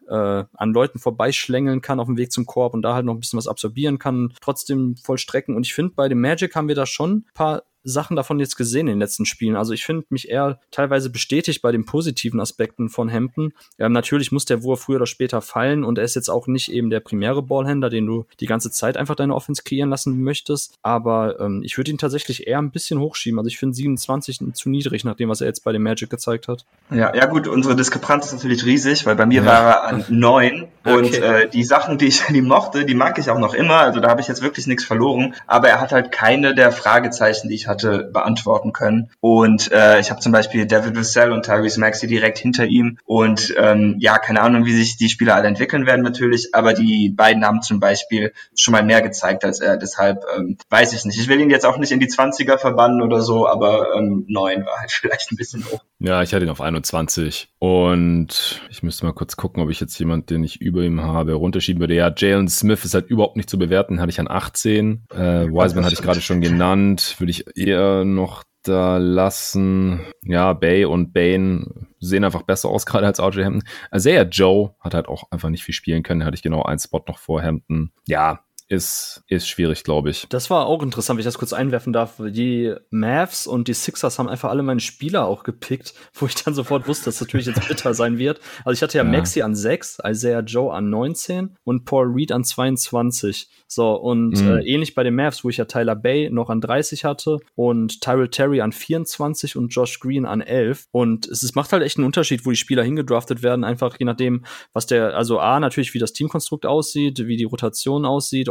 Speaker 3: an Leuten vorbeischlängeln kann auf dem Weg zum Korb und da halt noch ein bisschen was absorbieren kann, trotzdem vollstrecken. Und ich finde, bei dem Magic haben wir da schon ein paar Sachen davon jetzt gesehen in den letzten Spielen. Also ich finde mich eher teilweise bestätigt bei den positiven Aspekten von Hampton. Natürlich muss der Wurf früher oder später fallen und er ist jetzt auch nicht eben der primäre Ballhändler, den du die ganze Zeit einfach deine Offense kreieren lassen möchtest. Aber ich würde ihn tatsächlich eher ein bisschen hochschieben. Also ich finde 27 zu niedrig, nach dem, was er jetzt bei dem Magic gezeigt hat.
Speaker 4: Ja gut, unsere Diskrepanz ist natürlich riesig, weil bei mir war er an 9 und die Sachen, die ich an ihm mochte, die mag ich auch noch immer. Also da habe ich jetzt wirklich nichts verloren. Aber er hat halt keine der Fragezeichen, die ich hatte, beantworten können. Und ich habe zum Beispiel David Vassell und Tyrese Maxey direkt hinter ihm. Und keine Ahnung, wie sich die Spieler alle entwickeln werden natürlich, aber die beiden haben zum Beispiel schon mal mehr gezeigt als er. Deshalb weiß ich nicht. Ich will ihn jetzt auch nicht in die 20er verbannen oder so, aber 9 war halt vielleicht ein bisschen hoch.
Speaker 2: Ja, ich hatte ihn auf 21 und ich müsste mal kurz gucken, ob ich jetzt jemanden, den ich über ihm habe, runterschieben würde. Ja, Jalen Smith ist halt überhaupt nicht zu bewerten, hatte ich an 18. Wiseman hatte ich gerade schon genannt, würde ich eher noch da lassen. Ja, Bay und Bane sehen einfach besser aus, gerade als RJ Hampton. Isaiah Joe hat halt auch einfach nicht viel spielen können, hatte ich genau einen Spot noch vor Hampton. Ja, ist schwierig, glaube ich.
Speaker 3: Das war auch interessant, wenn ich das kurz einwerfen darf. Die Mavs und die Sixers haben einfach alle meine Spieler auch gepickt, wo ich dann sofort wusste, dass das natürlich jetzt bitter sein wird. Also ich hatte ja Maxey an 6, Isaiah Joe an 19 und Paul Reed an 22. So, und ähnlich bei den Mavs, wo ich ja Tyler Bay noch an 30 hatte und Tyrell Terry an 24 und Josh Green an 11. Und es macht halt echt einen Unterschied, wo die Spieler hingedraftet werden, einfach je nachdem, was natürlich wie das Teamkonstrukt aussieht, wie die Rotation aussieht, ob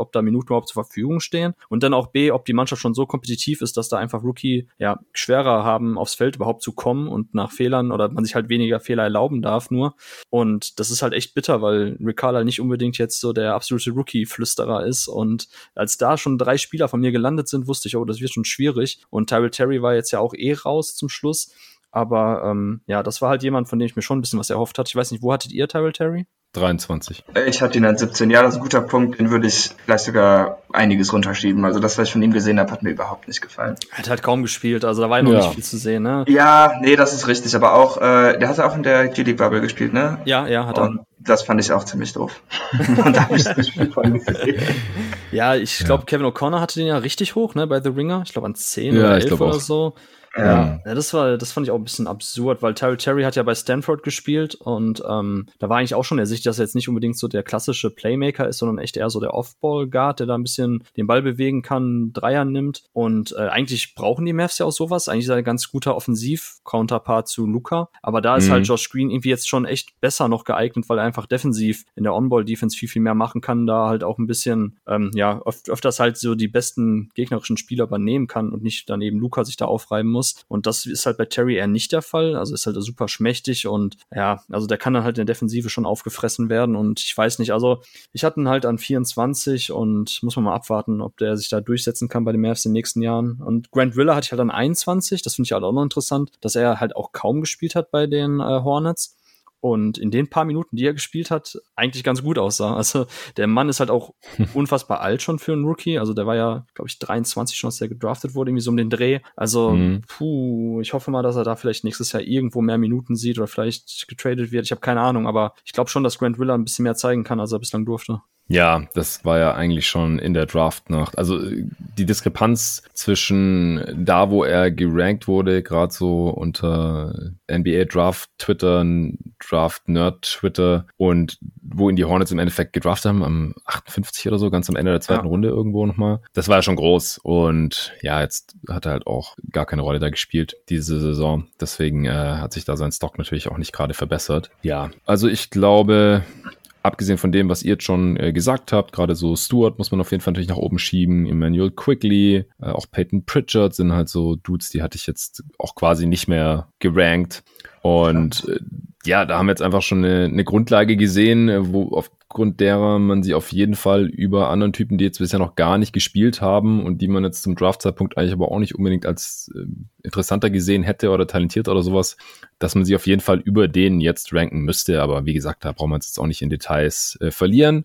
Speaker 3: ob da Minuten überhaupt zur Verfügung stehen. Und dann auch B, ob die Mannschaft schon so kompetitiv ist, dass da einfach Rookie schwerer haben, aufs Feld überhaupt zu kommen und nach Fehlern oder man sich halt weniger Fehler erlauben darf nur. Und das ist halt echt bitter, weil Rick Carlisle nicht unbedingt jetzt so der absolute Rookie-Flüsterer ist. Und als da schon 3 Spieler von mir gelandet sind, wusste ich, oh, das wird schon schwierig. Und Tyrell Terry war jetzt ja auch raus zum Schluss. Aber das war halt jemand, von dem ich mir schon ein bisschen was erhofft hatte. Ich weiß nicht, wo hattet ihr Tyrell Terry?
Speaker 2: 23.
Speaker 4: Ich hatte ihn an 17. Ja, das ist ein guter Punkt. Den würde ich vielleicht sogar einiges runterschieben. Also das, was ich von ihm gesehen habe, hat mir überhaupt nicht gefallen.
Speaker 3: Er hat halt kaum gespielt. Also da war ja noch nicht viel zu sehen, ne?
Speaker 4: Ja, nee, das ist richtig. Aber auch, der hat auch in der G-League-Bubble gespielt, ne?
Speaker 3: Ja, hat er.
Speaker 4: Und das fand ich auch ziemlich doof. Und da habe ich das Spiel von gesehen.
Speaker 3: Ja, ich glaube, Kevin O'Connor hatte den ja richtig hoch, ne, bei The Ringer. Ich glaube an 10 oder 11 oder so. Ja, das fand ich auch ein bisschen absurd, weil Tyrell Terry hat ja bei Stanford gespielt und da war eigentlich auch schon ersichtlich, dass er jetzt nicht unbedingt so der klassische Playmaker ist, sondern echt eher so der Off-Ball-Guard, der da ein bisschen den Ball bewegen kann, Dreier nimmt und eigentlich brauchen die Mavs ja auch sowas. Eigentlich ist er ein ganz guter Offensiv-Counterpart zu Luka, aber da ist halt Josh Green irgendwie jetzt schon echt besser noch geeignet, weil er einfach defensiv in der On-Ball-Defense viel, viel mehr machen kann, da halt auch ein bisschen, öfters halt so die besten gegnerischen Spieler übernehmen kann und nicht dann eben Luka sich da aufreiben muss. Und das ist halt bei Terry eher nicht der Fall. Also ist halt super schmächtig und also der kann dann halt in der Defensive schon aufgefressen werden und ich weiß nicht, also ich hatte ihn halt an 24 und muss man mal abwarten, ob der sich da durchsetzen kann bei den Mavs in den nächsten Jahren. Und Grant Riller hatte ich halt an 21, das finde ich halt auch noch interessant, dass er halt auch kaum gespielt hat bei den Hornets. Und in den paar Minuten, die er gespielt hat, eigentlich ganz gut aussah. Also der Mann ist halt auch unfassbar alt schon für einen Rookie. Also der war ja, glaube ich, 23 schon, als der gedraftet wurde, irgendwie so um den Dreh. Also, ich hoffe mal, dass er da vielleicht nächstes Jahr irgendwo mehr Minuten sieht oder vielleicht getradet wird. Ich habe keine Ahnung, aber ich glaube schon, dass Grant Riller ein bisschen mehr zeigen kann, als er bislang durfte.
Speaker 2: Ja, das war ja eigentlich schon in der Draftnacht. Also die Diskrepanz zwischen da, wo er gerankt wurde, gerade so unter NBA Draft Twitter, Draft Nerd Twitter und wo ihn die Hornets im Endeffekt gedraftet haben, am 58 oder so, ganz am Ende der zweiten Runde irgendwo nochmal. Das war ja schon groß und ja, jetzt hat er halt auch gar keine Rolle da gespielt, diese Saison. Deswegen hat sich da sein Stock natürlich auch nicht gerade verbessert. Ja, also ich glaube, abgesehen von dem, was ihr jetzt schon gesagt habt, gerade so Stewart muss man auf jeden Fall natürlich nach oben schieben, Emmanuel Quickley, auch Peyton Pritchard sind halt so Dudes, die hatte ich jetzt auch quasi nicht mehr gerankt. Und da haben wir jetzt einfach schon eine Grundlage gesehen, wo aufgrund derer man sie auf jeden Fall über anderen Typen, die jetzt bisher noch gar nicht gespielt haben und die man jetzt zum Draftzeitpunkt eigentlich aber auch nicht unbedingt als interessanter gesehen hätte oder talentierter oder sowas, dass man sie auf jeden Fall über denen jetzt ranken müsste. Aber wie gesagt, da brauchen wir uns jetzt auch nicht in Details verlieren.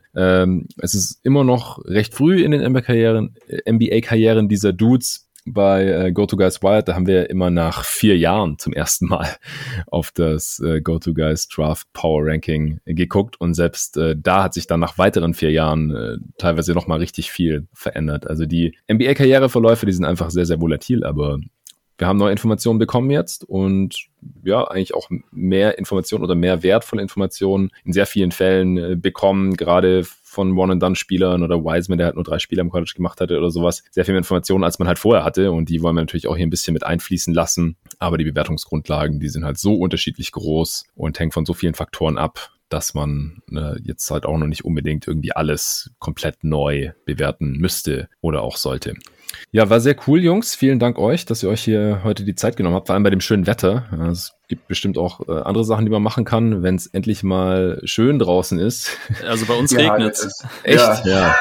Speaker 2: Es ist immer noch recht früh in den NBA-Karrieren dieser Dudes. Bei Go-To-Guys Wild, da haben wir immer nach 4 Jahren zum ersten Mal auf das Go-To-Guys Draft Power Ranking geguckt und selbst da hat sich dann nach weiteren 4 Jahren teilweise nochmal richtig viel verändert. Also die NBA-Karriereverläufe, die sind einfach sehr, sehr volatil, aber wir haben neue Informationen bekommen jetzt und ja, eigentlich auch mehr Informationen oder mehr wertvolle Informationen in sehr vielen Fällen bekommen, gerade von One-and-Done-Spielern oder Wiseman, der halt nur 3 Spiele im College gemacht hatte oder sowas. Sehr viel mehr Informationen, als man halt vorher hatte und die wollen wir natürlich auch hier ein bisschen mit einfließen lassen. Aber die Bewertungsgrundlagen, die sind halt so unterschiedlich groß und hängen von so vielen Faktoren ab, dass man jetzt halt auch noch nicht unbedingt irgendwie alles komplett neu bewerten müsste oder auch sollte. Ja, war sehr cool, Jungs. Vielen Dank euch, dass ihr euch hier heute die Zeit genommen habt, vor allem bei dem schönen Wetter. Es gibt bestimmt auch andere Sachen, die man machen kann, wenn es endlich mal schön draußen ist.
Speaker 3: Also bei uns regnet es.
Speaker 2: Echt? Ja.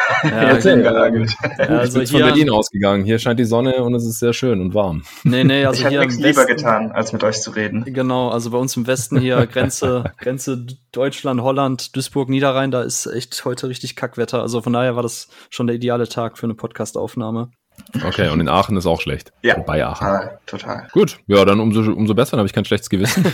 Speaker 3: Also
Speaker 2: ich bin von Berlin ausgegangen. Hier scheint die Sonne und es ist sehr schön und warm.
Speaker 3: Nee, also
Speaker 4: ich
Speaker 3: hier
Speaker 4: hätte nichts lieber getan, als mit euch zu reden.
Speaker 3: Genau, also bei uns im Westen hier, Grenze Deutschland, Holland, Duisburg, Niederrhein, da ist echt heute richtig Kackwetter. Also von daher war das schon der ideale Tag für eine Podcast-Aufnahme.
Speaker 2: Okay, und in Aachen ist auch schlecht.
Speaker 4: Ja,
Speaker 2: bei Aachen.
Speaker 4: Total.
Speaker 2: Gut, ja, dann umso besser, dann habe ich kein schlechtes Gewissen.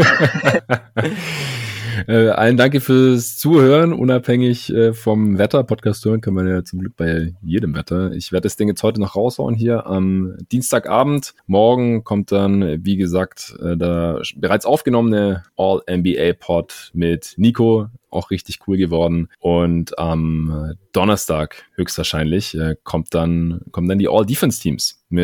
Speaker 2: Allen danke fürs Zuhören, unabhängig vom Wetter. Podcast hören kann man ja zum Glück bei jedem Wetter. Ich werde das Ding jetzt heute noch raushauen hier am Dienstagabend. Morgen kommt dann, wie gesagt, der bereits aufgenommene All-NBA-Pod mit Nico, auch richtig cool geworden. Und am Donnerstag höchstwahrscheinlich kommen dann die All-Defense-Teams mit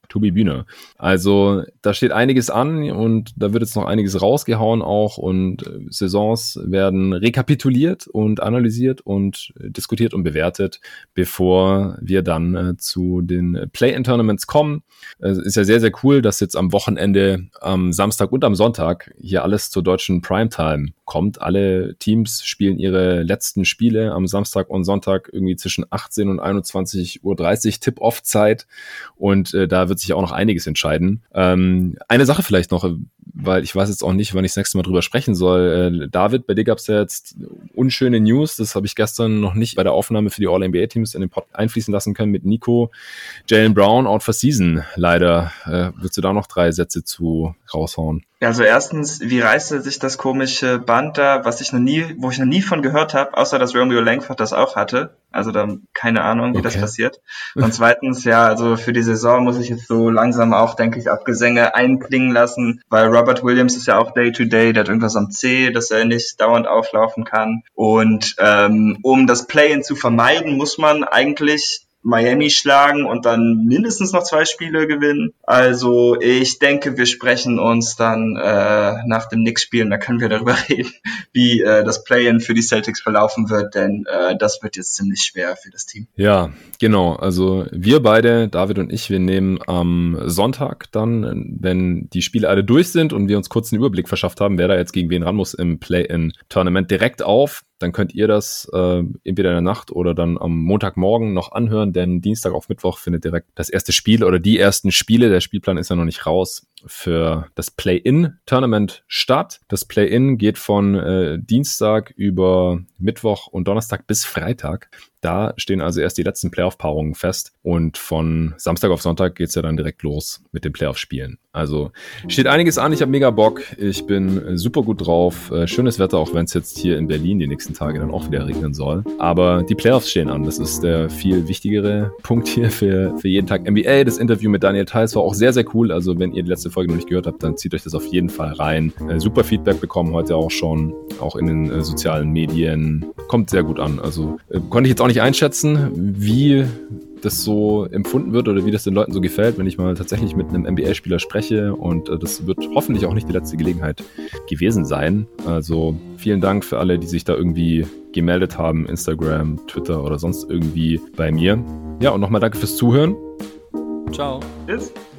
Speaker 2: Tobi Bühne. Also da steht einiges an und da wird jetzt noch einiges rausgehauen auch und Saisons werden rekapituliert und analysiert und diskutiert und bewertet, bevor wir dann zu den Play-in-Tournaments kommen. Es ist ja sehr, sehr cool, dass jetzt am Wochenende, am Samstag und am Sonntag hier alles zur deutschen Primetime kommt. Alle Teams spielen ihre letzten Spiele am Samstag und Sonntag irgendwie zwischen 18 und 21:30 Uhr Tip-Off-Zeit und da wird sich auch noch einiges entscheiden. Eine Sache vielleicht noch, weil ich weiß jetzt auch nicht, wann ich das nächste Mal drüber sprechen soll. David, bei dir gab es ja jetzt unschöne News, das habe ich gestern noch nicht bei der Aufnahme für die All-NBA-Teams in den Pod einfließen lassen können mit Nico. Jaylen Brown out for season, leider. Würdest du da noch 3 Sätze zu raushauen?
Speaker 4: Also erstens, wie reißt sich das komische Band da, wo ich noch nie von gehört habe, außer dass Romeo Langford das auch hatte. Also da keine Ahnung, wie das passiert. Und zweitens, ja, also für die Saison muss ich jetzt so langsam auch, denke ich, Abgesänge einklingen lassen, weil Robert Williams ist ja auch Day-to-Day, der hat irgendwas am C, dass er nicht dauernd auflaufen kann. Und um das Play-in zu vermeiden, muss man eigentlich Miami schlagen und dann mindestens noch 2 Spiele gewinnen. Also ich denke, wir sprechen uns dann nach dem Knicks-Spiel und da können wir darüber reden, wie das Play-in für die Celtics verlaufen wird, denn das wird jetzt ziemlich schwer für das Team.
Speaker 2: Ja, genau. Also wir beide, David und ich, wir nehmen am Sonntag dann, wenn die Spiele alle durch sind und wir uns kurz einen Überblick verschafft haben, wer da jetzt gegen wen ran muss im Play-in-Tournament, direkt auf. Dann könnt ihr das entweder in der Nacht oder dann am Montagmorgen noch anhören, denn Dienstag auf Mittwoch findet direkt das erste Spiel oder die ersten Spiele, der Spielplan ist ja noch nicht raus, für das Play-In-Tournament statt. Das Play-In geht von Dienstag über Mittwoch und Donnerstag bis Freitag. Da stehen also erst die letzten Playoff-Paarungen fest und von Samstag auf Sonntag geht's ja dann direkt los mit den Playoff-Spielen. Also steht einiges an, ich habe mega Bock, ich bin super gut drauf, schönes Wetter, auch wenn es jetzt hier in Berlin die nächsten Tage dann auch wieder regnen soll. Aber die Playoffs stehen an, das ist der viel wichtigere Punkt hier für jeden Tag NBA. Das Interview mit Daniel Theis war auch sehr, sehr cool, also wenn ihr die letzte Folge noch nicht gehört habt, dann zieht euch das auf jeden Fall rein. Super Feedback bekommen heute auch schon, auch in den sozialen Medien, kommt sehr gut an. Also konnte ich jetzt auch nicht einschätzen, wie das so empfunden wird oder wie das den Leuten so gefällt, wenn ich mal tatsächlich mit einem NBA-Spieler spreche und das wird hoffentlich auch nicht die letzte Gelegenheit gewesen sein. Also vielen Dank für alle, die sich da irgendwie gemeldet haben, Instagram, Twitter oder sonst irgendwie bei mir. Ja, und nochmal danke fürs Zuhören.
Speaker 3: Ciao.
Speaker 4: Tschüss.